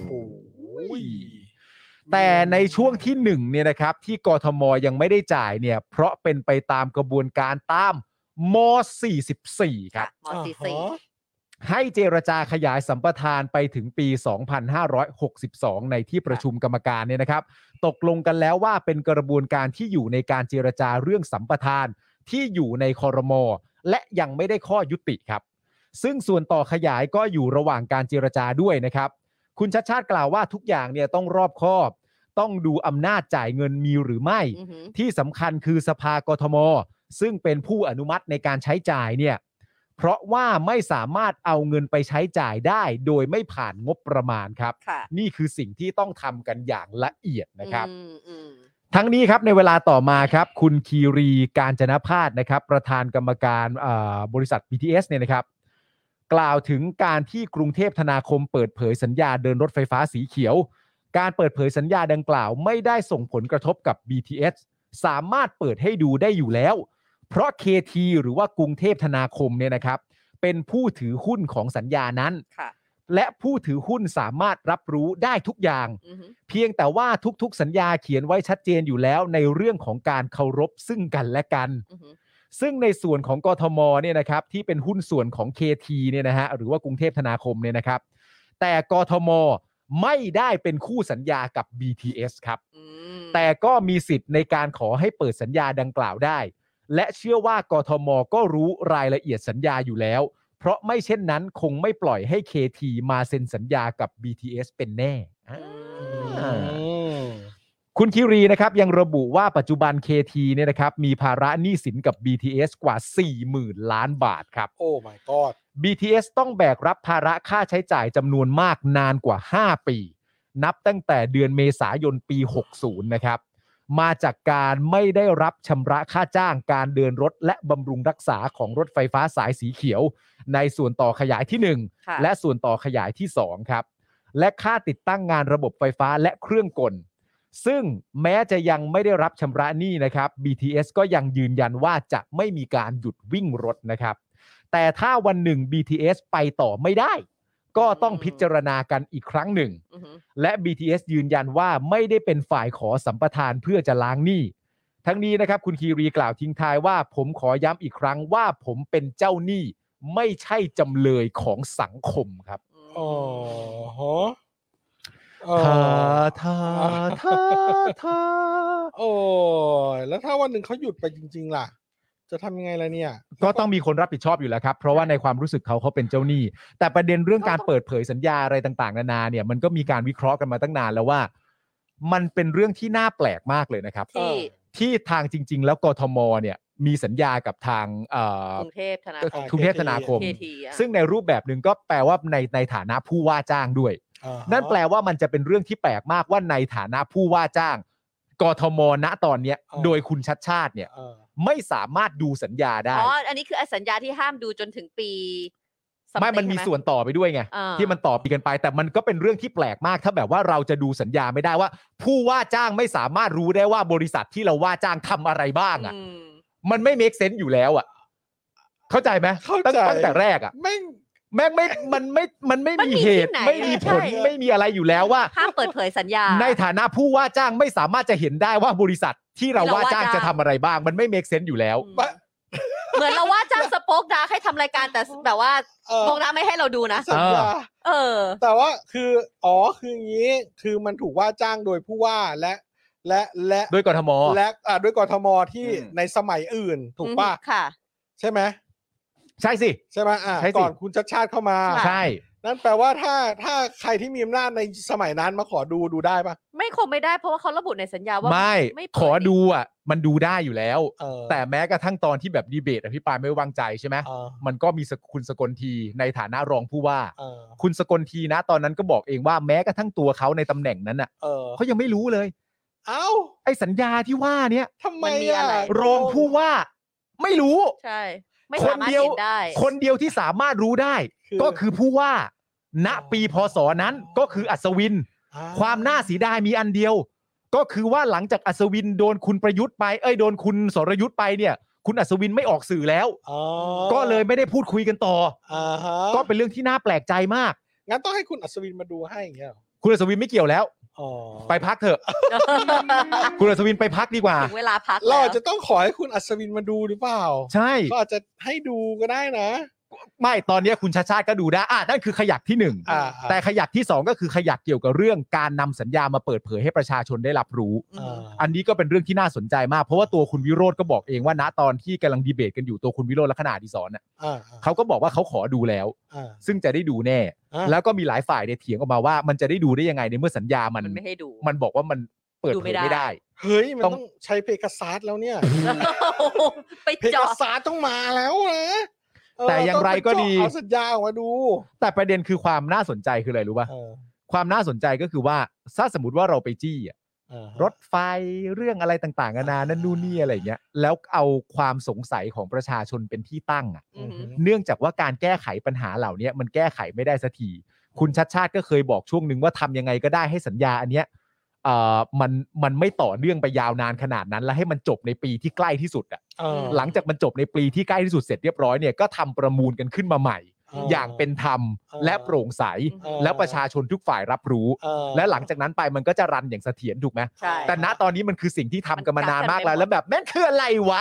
แต่ในช่วงที่หนึ่งเนี่ยนะครับที่กทมยังไม่ได้จ่ายเนี่ยเพราะเป็นไปตามกระบวนการตามม.สี่สิบสี่ ครับมสี่สี่ให้เจรจาขยายสัมปทานไปถึงปี สองพันห้าร้อยหกสิบสอง ในที่ประชุมกรรมการเนี่ยนะครับตกลงกันแล้วว่าเป็นกระบวนการที่อยู่ในการเจรจาเรื่องสัมปทานที่อยู่ในครม.และยังไม่ได้ข้อยุติครับซึ่งส่วนต่อขยายก็อยู่ระหว่างการเจรจาด้วยนะครับคุณชัชชาติกล่าวว่าทุกอย่างเนี่ยต้องรอบคอบต้องดูอำนาจจ่ายเงินมีหรือไม่อือหือที่สำคัญคือสภากทมซึ่งเป็นผู้อนุมัติในการใช้จ่ายเนี่ยเพราะว่าไม่สามารถเอาเงินไปใช้จ่ายได้โดยไม่ผ่านงบประมาณครับค่ะนี่คือสิ่งที่ต้องทำกันอย่างละเอียดนะครับอืมอืมทั้งนี้ครับในเวลาต่อมาครับคุณคีรีการจนพาสนะครับประธานกรรมการอ่าบริษัท บี ที เอส เนี่ยนะครับกล่าวถึงการที่กรุงเทพธนาคมเปิดเผยสัญญาเดินรถไฟฟ้าสีเขียวการเปิดเผยสัญญาดังกล่าวไม่ได้ส่งผลกระทบกับ บี ที เอส สามารถเปิดให้ดูได้อยู่แล้วเพราะ เค ที หรือว่ากรุงเทพธนาคมเนี่ยนะครับเป็นผู้ถือหุ้นของสัญญานั้นค่ะและผู้ถือหุ้นสามารถรับรู้ได้ทุกอย่างอือหือเพียงแต่ว่าทุกๆสัญญาเขียนไว้ชัดเจนอยู่แล้วในเรื่องของการเคารพซึ่งกันและกันอือหือซึ่งในส่วนของกทมเนี่ยนะครับที่เป็นหุ้นส่วนของ เค ที เนี่ยนะฮะหรือว่ากรุงเทพธนาคมเนี่ยนะครับแต่กทมไม่ได้เป็นคู่สัญญากับ บี ที เอส ครับอืมแต่ก็มีสิทธิ์ในการขอให้เปิดสัญญาดังกล่าวได้และเชื่อว่ากทม.ก็รู้รายละเอียดสัญญาอยู่แล้วเพราะไม่เช่นนั้นคงไม่ปล่อยให้ เค ที มาเซ็นสัญญากับ บี ที เอส เป็นแน่คุณคิรีนะครับยังระบุว่าปัจจุบัน เค ที เนี่ยนะครับมีภาระหนี้สินกับ บี ที เอส กว่า สี่หมื่น ล้านบาทครับโอ้ my god บี ที เอส ต้องแบกรับภาระค่าใช้จ่ายจำนวนมากนานกว่าห้าปีนับตั้งแต่เดือนเมษายนปีหกสิบนะครับมาจากการไม่ได้รับชำระค่าจ้างการเดินรถและบำรุงรักษาของรถไฟฟ้าสายสีเขียวในส่วนต่อขยายที่หนึ่งและส่วนต่อขยายที่สองครับและค่าติดตั้งงานระบบไฟฟ้าและเครื่องกลซึ่งแม้จะยังไม่ได้รับชำระหนี้นะครับ บี ที เอส ก็ยังยืนยันว่าจะไม่มีการหยุดวิ่งรถนะครับแต่ถ้าวันหนึ่ง บี ที เอส ไปต่อไม่ได้ก็ต้องพิจารณากันอีกครั้งหนึ่งและ บี ที เอส ยืนยันว่าไม่ได้เป็นฝ่ายขอสัมปทานเพื่อจะล้างหนี้ทั้งนี้นะครับคุณคีรีกล่าวทิ้งท้ายว่าผมขอย้ำอีกครั้งว่าผมเป็นเจ้าหนี้ไม่ใช่จำเลยของสังคมครับอ๋อฮะท่าท่าท่าท่าโอ้ยแล้วถ้าวันหนึ่งเขาหยุดไปจริงๆล่ะจะทำยังไงล่ะเนี่ยก็ต้องมีคนรับผิดชอบอยู่แล้วครับเพราะว่าในความรู้สึกเขาเขาเป็นเจ้าหนี้แต่ประเด็นเรื่องการเปิดเผยสัญญาอะไรต่างๆนานาเนี่ยมันก็มีการวิเคราะห์กันมาตั้งนานแล้วว่ามันเป็นเรื่องที่น่าแปลกมากเลยนะครับที่ที่ทางจริงๆแล้วกทมเนี่ยมีสัญญากับทางกรุงเทพธนาคมกรุงเทพธนาคมซึ่งในรูปแบบหนึ่งก็แปลว่าในในฐานะผู้ว่าจ้างด้วยนั่นแปลว่ามันจะเป็นเรื่องที่แปลกมากว่าในฐานะผู้ว่าจ้างกทมณตอนนี้โดยคุณชัดชาติเนี่ยไม่สามารถดูสัญญาได้อ๋ออันนี้คือสัญญาที่ห้ามดูจนถึงปีไม่มันมีส่วนต่อไปด้วยไงที่มันต่อปีกันไปแต่มันก็เป็นเรื่องที่แปลกมากถ้าแบบว่าเราจะดูสัญญาไม่ได้ว่าผู้ว่าจ้างไม่สามารถรู้ได้ว่าบริษัทที่เราว่าจ้างทำอะไรบ้างอ่ะมันไม่เมคเซนส์อยู่แล้วอ่ะเข้าใจไหมตั้งแต่แรกอ่ะไม่แม่งไม่มันไม่มันไม่มีเหตุไม่มีผลไม่มีอะไรอยู่แล้วว่าห้ามเปิดเผยสัญญาในฐานะผู้ว่าจ้างไม่สามารถจะเห็นได้ว่าบริษัทที่เราว่าจ้างจะทำอะไรบ้างมันไม่เมคเซนส์อยู่แล้วเหมือนเราว่าจ้างสป็อคดาร์กให้ทำรายการแต่แบบว่าโปกดาร์กไม่ให้เราดูนะสัญญาเออแต่ว่าคืออ๋อคืออย่างนี้คือมันถูกว่าจ้างโดยผู้ว่าและและและโดยกทมและอ่าด้วยกทมที่ในสมัยอื่นถูกป่ะค่ะใช่ไหมใช่สิใช่ไหมอ่าก่อนคุณชัดชาติเข้ามาใช่นั่นแปลว่าถ้าถ้าใครที่มีอำนาจในสมัยนั้นมาขอดูดูได้ปะไม่คงไม่ได้เพราะว่าเขาระบุในสัญญาว่าไม่ขอดูอ่ะมันดูได้อยู่แล้วแต่แม้กระทั่งตอนที่แบบดีเบตอภิปรายไม่วางใจใช่ไหมมันก็มีคุณสกลทีในฐานะรองผู้ว่าคุณสกลทีนะตอนนั้นก็บอกเองว่าแม้กระทั่งตัวเขาในตำแหน่งนั้นอ่ะเขายังไม่รู้เลยเอ้าไอ้สัญญาที่ว่าเนี้ยทำไมอ่ะรองผู้ว่าไม่รู้ใช่คนเดียวคนเดียวที่สามารถรู้ได้ก็คือผู้ว่าณปีพศนั้นก็คืออัศวินความน่าเสียดายมีอันเดียวก็คือว่าหลังจากอัศวินโดนคุณประยุทธ์ไปเอ้ยโดนคุณสรยุทธ์ไปเนี่ยคุณอัศวินไม่ออกสื่อแล้วก็เลยไม่ได้พูดคุยกันต่อก็เป็นเรื่องที่น่าแปลกใจมากงั้นต้องให้คุณอัศวินมาดูให้อย่างเงี้ยคุณอัศวินไม่เกี่ยวแล้วไปพักเถอะคุณอัศวินไปพักดีกว่าถึงเวลาพักเราจะต้องขอให้คุณอัศวินมาดูหรือเปล่าใช่ก็อาจจะให้ดูก็ได้นะไม่ตอนนี้คุณชาชาติก็ดูได้อ่ะนั่นคือขยักที่หนึ่งแต่ขยักที่สองก็คือขยักเกี่ยวกับเรื่องการนำสัญญามาเปิดเผยให้ประชาชนได้รับรู้อันนี้ก็เป็นเรื่องที่น่าสนใจมากเพราะว่าตัวคุณวิโรจน์ก็บอกเองว่าณตอนที่กำลังดีเบตกันอยู่ตัวคุณวิโรจน์ลักษณะอดิศรน่ะเขาก็บอกว่าเขาขอดูแล้วซึ่งจะได้ดูแน่แล้วก็มีหลายฝ่ายเนี่ยเถียงออกมาว่ามันจะได้ดูได้ยังไงในเมื่อสัญญามันไม่ให้ดูมันบอกว่ามันเปิดเผยไม่ได้เฮ้ยมันต้องใช้เพกาซัสแล้วเนี่ยเพกาซัสต้องมาแล้วนะแต่อย่างไรก็ดีเอาสัญญาออกมาดูแต่ประเด็นคือความน่าสนใจคืออะไรรู้ป่ะความน่าสนใจก็คือว่าถ้าสมมติว่าเราไปจี้อ่ะรถไฟเรื่องอะไรต่างๆนานานั่นนู่นนี่อะไรอย่างเงี้ยแล้วเอาความสงสัยของประชาชนเป็นที่ตั้งอ่ะเนื่องจากว่าการแก้ไขปัญหาเหล่านี้มันแก้ไขไม่ได้สักทีคุณชัดชาติก็เคยบอกช่วงนึงว่าทำยังไงก็ได้ให้สัญญาอันเนี้ยเอ่อมันมันไม่ต่อเนื่องไปยาวนานขนาดนั้นแล้วให้มันจบในปีที่ใกล้ที่สุดอ่ะหลังจากมันจบในปีที่ใกล้ที่สุดเสร็จเรียบร้อยเนี่ยก็ทำประมูลกันขึ้นมาใหม่อย่างเป็นธรรมและโปร่งใสแล้วประชาชนทุกฝ่ายรับรู้และหลังจากนั้นไปมันก็จะรันอย่างเสถียรถูกไหมแต่ณตอนนี้มันคือสิ่งที่ทำกันมานานมากแล้วแล้วแบบแม่งคืออะไรวะ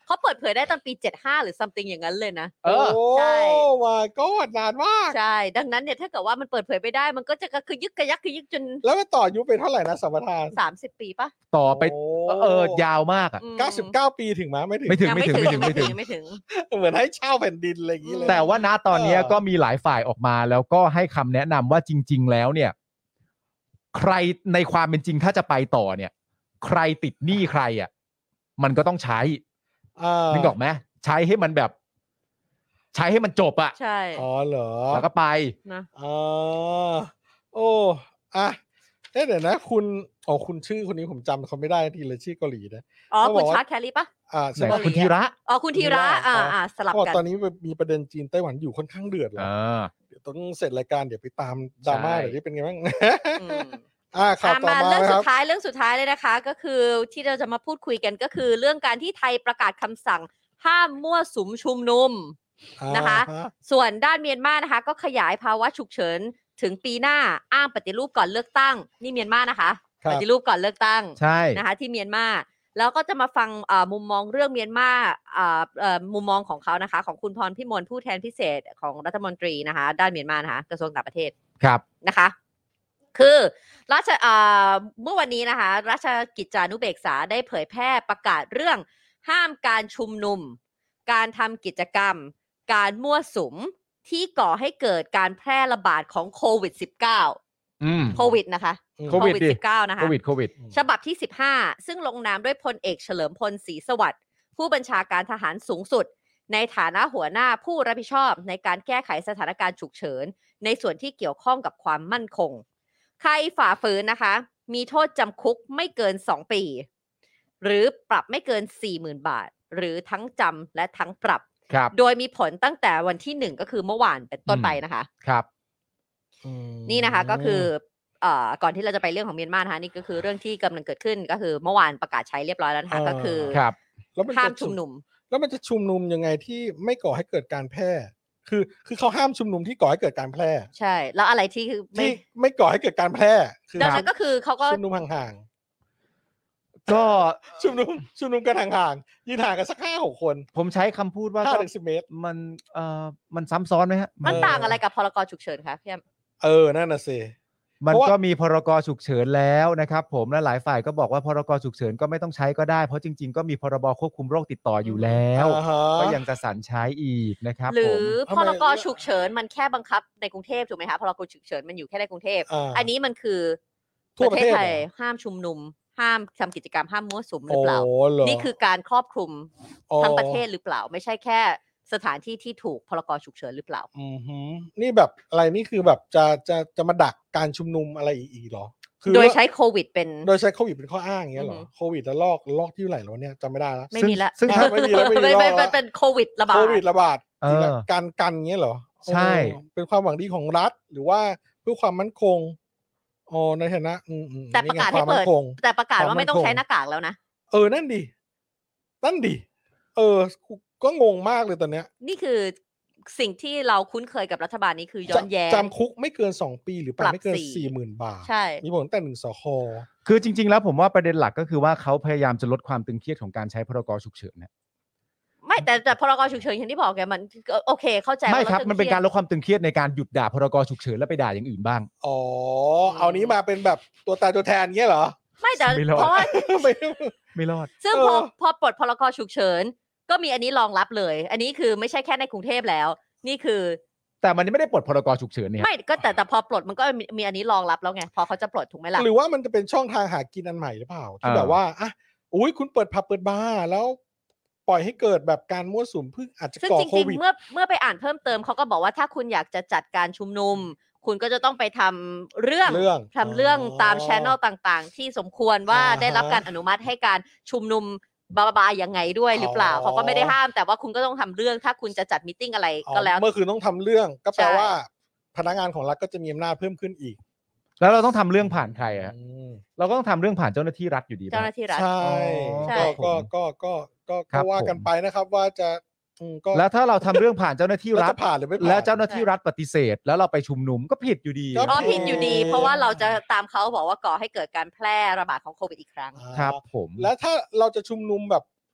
เขาเปิดเผยได้ตอนปีเจ็ดสิบห้าหรือ something อย่างนั้นเลยนะเออโอ้ใช่ my god นานมากใช่ดังนั้นเนี่ยถ้าเกิดว่ามันเปิดเผยไปได้มันก็จะกระคือยึกกระยักคือยึกจนแล้วมันต่ออายุเป็นเท่าไหร่นะสัมปทานสามสิบปีปะต่อไปโอ้เออยาวมากอ่ะอืมเก้าสิบเก้าปีถึงไหมไม่ถึงไม่ถึงยังไม่ถึงไม่ถึงไม่ถึงไม่ถึงเหมือนให้เช่าแผ่นดินอะไรอย่างนี้เลยแต่ว่าณตอนนี้เออก็มีหลายฝ่ายออกมาแล้วก็ให้คำแนะนำว่าจริง ๆ แล้วเนี่ย ใครในความเป็นจริงถ้าจะไปต่อเนี่ย ใครติดหนี้ใครอ่ะมันก็ต้องใช้อ่านึกออกไหมใช้ให้มันแบบ ใช้ให้มันจบอ่ะใช่อ๋อเหรอแล้วก็ไปนะอ๋อโอ้อ่ะเอ๊ะเดี๋ยวนะ คุณอ๋อคุณชื่อคนนี้ผมจำเขาไม่ได้ทีเลยชื่อเกาหลีนะอ๋อเขาบคุอณกว่าชาร์ตแคลรี่ปะอ่าไหใช่นไหมคุณธีระอ๋อคุณธีระอ่าอ่าสลับเขาบอกกันตอนนี้มีประเด็นจีนไต้หวันอยู่ค่อนข้างเดือดเหรออ่าเดี๋ยวต้องเสร็จรายการเดี๋ยวไปตามดราม่าใช่หน่อยที่เป็นไงบ้างอืมอ่าข่าวอ่ะต่อมามาเรื่องนะคสุรัดบท้ายเรื่องสุดท้ายเลยนะคะ ก็คือที่เราจะมาพูดคุยกันก็คือเรื่องการที่ไทยประกาศคำสั่งห้ามมั่วสุมชุมนุม นะคะอ่าฮส่วนด้านเมียนมานะคะ ก็ขยายภาวะฉุกเฉินถึงปีหน้าอ้างปฏิรูปก่อนเลือกตั้งนี่เมียนมานะคะครับปฏิรูปก่อนเลือกตั้งใช่นะคะที่เมียนมาแล้วก็จะมาฟังอ่ามุมมองเรื่องเมียนมาอ่าเอ่อมุมมองของเขานะคะ ของคุณพรพิมลผู้แทนพิเศษของรัฐมนตรีนะคะ ด้านเมียนมานะคะกระทรวงต่างประเทศครับนะคะ คือราชอ่าเมื่อวันนี้นะคะราชกิจจานุเบกษาได้เผยแพร่ประกาศเรื่องห้ามการชุมนุม การทำกิจกรรม การมั่วสุมที่ก่อให้เกิดการแพร่ระบาดของโควิด สิบเก้าอืมโควิดนะคะโควิดดิสิบเก้านะคะโควิดโควิดฉบับที่ สิบห้า ซึ่งลงนามด้วยพลเอกเฉลิมพลศรีสวัสดิ์ผู้บัญชาการทหารสูงสุด ในฐานะหัวหน้าผู้รับผิดชอบในการแก้ไขสถานการณ์ฉุกเฉินในส่วนที่เกี่ยวข้องกับความมั่นคง ใครฝ่าฝืนนะคะ มีโทษจำคุกไม่เกิน สอง ปี หรือปรับไม่เกิน สี่หมื่น บาท หรือทั้งจำและทั้งปรับครับโดยมีผลตั้งแต่วันที่หนึ่งก็คือเมื่อวานเป็นต้นไปนะคะครับอืมนี่นะคะก็คือเอ่อก่อนที่เราจะไปเรื่องของเมียนมานะคะนี่ก็คือเรื่องที่กำลังเกิดขึ้นก็คือเมื่อวานประกาศใช้เรียบร้อยแล้วนะคะก็คือครับแล้วมันจะห้ามชุมนุมแล้วมันจะชุมนุมยังไงที่ไม่ก่อให้เกิดการแพร่ คือคือเขาห้ามชุมนุมที่ก่อให้เกิดการแพร่ใช่ แล้วอะไรที่คือไม่ที่ไม่ก่อให้เกิดการแพร่คือดังนั้นก็คือเขาก็ชุมนุมห่างก็ๆชุมนุมชุมนุมกันห่างๆยืนห่างกันสักห้าหกคนผมใช้คำพูดว่าห้าก็ถึงสิบเมตรมันเอ่อมันซ้ำซ้อนไหมฮะมันเออต่างอะไรกับพรกฉุกเฉินคะพี่แอมเออนั่นน่ะสิมันเพราะว่าก็มีพรกฉุกเฉินแล้วนะครับผมและหลายฝ่ายก็บอกว่าพรกฉุกเฉินก็ไม่ต้องใช้ก็ได้เพราะจริง ๆ ก็มีพรบควบคุมโรคติดต่ออยู่แล้วอ่าฮะก็ยังจะสรรใช้อีกนะครับหรืผอมทำพไมรกฉุกเฉินมันแค่บังคับในกรุงเทพถูกไหมคะพรกฉุกเฉินมันอยู่แค่ในกรุงเทพอ่าอันนี้มันคือทั่วประเทศไทยประเทศเหรอห้ามชุมนุม ห้ามทำกิจกรรมห้ามมั่วสุมหรือเปล่าโอ้เหรอนี่คือการครอบคลุมอ๋อทั้งประเทศหรือเปล่า ไม่ใช่แค่สถานที่ที่ถูกพรกฉุกเฉินหรือเปล่าอือหือนี่แบบอะไรนี่คือแบบจะจะจะมาดักการชุมนุมอะไรอีกเหรอคือโดยใช้โควิดเป็นโดยใช้โควิดเป็นข้ออ้างอย่างเงี้ยเหรออือหือโควิดแล้วลอกลอกที่เท่าไหร่แล้วเนี่ยจำไม่ได้แล้วไม่มีละซึ่งอ่าไม่มีแล้วไม่มีแล้วเป็นเป็นเป็นโควิดระบาดโควิดระบาดเออการกันเงี้ยเหรอใช่โอ้เป็นความหวังดีของรัฐ หรือว่าเพื่อความมั่นคงอ๋อในฐานะอืมอืมแต่ประกาศนี่ให้ไงควมเปิมั่ดนคงแต่ประกาศความว่าไม่ต้องมั่นคงใช้หน้ากากแล้วนะเออนั่นดินั่นดิเออก็งงมากเลยตอนเนี้ยนี่คือสิ่งที่เราคุ้นเคยกับรัฐบาลนี้คือย้อนแย้งจำคุกไม่เกินสองปีหรือปรับไม่เกินปรับสี่สี่หมื่นบาทใช่มีผลตั้งแต่หนึ่งสคคือจริง ๆ แล้วผมว่าประเด็นหลักก็คือว่าเขาพยายามจะลดความตึงเครียดของการใช้พรกฉุกเฉินนะไม่แต่แต่พรกฉุกเฉินอย่างที่บอกแกมันโอเค เข้าใจไม่ว่าครับตึงมันเป็นคยดการลดความตึงเครียดในการหยุดด่าพรกฉุกเฉินแล้วไปด่าอย่างอื่นบ้างอ๋อ เอานี้มาเป็นแบบตัวตายตัวแทนเงี้ยเหรอไม่แต่ไม่รอดเพราะว่าไม่ไม่รอดซึ่งเออพอพอปลดพรกฉุกเฉินก็มีอันนี้รองรับเลย อันนี้คือไม่ใช่แค่ในกรุงเทพแล้ว นี่คือแต่มันไม่ได้ปลดพรกฉุกเฉินเนี่ยไม่ก็แต่แต่พอปลดมันก็มีมีอันนี้รองรับแล้วไงพอเขาจะปลดถูกไหมล่ะหรือว่ามันจะเป็นช่องทางหากินอันใหม่หรือเปล่าที่อ่าแบบว่าอ่ะอุ้ยคุณเปิดผับเปิดบาร์แล้วปล่อยให้เกิดแบบการมั่วสุมเพื่ออาจจะซึ่งก่อจโคริงวิดๆ เมื่อเมื่อไปอ่านเพิ่มเติมเขาก็บอกว่าถ้าคุณอยากจะจัดการชุมนุม คุณก็จะต้องไปทำเรื่องเรื่องทำเรื่องตามอ๋อช anel ต่างๆ ที่สมควรว่าอ่าฮะได้รับการอนุมัติให้การชุมนุมบาบายังไงด้วยหรือเปล่าอ๋อเขาก็ไม่ได้ห้าม แต่ว่าคุณก็ต้องทำเรื่องถ้าคุณจะจัดมิทติ้งอะไรอ๋อก็แล้วเมื่อคืนต้องทำเรื่องก็แปลใช่ว่า พนักงานของรัฐก็จะมีอำนาจเพิ่มขึ้นอีกแล้วเราต้องทำเรื่องผ่านใครอะอืมเราก็ต้องทำเรื่องผ่านเจ้าหน้าที่รัฐอยู่ดีป่ะเจ้าหน้าที่รัฐใช่ใช่ก็ก็ก็ก็ครัก็บว่ากันผมไปนะครับว่าจะอืมก็แล้วถ้าเราทำเรื่องผ่านเจ้าหน้าที่แล้วรัฐจะผ่านหรือไม่ผ่านแล้วเจ้าหน้าที่รัฐปฏิเสธ แล้วเราไปชุมนุมก็ผิดอยู่ดีก็อ๋อผิดอยู่ดี เพราะว่าเราจะตามเขาบอกว่าก่อให้เกิดการแพร่ระบาดของโควิดอีกครั้งอ่าครับผมแล้วถ้าเราจะชุมนุมแบบ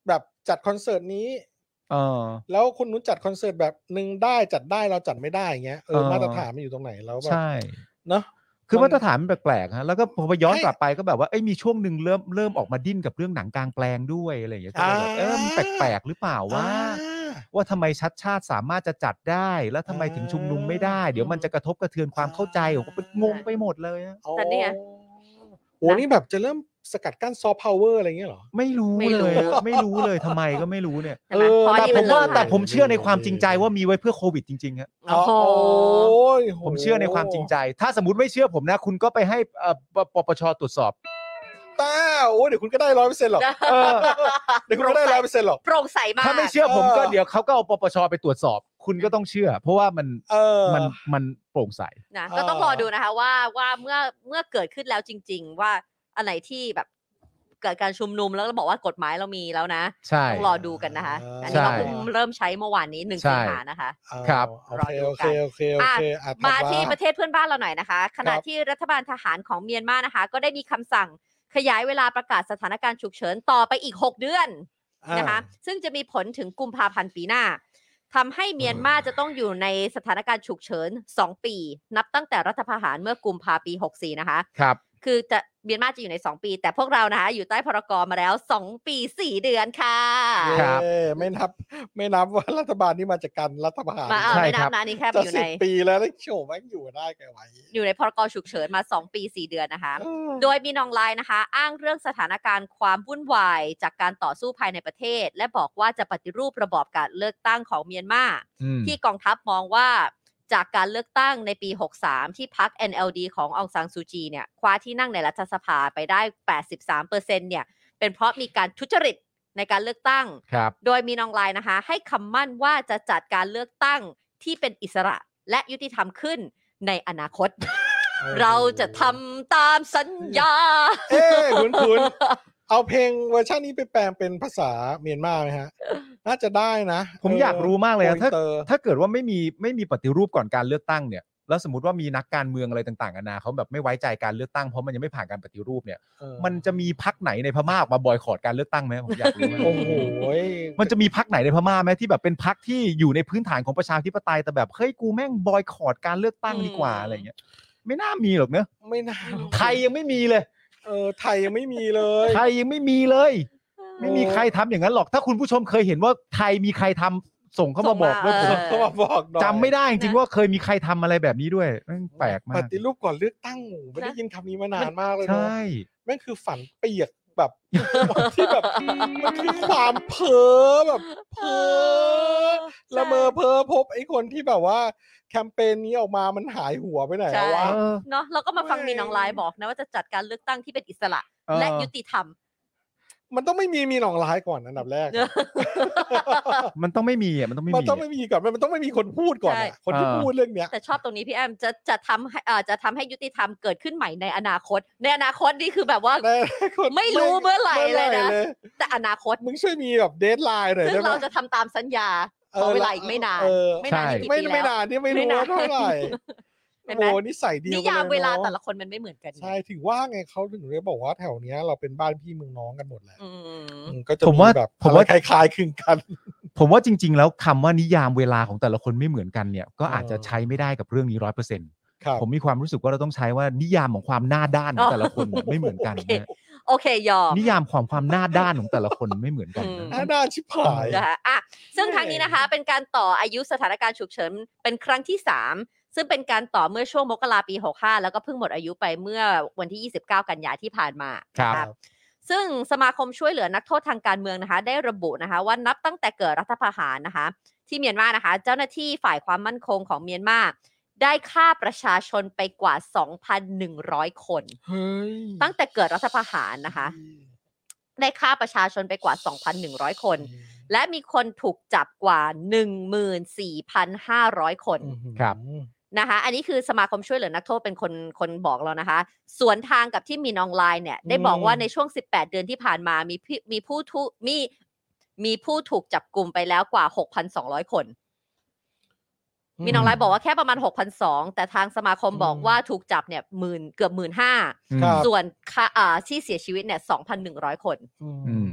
แบบจัดคอนเสิร์ตนี้เออแล้วคนนู้นจัดคอนเสิร์ตแบบหนึ่งได้จัดได้เราจัดไม่ได้อย่างเงี้ยเออเออมาตรฐานมันอยู่ตรงไหนแล้วแบบใช่เนาะคือมาตรฐานมันแปลกๆฮะแล้วก็พอไปย้อนให้กลับไปก็แบบว่าเอ้ยมีช่วงหนึ่งเริ่มเริ่มออกมาดิ้นกับเรื่องหนังกลางแปลงด้วยอะไรอย่างเงี้ยก็เลยแบบเออมันแปลกๆหรือเปล่าว่าอ่าว่าทำไมชัดชาติสามารถจะจัดได้แล้วทำไมถึงชุมนุมไม่ได้ เดี๋ยวมันจะกระทบกระเทือนความเข้าใจผมก็งงไปหมดเลยอะแต่เนี่ยโอ้นี่แบบจะเริ่มสกัดกั้นซอฟต์พาวเวอร์อะไรเงี้ยเหรอไม่รู้ไม่รู้เลยอะไม่รู้เลยทำไมก็ไม่รู้เนี่ยใช่ไหมเออเพราะแต่นี่ผมันมเริ่ว่าม แต่ผ่านผมเชื่อในความจริงใจว่ามีไว้เพื่อโควิดจริงๆฮะโอ้โหยผมเชื่อในความจริงใจ ถ้าสมมติไม่เชื่อผมนะ คุณก็ไปให้เอ่อปปปชตรวจสอบต้าโอ้เดี๋ยวคุณก็ได้ร้อยเปอร์เซ็นต์หรอกเออเดี๋ยวคุณก็ได้ร้อยเปอร์เซ็นต์หรอกโปร่งใสมากถ้าไม่เชื่อผมก็เออเดี๋ยวเขาก็เอาปปชไปตรวจสอบ คุณก็ต้องเชื่อ เพราะว่ามันเออมันมันโปร่งใสนะเออก็ต้องรอดูนะคะว่าว่าเมื่อเมื่อเกิดขึ้นแล้วจริง ๆ ว่าอันไหนที่แบบเกิดการชุมนุมแล้วเราบอกว่ากฎหมายเรามีแล้วนะใช่ต้องรอดูกันนะคะ อันนี้ใช่ก็เพิ่งเริ่มใช้เมื่อวานนี้หนึ่งใช่สิงหานะคะครับโอเคโอเคโอเคโอเคอ่ะมาถัดที่ประเทศเพื่อนบ้านเราหน่อยนะคะ ขณะที่รัฐบาลทหารของเมียนมานะคะ ก็ได้มีคำสั่งขยายเวลาประกาศสถานการณ์ฉุกเฉินต่อไปอีกหกเดือนอ่านะคะซึ่งจะมีผลถึงกุมภาพันธ์ปีหน้าทำให้เมียนมาจะต้องอยู่ในสถานการณ์ฉุกเฉินสองปี นับตั้งแต่รัฐประหารเมื่อกุมภาปีหกสี่นะคะครับคือจะเมียนมาจะอยู่ในสองปี แต่พวกเรานะคะอยู่ใต้พรกมาแล้วสองปีสี่เดือนค่ะครับเย้ไม่นับไม่นับว่ารัฐบาลนี้มาจากการรัฐประหารมาเอาใช่ไม่นัครับ บนะนี่แค่ไปจะอยู่สิในบปีแล้วแล้วโฉมแม่งอยู่ได้แกไว้อยู่ในพรกฉุกเฉินมาสองปีสี่เดือนนะคะเออโดยมีนองไลน์นะคะ อ้างเรื่องสถานการณ์ความวุ่นวายจากการต่อสู้ภายในประเทศ และบอกว่าจะปฏิรูประบอบการเลือกตั้งของเมียนมาอืมที่กองทัพมองว่าจากการเลือกตั้งในปีหกสามที่พรรค เอ็น แอล ดี ขององซานซูจีเนี่ยคว้าที่นั่งในรัฐสภาไปได้ แปดสิบสามเปอร์เซ็นต์ เนี่ยเป็นเพราะมีการทุจริตในการเลือกตั้งครับโดยมีนองไลน์นะคะ ให้คำมั่นว่าจะจัดการเลือกตั้งที่เป็นอิสระและยุติธรรมขึ้นในอนาคต เราจะทำตามสัญญาเอ๊ะคุณคุณเอาเพลงเวอร์ชันนี้ไปแปลงเป็นภาษาเมียนมาไหมฮะ น่าจะได้นะผมอยากรู้มากเลยอะถ้าโอินตอร์ถ้าเกิดว่าไม่มีไม่มีปฏิรูปก่อนการเลือกตั้งเนี่ยแล้วสมมติว่ามีนักการเมืองอะไรต่างๆนานาเขาแบบไม่ไว้ใจการเลือกตั้งเพราะมันยังไม่ผ่านการปฏิรูปเนี่ยเออมันจะมีพรรคไหนในพม่าออกมาบอยคอตการเลือกตั้งไหมผมอยากรู้มากโอ้โหมันจะมีพรรคไหนในพม่าไหมที่แบบเป็นพรรคที่อยู่ในพื้นฐานของประชาธิปไตยแต่แบบเฮ้ยกูแม่งบอยคอตการเลือกตั้งดีกว่าอืมอะไรเงี้ยไม่น่ามีหรอกเนอะไม่น่าหรอกไทยยังไม่มีเลยเออไทยยังไม่มีเลยไทยยังไม่มีเลย ไม่มีใครทำอย่างนั้นหรอกถ้าคุณผู้ชมเคยเห็นว่าไทยมีใครทำส่งเข้ามาบอกด้วยส่ผงมมาเขามาบอกหน่อยจำไม่ได้จริงๆว่าเคยมีใครทำอะไรแบบนี้ด้วยแม่งแปลกมาปกฏิรูปก่อนเลือกตั้งโอ้โหไม่ได้ยินคำนี้มานานมากเลยใชเนาะ่แม่งคือฝันเปียกแบบ ที่แบบมันคือความเพ้อแบบเพ้อละเมอเพ้อพบไอ้คนที่แบบว่าแคมเปญนี้ออกมามันหายหัวไปไหนใช่แล้ววะเออเนาะเราก็มาฟังแม่งมีนองไลน์บอกนะว่าจะจัดการเลือกตั้งที่เป็นอิสระเออและยุติธรรมมันต้องไม่มีมีหนองร้ายก่อนอันดับแรกมันต้องไม่มีอ่ะมันต้องไม่มันมีต้องไม่มีก่อนมันต้องไม่มีคนพูดก่อนใช่อะคนที่เออพูดเรื่องเนี้ยแต่ชอบตรงนี้พี่แอมจะจะทำให้เอ่อจะทำให้ยุติธรรมเกิดขึ้นใหม่ในอนาคต ในอนาคตนี่คือแบบว่าแต่คนไม่รู้เมื่อไหร่เลยนะมื่อไหร่แต่อนาคตมึงช่วยมีแบบเดทไลน์หน่อยซึ่งได้ไหมเราจะทำตามสัญญาขอเวลาอีกไม่นานเออไม่นานนี่กี่ไม่ปีไม่แล้วนานนี่ไม่รู้ไม่นานว่าเท่าไหร่เห็นไหมโอ้นิสัยเดียวนิกันยามเลยเวลานะแต่ละคนมันไม่เหมือนกันใช่ถึงว่าไงเขาถึงได้บอกว่าแถวเนี้ยเราเป็นบ้านพี่เมืองน้องกันหมดแหละอืมอืมก็จะผมว่าแบบผมว่าอะไรคล้ายๆคลึงกันผมว่าจริง ๆ แล้วคำว่านิยามเวลาของแต่ละคนไม่เหมือนกันเนี่ย ก็อาจจะเออใช้ไม่ได้กับเรื่องนี้ร้อยเปอร์เซ็นต์ครับผมมีความรู้สึกว่าเราต้องใช้ว่านิยามของความหน้าด้านของแต่ละคนเนี่ยไม่เหมือนกันโอเคนะโอเคยอมนิยามความความหน้าด้านของแต่ละคนไม่เหมือนกันอืมนะหน้าด้านชิบหายนะคะอ่ะซึ่งครั้งนี้นะคะเป็นการต่ออายุสถานการณ์ฉุกเฉินเป็นครั้งที่สามซึ่งเป็นการต่อเมื่อช่วงมกราปีหกห้าแล้วก็เพิ่งหมดอายุไปเมื่อวันที่ยี่สิบเก้ากันยาที่ผ่านมาครับนะซึ่งสมาคมช่วยเหลือนักโทษทางการเมืองนะคะได้ระบุนะคะว่านับตั้งแต่เกิดรัฐประหารนะคะที่เมียนมานะคะเจ้าหน้าที่ฝ่ายความมั่นคงของเมียนมาได้ฆ่าประชาชนไปกว่า สองพันหนึ่งร้อย คนเฮ้ยตั้งแต่เกิดรัฐประหารนะคะได้ฆ่าประชาชนไปกว่า สองพันหนึ่งร้อย คน และมีคนถูกจับกว่า หนึ่งหมื่นสี่พันห้าร้อย คนครับนะคะอันนี้คือสมาคมช่วยเหลือนักโทษเป็นคนคนบอกเรานะคะสวนทางกับที่มีนองไลน์เนี่ยได้บอกว่าในช่วงสิบแปดเดือนที่ผ่านมามีพี่มีผู้ทุมีมีผู้ถูกจับกลุ่มไปแล้วกว่า หกพันสองร้อย คน มีนองไลน์บอกว่าแค่ประมาณ หกพันสองร้อย แต่ทางสมาคมบอกว่าถูกจับเนี่ยหมื่นเกือบ หนึ่งหมื่นห้าพันครับส่วนค่าอ่าที่เสียชีวิตเนี่ย สองพันหนึ่งร้อย คนอืมอืม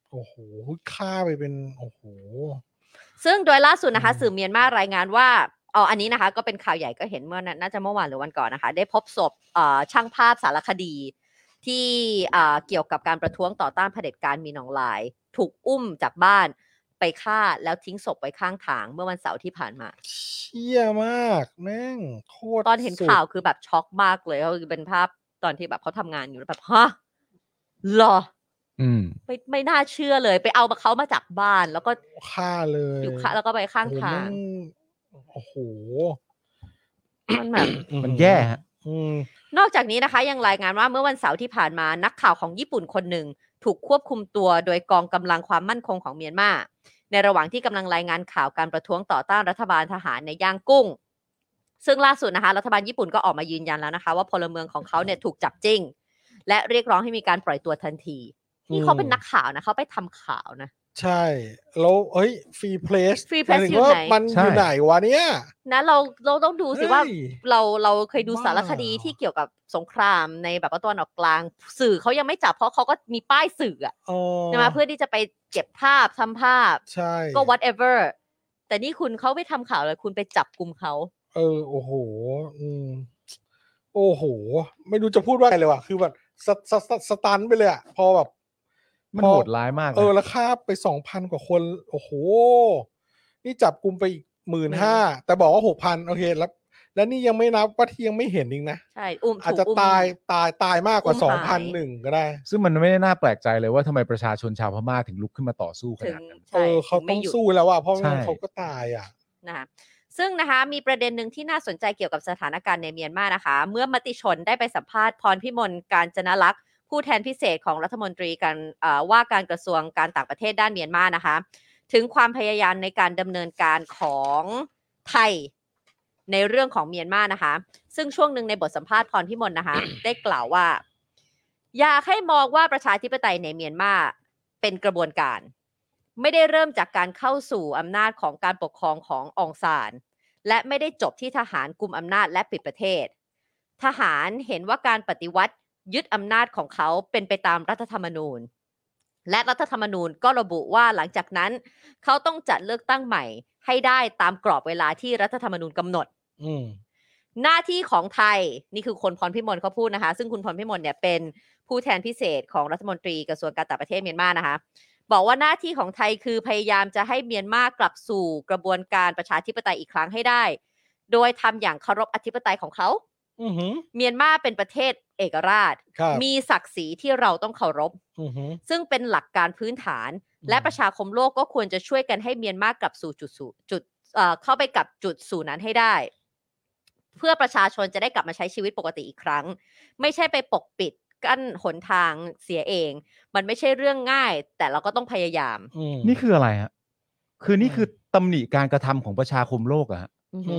โอ้โหฆ่าไปเป็นโอ้โหซึ่งโดยล่าสุดนะคะสื่อเมียนมารายงานว่าอ๋ออันนี้นะคะก็เป็นข่าวใหญ่ก็เห็นเมื่อน่าจะเมื่อวานหรือวันก่อนนะคะได้พบศพช่างภาพสารคดีที่เกี่ยวกับการประท้วงต่อต้านเผด็จการมีนออนไลน์ถูกอุ้มจากบ้านไปฆ่าแล้วทิ้งศพไว้ข้างทางเมื่อวันเสาร์ที่ผ่านมาเชี่ยมากแม่งโคตรตอนเห็นข่าวคือแบบช็อกมากเลยเขาเป็นภาพตอนที่แบบเขาทำงานอยู่แล้วแบบฮะหรออืมไม่ไม่น่าเชื่อเลยไปเอามาเขามาจากบ้านแล้วก็ฆ่าเลยอยู่ฆ่าแล้วก็ไปข้างทางโอ้โหมันแบบมันแย่ฮะนอกจากนี้นะคะยังรายงานว่าเมื่อวันเสาร์ที่ผ่านมานักข่าวของญี่ปุ่นคนหนึ่งถูกควบคุมตัวโดยกองกำลังความมั่นคงของเมียนมาในระหว่างที่กำลังรายงานข่าวการประท้วงต่อต้านรัฐบาลทหารในย่างกุ้งซึ่งล่าสุดนะคะรัฐบาลญี่ปุ่นก็ออกมายืนยันแล้วนะคะว่าพลเมืองของเขาเนี่ยถูกจับจริงและเรียกร้องให้มีการปล่อยตัวทันทีนี่เขาเป็นนักข่าวนะเขาไปทำข่าวนะใช่แล้วเอ้ยฟรีเพลสฟรีเพลสอยู่ไหนมันอยู่ไหนวะเนี่ยนะเราเราต้องดูสิว่าเราเราเคยดูสารคดีที่เกี่ยวกับสงครามในแบบว่าตะวันออกกลางสื่อเขายังไม่จับเพราะเขาก็มีป้ายสื่ออะใช่ไหมเพื่อที่จะไปเก็บภาพทำภาพใช่ก็ whatever แต่นี่คุณเขาไปทำข่าวเลยคุณไปจับกลุ่มเขาเออโอ้โหอืมโอ้โหไม่รู้จะพูดว่าอะไรเลยว่ะคือแบบสสสสตันไปเลยอะพอแบบมันโหดร้ายมากเออแล้วฆ่าไป สองพัน กว่าคนโอ้โหนี่จับกุมไปอีก หนึ่งหมื่นห้าพัน แต่บอกว่า หกพัน โอเคแล้วแล้วนี่ยังไม่นับว่าที่ยังไม่เห็นอีกนะใช่อุ้มอาจจะตายตายตายมากกว่า สองพันหนึ่ง ก็ได้ซึ่งมันไม่ได้น่าแปลกใจเลยว่าทำไมประชาชนชาวพม่าถึงลุกขึ้นมาต่อสู้ขนาดนั้นเออเขาต้องสู้แล้วอ่ะเพราะงั้นเขาก็ตายอ่ะนะคะซึ่งนะคะมีประเด็นหนึ่งที่น่าสนใจเกี่ยวกับสถานการณ์ในเมียนมานะคะเมื่อมติชนได้ไปสัมภาษณ์พรพิมลกาญจนลักษณ์ผู้แทนพิเศษของรัฐมนตรีการว่าการกระทรวงการต่างประเทศด้านเมียนมานะคะถึงความพยายามในการดำเนินการของไทยในเรื่องของเมียนมานะคะซึ่งช่วงหนึ่งในบทสัมภาษณ์พรพิมลนะคะ ได้กล่าวว่าอยากให้มองว่าประชาธิปไตยในเมียนมาเป็นกระบวนการไม่ได้เริ่มจากการเข้าสู่อำนาจของการปกครองขององซานและไม่ได้จบที่ทหารกุมอำนาจและปิดประเทศทหารเห็นว่าการปฏิวัติยึดอำนาจของเขาเป็นไปตามรัฐธรรมนูญและรัฐธรรมนูญก็ระบุว่าหลังจากนั้นเขาต้องจัดเลือกตั้งใหม่ให้ได้ตามกรอบเวลาที่รัฐธรรมนูญกำหนดหน้าที่ของไทยนี่คือคนพรพิมลเขาพูดนะคะซึ่งคุณพรพิมลเนี่ยเป็นผู้แทนพิเศษของรัฐมนตรีกระทรวงการต่างประเทศเมียนมานะคะบอกว่าหน้าที่ของไทยคือพยายามจะให้เมียนมากลับสู่กระบวนการประชาธิปไตยอีกครั้งให้ได้โดยทำอย่างเคารพอธิปไตยของเขาเมียนมาเป็นประเทศเอกราชมีศักดิ์ศรีที่เราต้องเคารพซึ่งเป็นหลักการพื้นฐานและประชาคมโลกก็ควรจะช่วยกันให้เมียนมากลับสู่จุดสู่จุดเอ่อเข้าไปกับจุดสู่นั้นให้ได้เพื่อประชาชนจะได้กลับมาใช้ชีวิตปกติอีกครั้งไม่ใช่ไปปกปิดกั้นหนทางเสียเองมันไม่ใช่เรื่องง่ายแต่เราก็ต้องพยายามนี่คืออะไรฮะคือนี่คือตำหนิการกระทำของประชาคมโลกอะฮะ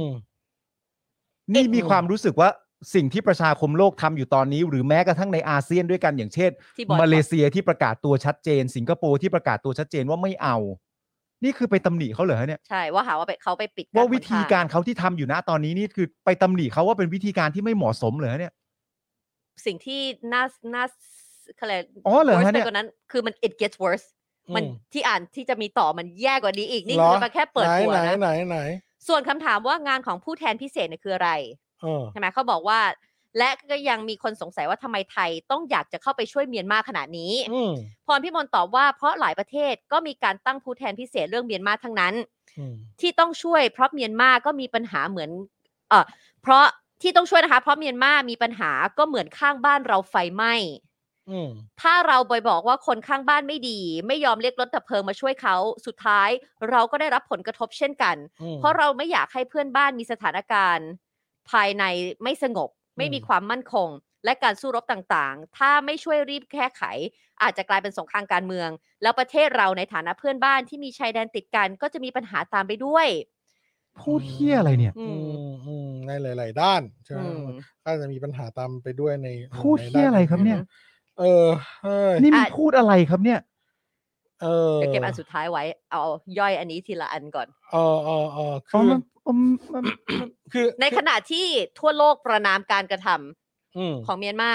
นี่มีความรู้สึกว่าสิ่งที่ประชาคมโลกทำอยู่ตอนนี้หรือแม้กระทั่งในอาเซียนด้วยกันอย่างเช่นมาเลเซียที่ประกาศตัวชัดเจนสิงคโปร์ที่ประกาศตัวชัดเจนว่าไม่เอานี่คือไปตำหนิเขาเหรอเนี่ยใช่ว่าหาว่าเขาไปปิดว่าวิธีการเขาที่ทำอยู่นะตอนนี้นี่คือไปตำหนิเขาว่าเป็นวิธีการที่ไม่เหมาะสมเหรอเนี่ยสิ่งที่น่าน่าอะไรอ๋อเหรอฮะเนี่ยกว่านั้นคือมัน it gets worse มันที่อ่านที่จะมีต่อมันแย่กว่านี้อีกนี่คือมาแค่เปิดหัวนะไหนไหนส่วนคำถามว่างานของผู้แทนพิเศษเนี่ยคืออะไรใช่ไหมเขาบอกว่าและก็ยังมีคนสงสัยว่าทำไมไทยต้องอยากจะเข้าไปช่วยเมียนมาขนาดนี้พรพิมลตอบว่าเพราะหลายประเทศก็มีการตั้งผู้แทนพิเศษเรื่องเมียนมาทั้งนั้นที่ต้องช่วยเพราะเมียนมาก็มีปัญหาเหมือนเออเพราะที่ต้องช่วยนะคะเพราะเมียนมามีปัญหาก็เหมือนข้างบ้านเราไฟไหม้ถ้าเราไปบอกว่าคนข้างบ้านไม่ดีไม่ยอมเรียกรถดับเพลิงมาช่วยเขาสุดท้ายเราก็ได้รับผลกระทบเช่นกันเพราะเราไม่อยากให้เพื่อนบ้านมีสถานการณ์ภายในไม่สงบไม่มีความมั่นคงและการสู้รบต่างๆถ้าไม่ช่วยรีบแก้ไขอาจจะกลายเป็นสงครามการเมืองแล้วประเทศเราในฐานะเพื่อนบ้านที่มีชายแดนติดกันก็จะมีปัญหาตามไปด้วยพูดเหี้ยอะไรเนี่ยในหลายๆด้านใช่ไหมก็จะมีปัญหาตามไปด้วยในพูดเหี้ยอะไรครับเนี่ยเออนี่มันพูดอะไรครับเนี่ยเออเก็บอันสุดท้ายไว้เอาย่อยอันนี้ทีละอันก่อนเออเออเออคือคือในขณะที่ทั่วโลกประณามการกระทำของเมียนมา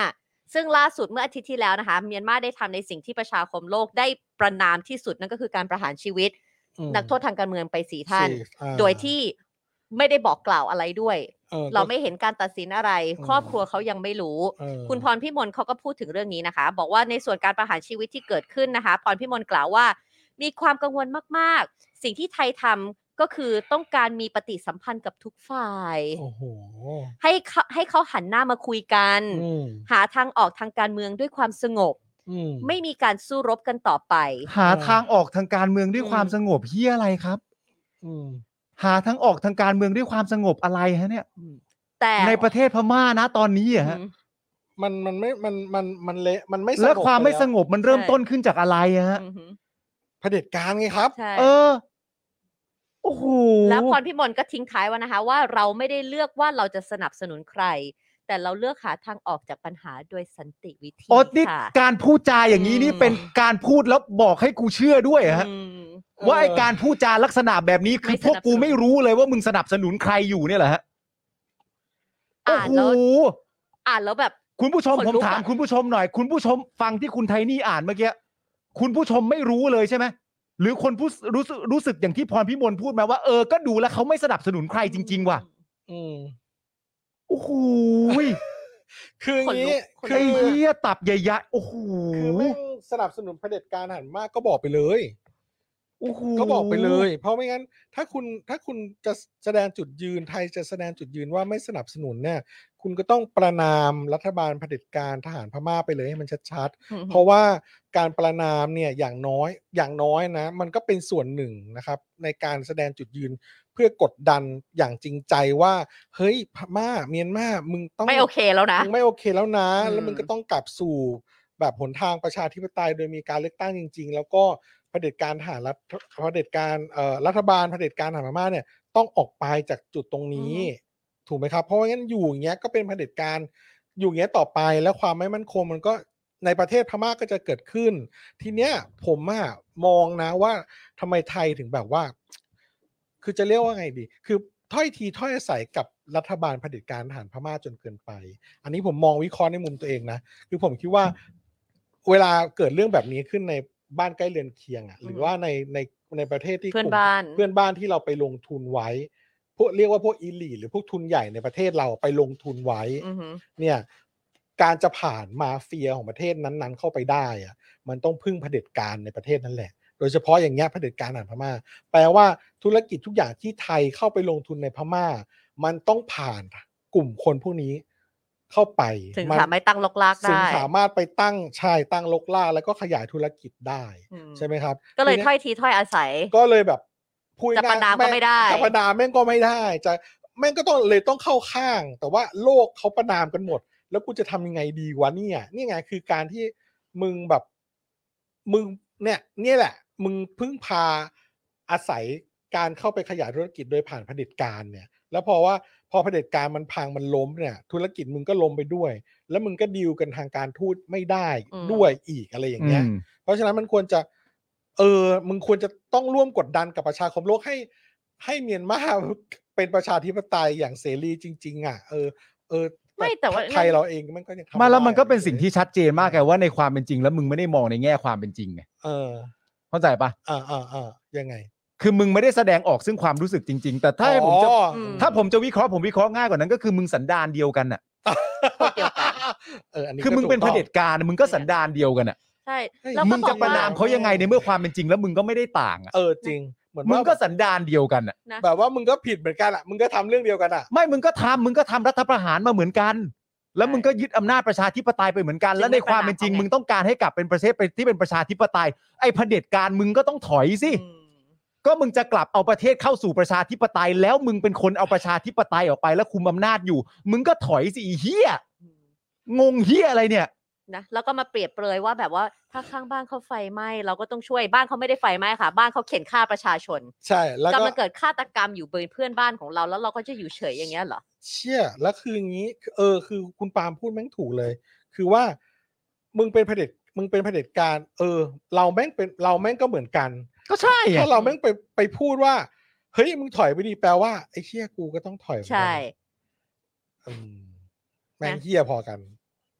ซึ่งล่าสุดเมื่ออาทิตย์ที่แล้วนะคะเมียนมาได้ทำในสิ่งที่ประชาคมโลกได้ประณามที่สุดนั่นก็คือการประหารชีวิตอืมนักโทษทางการเมืองไปสี่ท่านสี่อ่าโดยที่ไม่ได้บอกกล่าวอะไรด้วยออเราไม่เห็นการตัดสินอะไรอืมครอบครัวเขายังไม่รู้เออคุณพรพิมลเขาก็พูดถึงเรื่องนี้นะคะ บอกว่าในส่วนการประหารชีวิตที่เกิดขึ้นนะคะ พรพิมลกล่าวว่ามีความกังวลมากๆ สิ่งที่ไทยทำก็คือต้องการมีปฏิสัมพันธ์กับทุกฝ่ายโอ้โหให้เขาให้เขาหันหน้ามาคุยกันอืมหาทางออกทางการเมืองด้วยความสงบอืมไม่มีการสู้รบกันต่อไปหาทางออกทางการเมืองด้วยความสงบเฮียอะไรครับอืมหาทางออกทางการเมืองด้วยความสงบอะไรฮะเนี่ยแต่ในประเทศพม่านะตอนนี้อะฮะอืมมันมันไม่มันมันมันเละมันไม่สงบแล้วความไม่ปสงบมันเริ่มต้นขึ้นจากอะไรอะฮะอือหือเผด็จการไงครับใช่เออโอ้โหแล้วพรพิมลก็ทิ้งท้ายว่านะคะ ว่าเราไม่ได้เลือกว่าเราจะสนับสนุนใคร แต่เราเลือกหาทางออกจากปัญหาโดยสันติวิธีโอ๊ตนี่ค่ะการพูดจาอย่างนี้นี่อืมเป็นการพูดแล้วบอกให้กูเชื่อด้วยเหรอฮะอืมว่าไอการพูดจาลักษณะแบบนี้คือไม่พวกกูสนับสนุนไม่รู้เลยว่ามึงสนับสนุนใครอยู่เนี่ยเหรอฮะโอ้อ่านโหแล้วอ่านแล้วแบบคุณผู้ชมขนผมลุกถามอะคุณผู้ชมหน่อย คุณผู้ชมฟังที่คุณไทนี่อ่านเมื่อกี้คุณผู้ชมไม่รู้เลยใช่ไหมหรือคนผู้รู้สึกรู้สึกอย่างที่พรพิมลพูดมาว่าเออก็ดูแล้วเขาไม่สนับสนุนใครจริง ๆ ว่ะอืมโอ้โหคืออย่างนี้ขนลุกคืไอ้อเหี้ยตับใหญ่ๆโอ้โหคือแม่งสนับสนุนเผด็จการหันมากก็บอกไปเลยโอ้โหก็บอกไปเลย เพราะไม่งั้น ถ้าคุณถ้าคุณจะแสดงจุดยืนไทยจะแสดงจุดยืนว่าไม่สนับสนุนเนี่ย คุณก็ต้องประนามรัฐบาลเผด็จการทหารพม่าไปเลยให้มันชัดๆอืมเพราะว่าการประนามเนี่ยอย่างน้อยอย่างน้อยนะ มันก็เป็นส่วนหนึ่งนะครับ ในการแสดงจุดยืนเพื่อกดดันอย่างจริงใจว่าเฮ้ยพม่าเมียนมามึงต้องไม่โอเคแล้วนะมึงไม่โอเคแล้วนะอืมแล้วมึงก็ต้องกลับสู่แบบหนทางประชาธิปไตยโดยมีการเลือกตั้งจริง ๆ แล้วก็เผด็จการทหารรัฐเผด็จการเอ่อรัฐบาลเผด็จการทหารพม่าเนี่ยต้องออกไปจากจุดตรงนี้ ถูกไหมครับ เพราะว่างั้นอยู่อย่างเงี้ยก็เป็นเผด็จการอยู่อย่างเงี้ยต่อไปแล้วความไม่มั่นคงมันก็ในประเทศพม่าก็จะเกิดขึ้น ทีเนี้ยผมอะมองนะว่าทำไมไทยถึงแบบว่า คือจะเรียกว่าไงดี คือถ้อยทีถ้อยอาศัยกับรัฐบาลเผด็จการทหารพม่าจนเกินไป อันนี้ผมมองวิเคราะห์ในมุมตัวเองนะ คือผมคิดว่าเวลาเกิดเรื่องแบบนี้ขึ้นในบ้านใกล้เรือนเคียงอ่ะ หรือว่าในในในประเทศที่เพื่อนกลุ่มบ้านเพื่อนบ้านที่เราไปลงทุนไว้ พวกเรียกว่าพวกอีลีหรือพวกทุนใหญ่ในประเทศเราไปลงทุนไว้อือหือเนี่ยการจะผ่านมาเฟียของประเทศนั้นๆเข้าไปได้อะมันต้องพึ่งเผด็จการในประเทศนั่นแหละ โดยเฉพาะอย่างเงี้ยเผด็จการทหารพม่า แปลว่าธุรกิจทุกอย่างที่ไทยเข้าไปลงทุนในพม่า มันต้องผ่านกลุ่มคนพวกนี้เข้าไปถึงมันสามารถตั้งลกลากถึงได้สามารถไปตั้งชายตั้งลกล่าแล้วก็ขยายธุรกิจได้อืมใช่ไหมครับก็เลยทีนี้ถ้อยทีถ้อยอาศัยก็เลยแบบพูดจะประนามก็ไม่ได้จะประนามแม่งก็ไม่ได้ จะแม่งก็ต้องเลยต้องเข้าข้าง แต่ว่าโลกเขาประนามกันหมด แล้วกูจะทำยังไงดีวะเนี่ยนี่ไงคือการที่มึงแบบมึงเนี่ยเนี่ยแหละ มึงพึ่งพาอาศัยการเข้าไปขยายธุรกิจโดยผ่านเผด็จการเนี่ย แล้วพอว่าพอเผด็จการมันพังมันล้มเนี่ย ธุรกิจมึงก็ล้มไปด้วย แล้วมึงก็ดีลกันทางการทูตไม่ได้อืมด้วยอีกอะไรอย่างเงี้ยอืมเพราะฉะนั้นมันควรจะเออมึงควรจะต้องร่วมกดดันกับประชาคมโลกให้ ให้เมียนมาเป็นประชาธิปไตยอย่างเสรีจริง ๆ อ่ะ เออเออไม่แต่ว่าไทยเราเองมันก็ยังทำมาแล้วไได้มันก็เป็นสิ่งที่ชัดเจนมากไงว่าในความเป็นจริงแล้วมึงไม่ได้มองในแง่ความเป็นจริงไงเออเข้าใจปะอ่าอ่าอ่ายังไงคือมึงไม่ได้แสดงออกซึ่งความรู้สึกจริง ๆ แต่ถ้าให้ผมจะอ๋ออืมถ้าผมจะวิเคราะห์ผมวิเคราะห์ง่ายกว่านั้นก็คือมึงสันดานเดียวกันน่ะพวกเดียวกันเอออันนี้คือมึงเป็นเผด็จการมึงก็สันดานเดียวกันน่ะใช่เฮ้ยแล้วมึก็งบจะอกประว่านามเขายังไงในเมื่อความเป็นจริงแล้วมึงก็ไม่ได้ต่างอ่ะเออจริง เหมือนมึงว่าก็สันดานเดียวกันอ่ะนะแบบว่ามึงก็ผิดเหมือนกันอ่ะมึงก็ทำเรื่องเดียวกันอ่ะไม่มึงก็ทำมึงก็ทำรัฐประหารมาเหมือนกัน แล้วมึงก็ยึดอำนาจประชาธิปไตยไปเหมือนกัน แล้วในความเป็นจริงมึงต้องการให้กลับเป็นประเทศที่เป็นประชาธิปไตยไอ้เผด็จการมึงก็ต้องถอยสิอืมก็มึงจะกลับเอาประเทศเข้าสู่ประชาธิปไตยแล้วมึงเป็นคนเอาประชาธิปไตยออกไปแล้วคุมอำนาจอยู่ มึงก็ถอยสิอีเหี้ยงงเหี้ยอะไรเนี่ยนะแล้วก็มาเปรียบเปรยว่าแบบว่าถ้าข้างบ้านเขาไฟไหม้เราก็ต้องช่วยบ้านเขาไม่ได้ไฟไหม้ค่ะ บ้านเขาเข็นฆ่าประชาชนใช่แล้วก็กำลังเกิดฆาตกรรมอยู่บนเพื่อนบ้านของเราแล้วเราก็จะอยู่เฉยอย่างเงี้ยเหรอเชี่ยแล้วคืออย่างนี้เออคือคุณปาล์มพูดแม่งถูกเลย คือว่ามึงเป็นเผด็จมึงเป็นเผด็จการ เออ เราแม่งเป็นเราแม่งก็เหมือนกันก็ใช่ไงถ้าเราแม่งไปไปพูดว่าเฮ้ยมึงถอยไปดีแปลว่าไอ้เชี่ยกูก็ต้องถอยเหมือนกันใช่อืมแม่งเฮี้ยพอกัน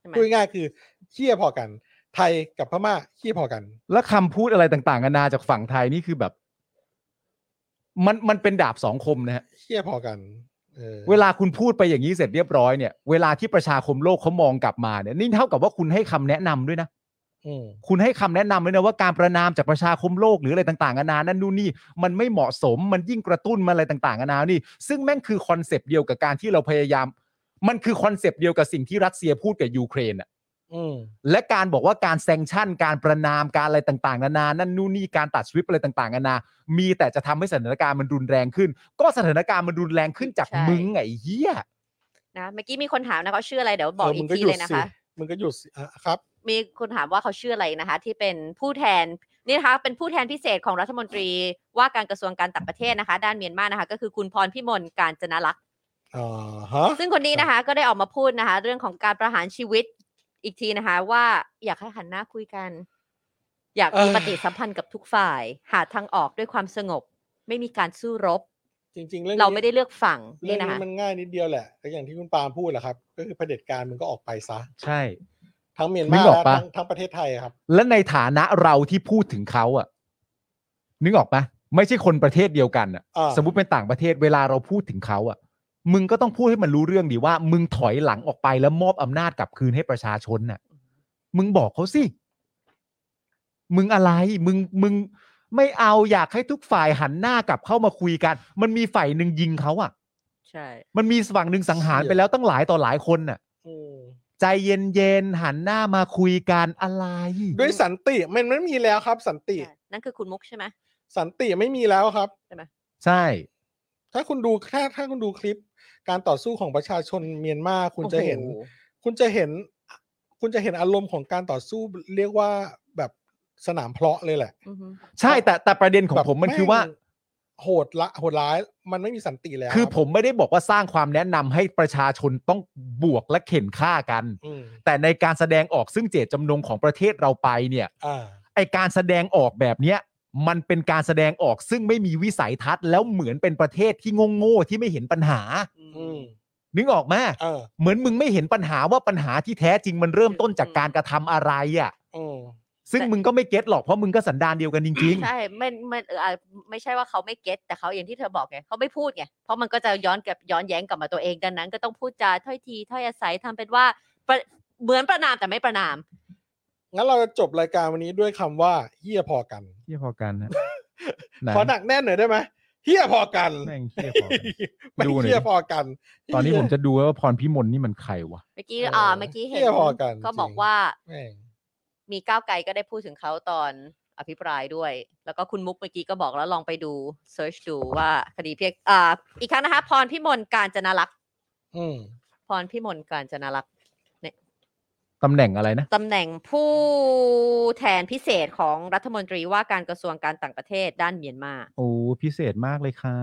พูดง่ายๆคือเหี้ยพอกันไทยกับพม่าเหี้ยพอกันแล้วคำพูดอะไรต่างๆนานาจากฝั่งไทยนี่คือแบบมันมันเป็นดาบสองคมนะฮะเหี้ยพอกันเออเวลาคุณพูดไปอย่างนี้เสร็จเรียบร้อยเนี่ยเวลาที่ประชาคมโลกเขามองกลับมาเนี่ยนี่เท่ากับว่าคุณให้คำแนะนำด้วยนะคุณให้คำแนะนำเลยนะว่าการประนามจากประชาคมโลกหรืออะไรต่างๆนานานั่นนู่นนี่มันไม่เหมาะสมมันยิ่งกระตุ้นมาอะไรต่างๆนานานี่ซึ่งแม่งคือคอนเซปต์เดียวกับการที่เราพยายามมันคือคอนเซปต์เดียวกับสิ่งที่รัสเซียพูดกับยูเครนอ่ะและการบอกว่าการแซงชั่นการประนามการอะไรต่างๆนานานั่นนู่นนี่การตัดสวิปอะไรต่างๆนานามีแต่จะทำให้สถานการณ์มันรุนแรงขึ้นก็สถานการณ์มันรุนแรงขึ้นจากมึงไงเหี้ยนะเมื่อกี้มีคนถามนะเขาชื่ออะไรเดี๋ยวบอกอีกทีเลยนะคะมึงก็หยุดครับมีคนถามว่าเขาชื่ออะไรนะคะที่เป็นผู้แทนนี่นะคะเป็นผู้แทนพิเศษของรัฐมนตรีว่าการกระทรวงการต่างประเทศนะคะด้านเมียนมานะคะก็คือคุณพรพิมลกาญจนลักษณ์ซึ่งคนนี้นะคะก็ได้ออกมาพูดนะคะเรื่องของการประหารชีวิตอีกทีนะคะว่าอยากให้หันหน้าคุยกันอยากมีปฏิสัมพันธ์กับทุกฝ่ายหาทางออกด้วยความสงบไม่มีการสู้รบจริงๆเรื่องเราไม่ได้เลือกฝั่งนี่นะคะมันง่ายนิดเดียวแหละก็อย่างที่คุณปาล์มพูดแหละครับก็คือเผด็จการมึงก็ออกไปซะใช่ทั้งเมียนมาและทั้งทั้งประเทศไทยครับและในฐานะเราที่พูดถึงเขาอ่ะนึกออกปะไม่ใช่คนประเทศเดียวกันอ่ะสมมุติเป็นต่างประเทศเวลาเราพูดถึงเขาอ่ะมึงก็ต้องพูดให้มันรู้เรื่องดีว่ามึงถอยหลังออกไปแล้วมอบอำนาจกลับคืนให้ประชาชนน่ะมึงบอกเขาสิมึงอะไรมึงมึงไม่เอาอยากให้ทุกฝ่ายหันหน้ากลับเข้ามาคุยกันมันมีฝ่ายหนึ่งยิงเขาอ่ะใช่มันมีฝั่งหนึ่งสังหารไปแล้วตั้งหลายต่อหลายคนน่ะใจเย็นๆหันหน้ามาคุยกันอะไรด้วยสันติมันไม่มีแล้วครับสันตินั่นคือคุณมุกใช่ไหมสันติไม่มีแล้วครับใช่ไหมใช่ถ้าคุณดูถ้าถ้าคุณดูคลิปการต่อสู้ของประชาชนเมียนมาคุณจะเห็นคุณจะเห็นคุณจะเห็นอารมณ์ของการต่อสู้เรียกว่าแบบสนามเพลาะเลยแหละใช่แต่แต่ประเด็นของผมมันคือว่าโหดละโหดร้ายมันไม่มีสันติแล้วคือผมไม่ได้บอกว่าสร้างความแนะนำให้ประชาชนต้องบวกและเข็นฆ่ากันแต่ในการแสดงออกซึ่งเจตจำนงของประเทศเราไปเนี่ยไอการแสดงออกแบบเนี้ยมันเป็นการแสดงออกซึ่งไม่มีวิสัยทัศน์แล้วเหมือนเป็นประเทศที่โง่ๆที่ไม่เห็นปัญหานึกออกไหมเหมือนมึงไม่เห็นปัญหาว่าปัญหาที่แท้จริงมันเริ่มต้นจากการกระทำอะไรอ่ะซึ่งมึงก็ไม่เก็ตหรอกเพราะมึงก็สันดานเดียวกันจริงๆใช่ไม่ไม่เออไม่ใช่ว่าเขาไม่เก็ตแต่เขาอย่างที่เธอบอกไงเขาไม่พูดไงเพราะมันก็จะย้อนกับย้อนแย้งกลับมาตัวเองดังนั้นก็ต้องพูดจาถ้อยทีถ้อยอาศัยทำเป็นว่าเหมือนประนามแต่ไม่ประนามงั้นเราจะจบรายการวันนี้ด้วยคำว่าเหี้ยพอกันเหี้ยพอกันนะขอหนักแน่นหน่อยได้ไหมเหี้ยพอกันแม่งเหี้ยพอกันดูเหี้ยพอกันตอนนี้ผมจะดูว่าพรพิมลนี่มันใครวะเมื่อกี้อ่าเมื่อกี้เห็นก็บอกว่ามีก้าวไกลก็ได้พูดถึงเขาตอนอภิปรายด้วยแล้วก็คุณมุกเมื่อกี้ก็บอกแล้วลองไปดูเซิร์ชดูว่าคดีเพียงอ่าอีกครั้งนะคะพรพิมลกาญจนลักษณ์พรพิมลกาญจนลักษณ์เนี่ยตำแหน่งอะไรนะตำแหน่งผู้แทนพิเศษของรัฐมนตรีว่าการกระทรวงการต่างประเทศด้านเมียนมาโอ้พิเศษมากเลยค่ะ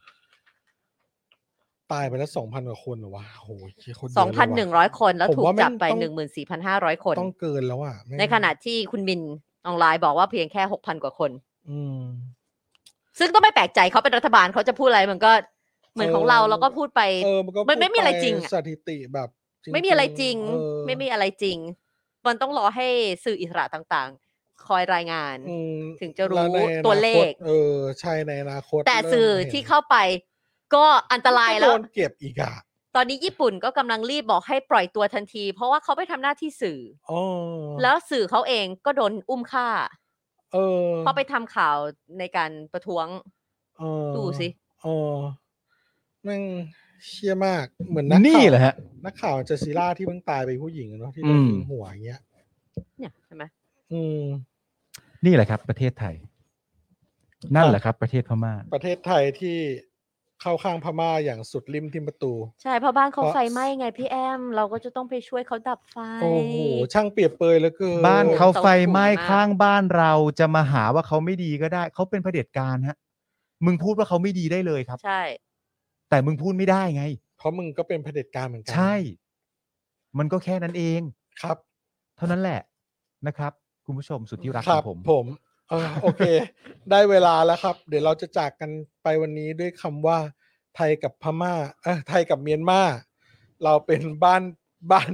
ตายไปแล้ว สองพัน กว่าคนเหรอวะโหคนสองพันหนึ่งร้อย คนแล้วถูกจับไป หนึ่งหมื่นสี่พันห้าร้อย คนต้องเกินแล้วอ่ะในขณะที่คุณมินออนไลน์บอกว่าเพียงแค่ หกพัน กว่าคนอืมซึ่งก็ไม่แปลกใจเขาเป็นรัฐบาลเขาจะพูดอะไรมันก็เหมือนของเราเราก็พูดไปมันไม่มีอะไรจริงสถิติแบบไม่มีอะไรจริงไม่มีอะไรจริงมันต้องรอให้สื่ออิสระต่างๆคอยรายงานถึงจะรู้ตัวเลขเออใช่ในอนาคตแต่สื่อที่เข้าไปก็อันตรายแล้วโดนเก็บอีกอ่ะตอนนี้ญี่ปุ่นก็กำลังรีบบอกให้ปล่อยตัวทันทีเพราะว่าเขาไปทำหน้าที่สื่อแล้วสื่อเขาเองก็โดนอุ้มฆ่าเออเพราะไปทำข่าวในการประท้วงดูสิเออแม่งเชี่ยมากเหมือนนักข่าวนี่แหละฮะนักข่าวเจซีร่าที่เพิ่งตายไปผู้หญิงเนาะที่โดนยิงหัวอย่างเงี้ยเนี่ยใช่ไหมอืมนี่แหละครับประเทศไทยนั่นแหละครับประเทศพม่าประเทศไทยที่เข้าข้างพม่าอย่างสุดริมทิมประตูใช่เพราะบ้านเขาไฟไหม้ไงพี่แอมเราก็จะต้องไปช่วยเขาดับไฟโอ้โหช่างเปรียบเปยแล้วก็บ้านเขาไฟไหม้ข้างบ้านเราจะมาหาว่าเขาไม่ดีก็ได้เขาเป็นเผด็จการฮะมึงพูดว่าเขาไม่ดีได้เลยครับใช่แต่มึงพูดไม่ได้ไงเพราะมึงก็เป็นเผด็จการเหมือนกันใช่มันก็แค่นั้นเองครับเท่านั้นแหละนะครับคุณผู้ชมสุดที่รักของผมผมเออโอเคได้เวลาแล้วครับเดี๋ยวเราจะจากกันไปวันนี้ด้วยคำว่าไทยกับพม่าเออไทยกับเมียนมาเราเป็นบ้านบ้าน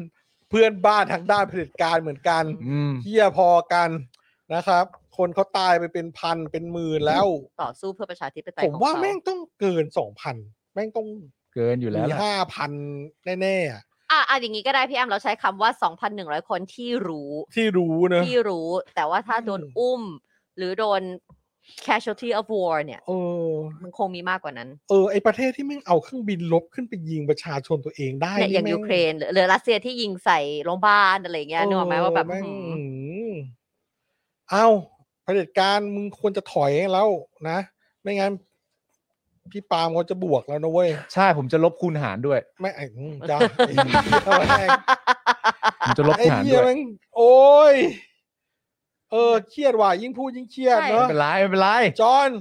เพื่อนบ้านทางด้านเผด็จการเหมือนกันอืมเหี้ยพอกันนะครับ คนเขาตายไปเป็นพันเป็นหมื่นแล้วต่อสู้เพื่อประชาธิปไตยผมของว่าเขาแม่งต้องเกินสองพันแม่งต้องเกินอยู่แล้วมีล่ะห้าพันแน่ๆอะอ่ะอ่ะอย่างนี้ก็ได้พี่แอมเราใช้คำว่า สองพันหนึ่งร้อย คนที่รู้ที่รู้เนอะที่รู้ แต่ว่าถ้าโดนอุ้ม หรือโดน casualty of war เนี่ยเออมันคงมีมากกว่านั้นเออไอประเทศที่แม่งเอาเครื่องบินลบขึ้นไปยิงประชาชนตัวเองได้เนี่ยอย่างแม่ยูเครนหรือหรือรัสเซียที่ยิงใส่โรงพยาบาลอะไรอย่างเงี้ยนึกออกไหมว่าแบบแม่งหืมหืมเอ้าเผด็จการมึงควรจะถอยแล้วนะ ไม่งั้น พี่ปาล์มเขาจะบวกแล้วนะเว้ยใช่ผมจะลบคูณหารด้วยไม่ไอ้อืมจ้าไอ้เหี้ยแม่งผมจะลบไอ้หารเหี้ด้วย ยแม่งโอ้ยเออเครียดว่ะยิ่งพูดยิ่งเครียดใช่เนไม่อะเป็นไรไม่เป็นไรจอห์น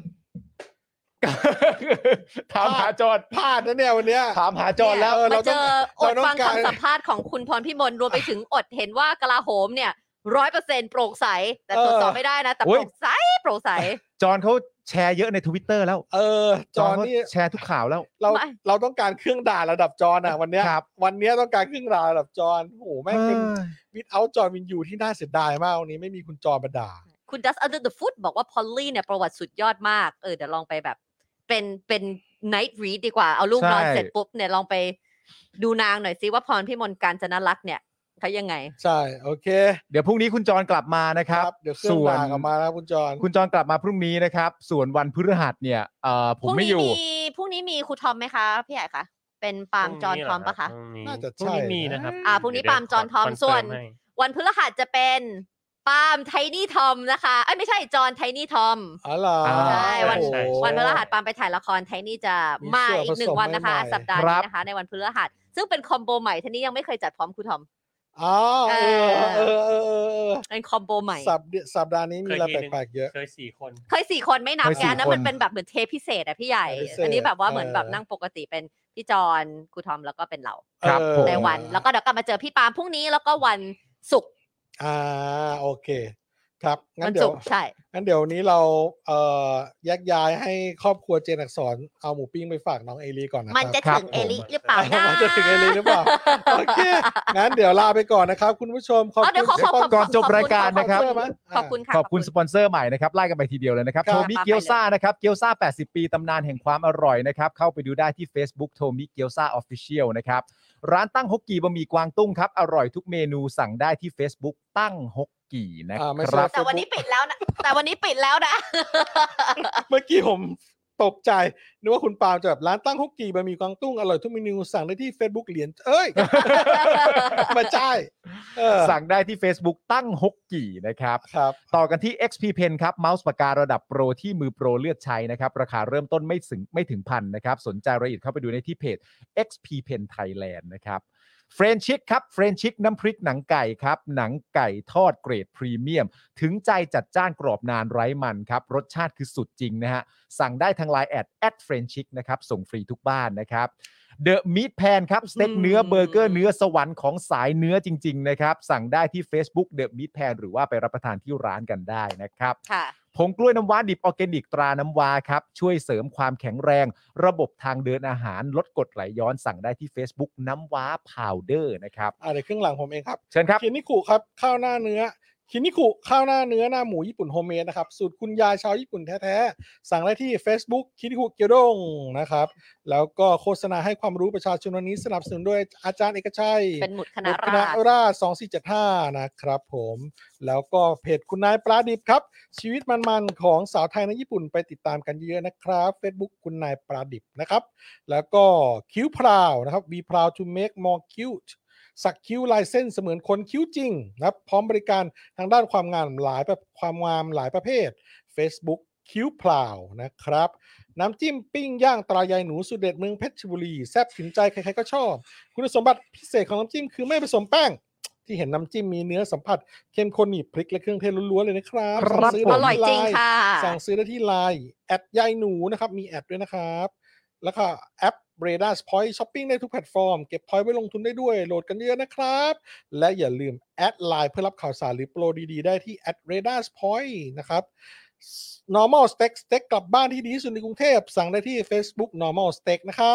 ถามหาจอนพลาดนะเนี่ยวันเนี้ยถามหาจอนแล้วเออมาเราเจต้องออดเราต้องฟังการคำสัมภาษณ์ของคุณพรพิมลรวมไปถึงอดเห็นว่ากลาโหมเนี่ยร้อยเปอร์เซ็นต์โปร่งใส แต่ตรวจสอบไม่ได้นะ แต่โอ้โปยร่งใสโปร่งใสจอนเขาแชร์เยอะใน Twitter แล้วเออจจออน นเขานี่แชร์ทุกข่าวแล้วเราไม่เราต้องการเครื่องด่าระดับจอนอ่ะวันเนี้ยครับวันเนี้ยต้องการเครื่องด่าระดับจอนโอ้โหแม่งเป็นเอ้ยวิดเอาจอนวินยูที่น่าเสียดายมากวันนี้ไม่มีคุณจอนมาด่าคุณ Dust Under the Foot บอกว่าพอลลี่เนี่ยประวัติสุดยอดมาก เออเดี๋ยวลองไปแบบ เป็นเป็น night read ดีกว่า เอาลูกนอนใช่เสร็จปุ๊บเนี่ยลองไปดูนางหน่อยซิว่าพรพิมลกาญจนลักษณ์เนี่ยเขายังไงใช่โอเคเดี๋ยวพรุ่งนี้คุณจอนกลับมานะครับเดี๋ยวเครื่องส่วนด่ากลับมาแล้วคุณจอนคุณจอนกลับมาพรุ่งนี้นะครับ ส่วนวันพฤหัสเนี่ยเอ่อผพมรุ่งไม่นี้อยู่มีพรุ่งนี้มีครูทอมไหมคะพี่ใหญ่คะเป็นปาล์มจอนทอมปะคะพรุ่งนี้น่าจะพรุ่งใช่นี้มีนะครับอ่าพรุ่งนี้เดี๋ยวปาล์มจอนทอมคเฟิร์ส่วนให้วันพฤหัสจะเป็นปาล์มไทนี่ทอมนะคะเอ้ยไม่ใช่จอนไทนี่ทอมอ๋อเหรออ่าใช่วันโอ้โหวันพฤหัสปาล์มไปถ่ายละครไทนี่จะมีมาส่วนอีกหนึ่ผงสมวันนะคะใหม่ๆสัปดาห์ครันี้บนะคะ ในวันพฤหัสซึ่งเป็นคอมโบใหม่ทีนี้ยังไม่เคยจัดพร้อมครูทอมอ๋อเออเออเออเออเออเป็นคอมโบใหม่สัปดาห์สัปดาห์นี้มีอะไรเคยทีนึงแปลกๆเยอะเคยสี่คนเคยสี่คนไม่นับเคยสี่กันนะคนมันเป็นแบบเหมือนเทปพิเศษอะพี่ใหญ่พิเศษอันนี้แบบว่าเหมือนเออแบบนั่งปกติเป็นพี่จอนครูทอมแล้วก็เป็นเราครับเออผมในวัน แล้วก็เดี๋ยวกลับมาเจอพี่ปาล์มพรุ่งนี้แล้วก็วันศุกร์อ่าโอเค ครับงั้วัน นเดี๋ยศุวกร์ใช่งั้นเดี๋ยวนี้เราเอ่อแยกย้ายให้ครอบครัวเจนอักษรเอาหมูปิ้งไปฝากน้องเอลีก่อนนะคมันรับจะครับถึงเอลิผมหรือเปล่านะมันจะถึงเอลีหรือเปล่า โอเค งั้นเดี๋ยวลาไปก่อนนะครับ คุณผู้ชมขอบอ๋อคุเดี๋ยวณขอขอขอบก่อนจบรายการนะครับขอณขอบคุณค่ะขอบคุณสปอนเซอร์ใหม่นะครับไล่กันไปทีเดียวเลยนะครับครับโทมิเกียวซานะครับเกียวซาแปดสิบปีตำนานแห่งความอร่อยนะครับเข้าไปดูได้ที่ Facebook โทมิเกียวซาออฟฟิเชียลนะครับร้านตั้งฮกกี่บะหมี่กวางตุ้งครับอร่อยทุกเมนูสั่งได้ที่ Facebook ตั้งฮกกี่นะอ่าไม่คใช่รับแต่วันนี้ปิดแล้วนะ แต่วันนี้ปิดแล้วนะเมื่อกี้ผมตกใจนึกว่าคุณปาล์มจะแบบร้านตั้งฮกกี่บะหมี่กวางตุ้งอร่อยทุกเมนูสั่งได้ที่ Facebook เหรียญเอ้ย ไมาใช่เออสั่งได้ที่ Facebook ตั้งฮกกี่นะครับครับต่อกันที่ เอ็กซ์ พี Pen ครับเมาส์ปากการะดับโปรที่มือโปรเลือกใช้นะครับราคาเริ่มต้นไม่ถึงไม่ถึงพันนะครับสนใจรายละเอียดเข้าไปดูในที่เพจ เอ็กซ์ พี Pen Thailand นะครับเฟรนชิกครับเฟรนชิกน้ำพริกหนังไก่ครับหนังไก่ทอดเกรดพรีเมียมถึงใจจัดจ้านกรอบนานไร้มันครับรสชาติคือสุดจริงนะฮะสั่งได้ทาง ไลน์ แอด แอดเฟรนชิกนะครับส่งฟรีทุกบ้านนะครับเดอะมีทแพนครับสเต็กเนื้อเบอร์เกอร์เนื้อสวรรค์ของสายเนื้อจริงๆนะครับสั่งได้ที่ Facebook The Meat Pan หรือว่าไปรับประทานที่ร้านกันได้นะครับค่ะผงกล้วยน้ำว้าดิบออร์แกนิกตราน้ำว้าครับช่วยเสริมความแข็งแรงระบบทางเดินอาหารลดกรดไหลย้อนสั่งได้ที่ Facebook น้ำว้าพาวเดอร์นะครับอ่าเดี๋ยวครึ่งหลังผมเองครับเชิญครับคินิคุครับข้าวหน้าเนื้อคินิคุข้าวหน้าเนื้อหน้าหมูญี่ปุ่นโฮมเมดนะครับสูตรคุณยายชาวญี่ปุ่นแท้ๆสั่งได้ที่ Facebook คินิคุเกียวด้งนะครับแล้วก็โฆษณาให้ความรู้ประชาชนวันนี้สนับสนุนด้วยอาจารย์เอกชัยเป็นหมุดคณะคณะราษฎรราษฎรสองสี่เจ็ดห้านะครับผมแล้วก็เพจคุณนายปลาดิบครับชีวิตมันๆของสาวไทยในญี่ปุ่นไปติดตามกันเยอะๆนะครับ Facebook คุณนายปลาดิบนะครับแล้วก็คิ้วพราวนะครับ We proud to make more cute สักคิ้วลายเส้นเสมือนคนคิ้วจริงนะครับพร้อมบริการทางด้านความงามหลายแบบความงามหลายประเภท Facebook คิ้วพราวนะครับน้ำจิ้มปิ้งย่างตรายายหนูสุดเด็ดเมืองเพชรบุรีแซ่บถึงใจใครๆก็ชอบคุณสมบัติพิเศษของน้ำจิ้มคือไม่ผสมแป้งที่เห็นน้ำจิ้มมีเนื้อสัมผัสเข้มข้นหนีบพริกและเครื่องเทศล้วนๆเลยนะครับครับสั่งซื้อผมได้อร่อยที่จริงไลน์ค่ะสั่งซื้อได้ที่ไลน์แอดยายหนูนะครับมีแอดด้วยนะครับแล้วก็แอป เรดาร์ Point ช้อปปิ้งได้ทุกแพลตฟอร์มเก็บ Point ไว้ลงทุนได้ด้วยโหลดกันเยอะนะครับและอย่าลืมแอดไลน์เพื่อรับข่าวสารหรือโปรดีๆได้ที่แอด เรดาร์ Point นะครับ normal steak steak กลับบ้านที่ดีที่สุดในกรุงเทพสั่งได้ที่ Facebook normal steak นะครับ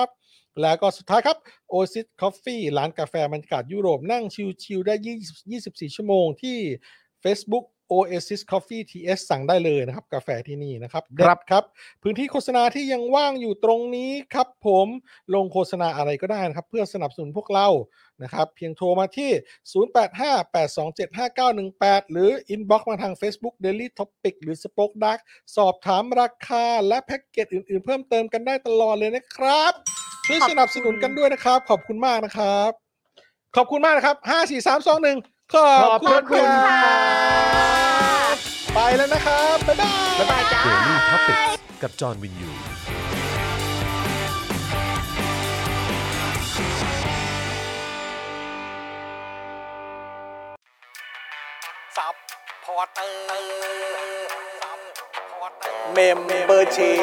แล้วก็สุดท้ายครับ Oasis Coffee ร้านกาแฟบรรยากาศยุโรปนั่งชิลๆได้ยี่สิบสี่ชั่วโมงที่ Facebook Oasis Coffee ที เอส สั่งได้เลยนะครับกาแฟที่นี่นะครับเด็ดครับพื้นที่โฆษณาที่ยังว่างอยู่ตรงนี้ครับผมลงโฆษณาอะไรก็ได้นะครับเพื่อสนับสนุนพวกเรานะครับเพียงโทรมาที่ ศูนย์ แปด ห้า แปด สอง เจ็ด ห้า เก้า หนึ่ง แปด หรือ inbox มาทาง Facebook Daily Topic หรือ Spoke Dark สอบถามราคาและแพ็กเกจอื่นๆเพิ่มเติมกันได้ตลอดเลยนะครับช่วยสนับสนุนกันด้วยนะครับขอบคุณมากนะครับขอบคุณมากนะครับห้า สี่ สาม สอง หนึ่งขอบคุณค่ะไปแล้วนะครับบ๊ายบายบ๊ายบายจ้า Daily Topics กับจอห์นวินยูซับพอร์เตอร์ซับพอร์เตอร์เมมเบอร์ชี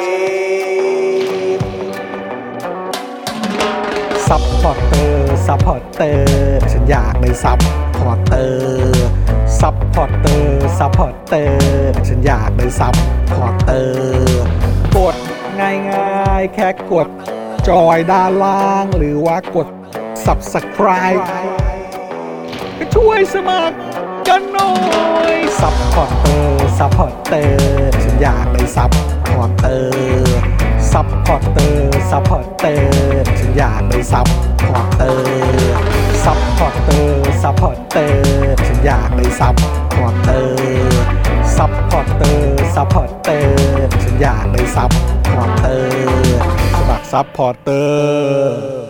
ซัพพอร์เตอร์ซัพพอร์เตอร์ฉันอยากได้ซัพพอร์เตอร์ซัพพอร์เตอร์ซัพพอร์เตอร์ฉันอยากได้ซัพพอร์เตอร์กดง่ายๆแค่กดจอยด้านล่างหรือว่ากด Subscribe ก็ช่วยสมัครกันหน่อยซัพพอร์เตอร์ซัพพอร์เตอร์ฉันอยากได้ซัพพอร์เตอร์ซัพพอร์เตอร์ซัพพอร์เตอร์ฉันอยากได้ซัพพอร์เตอร์ซัพพอร์เตอร์ซัพพอร์เตอร์ฉันอยากได้ซัพพอร์เตอร์ซัพพอร์เตอร์ซัพพอร์เตอร์ฉันอยากได้ซัพพอร์เตอร์สมัครซัพพอร์เตอร์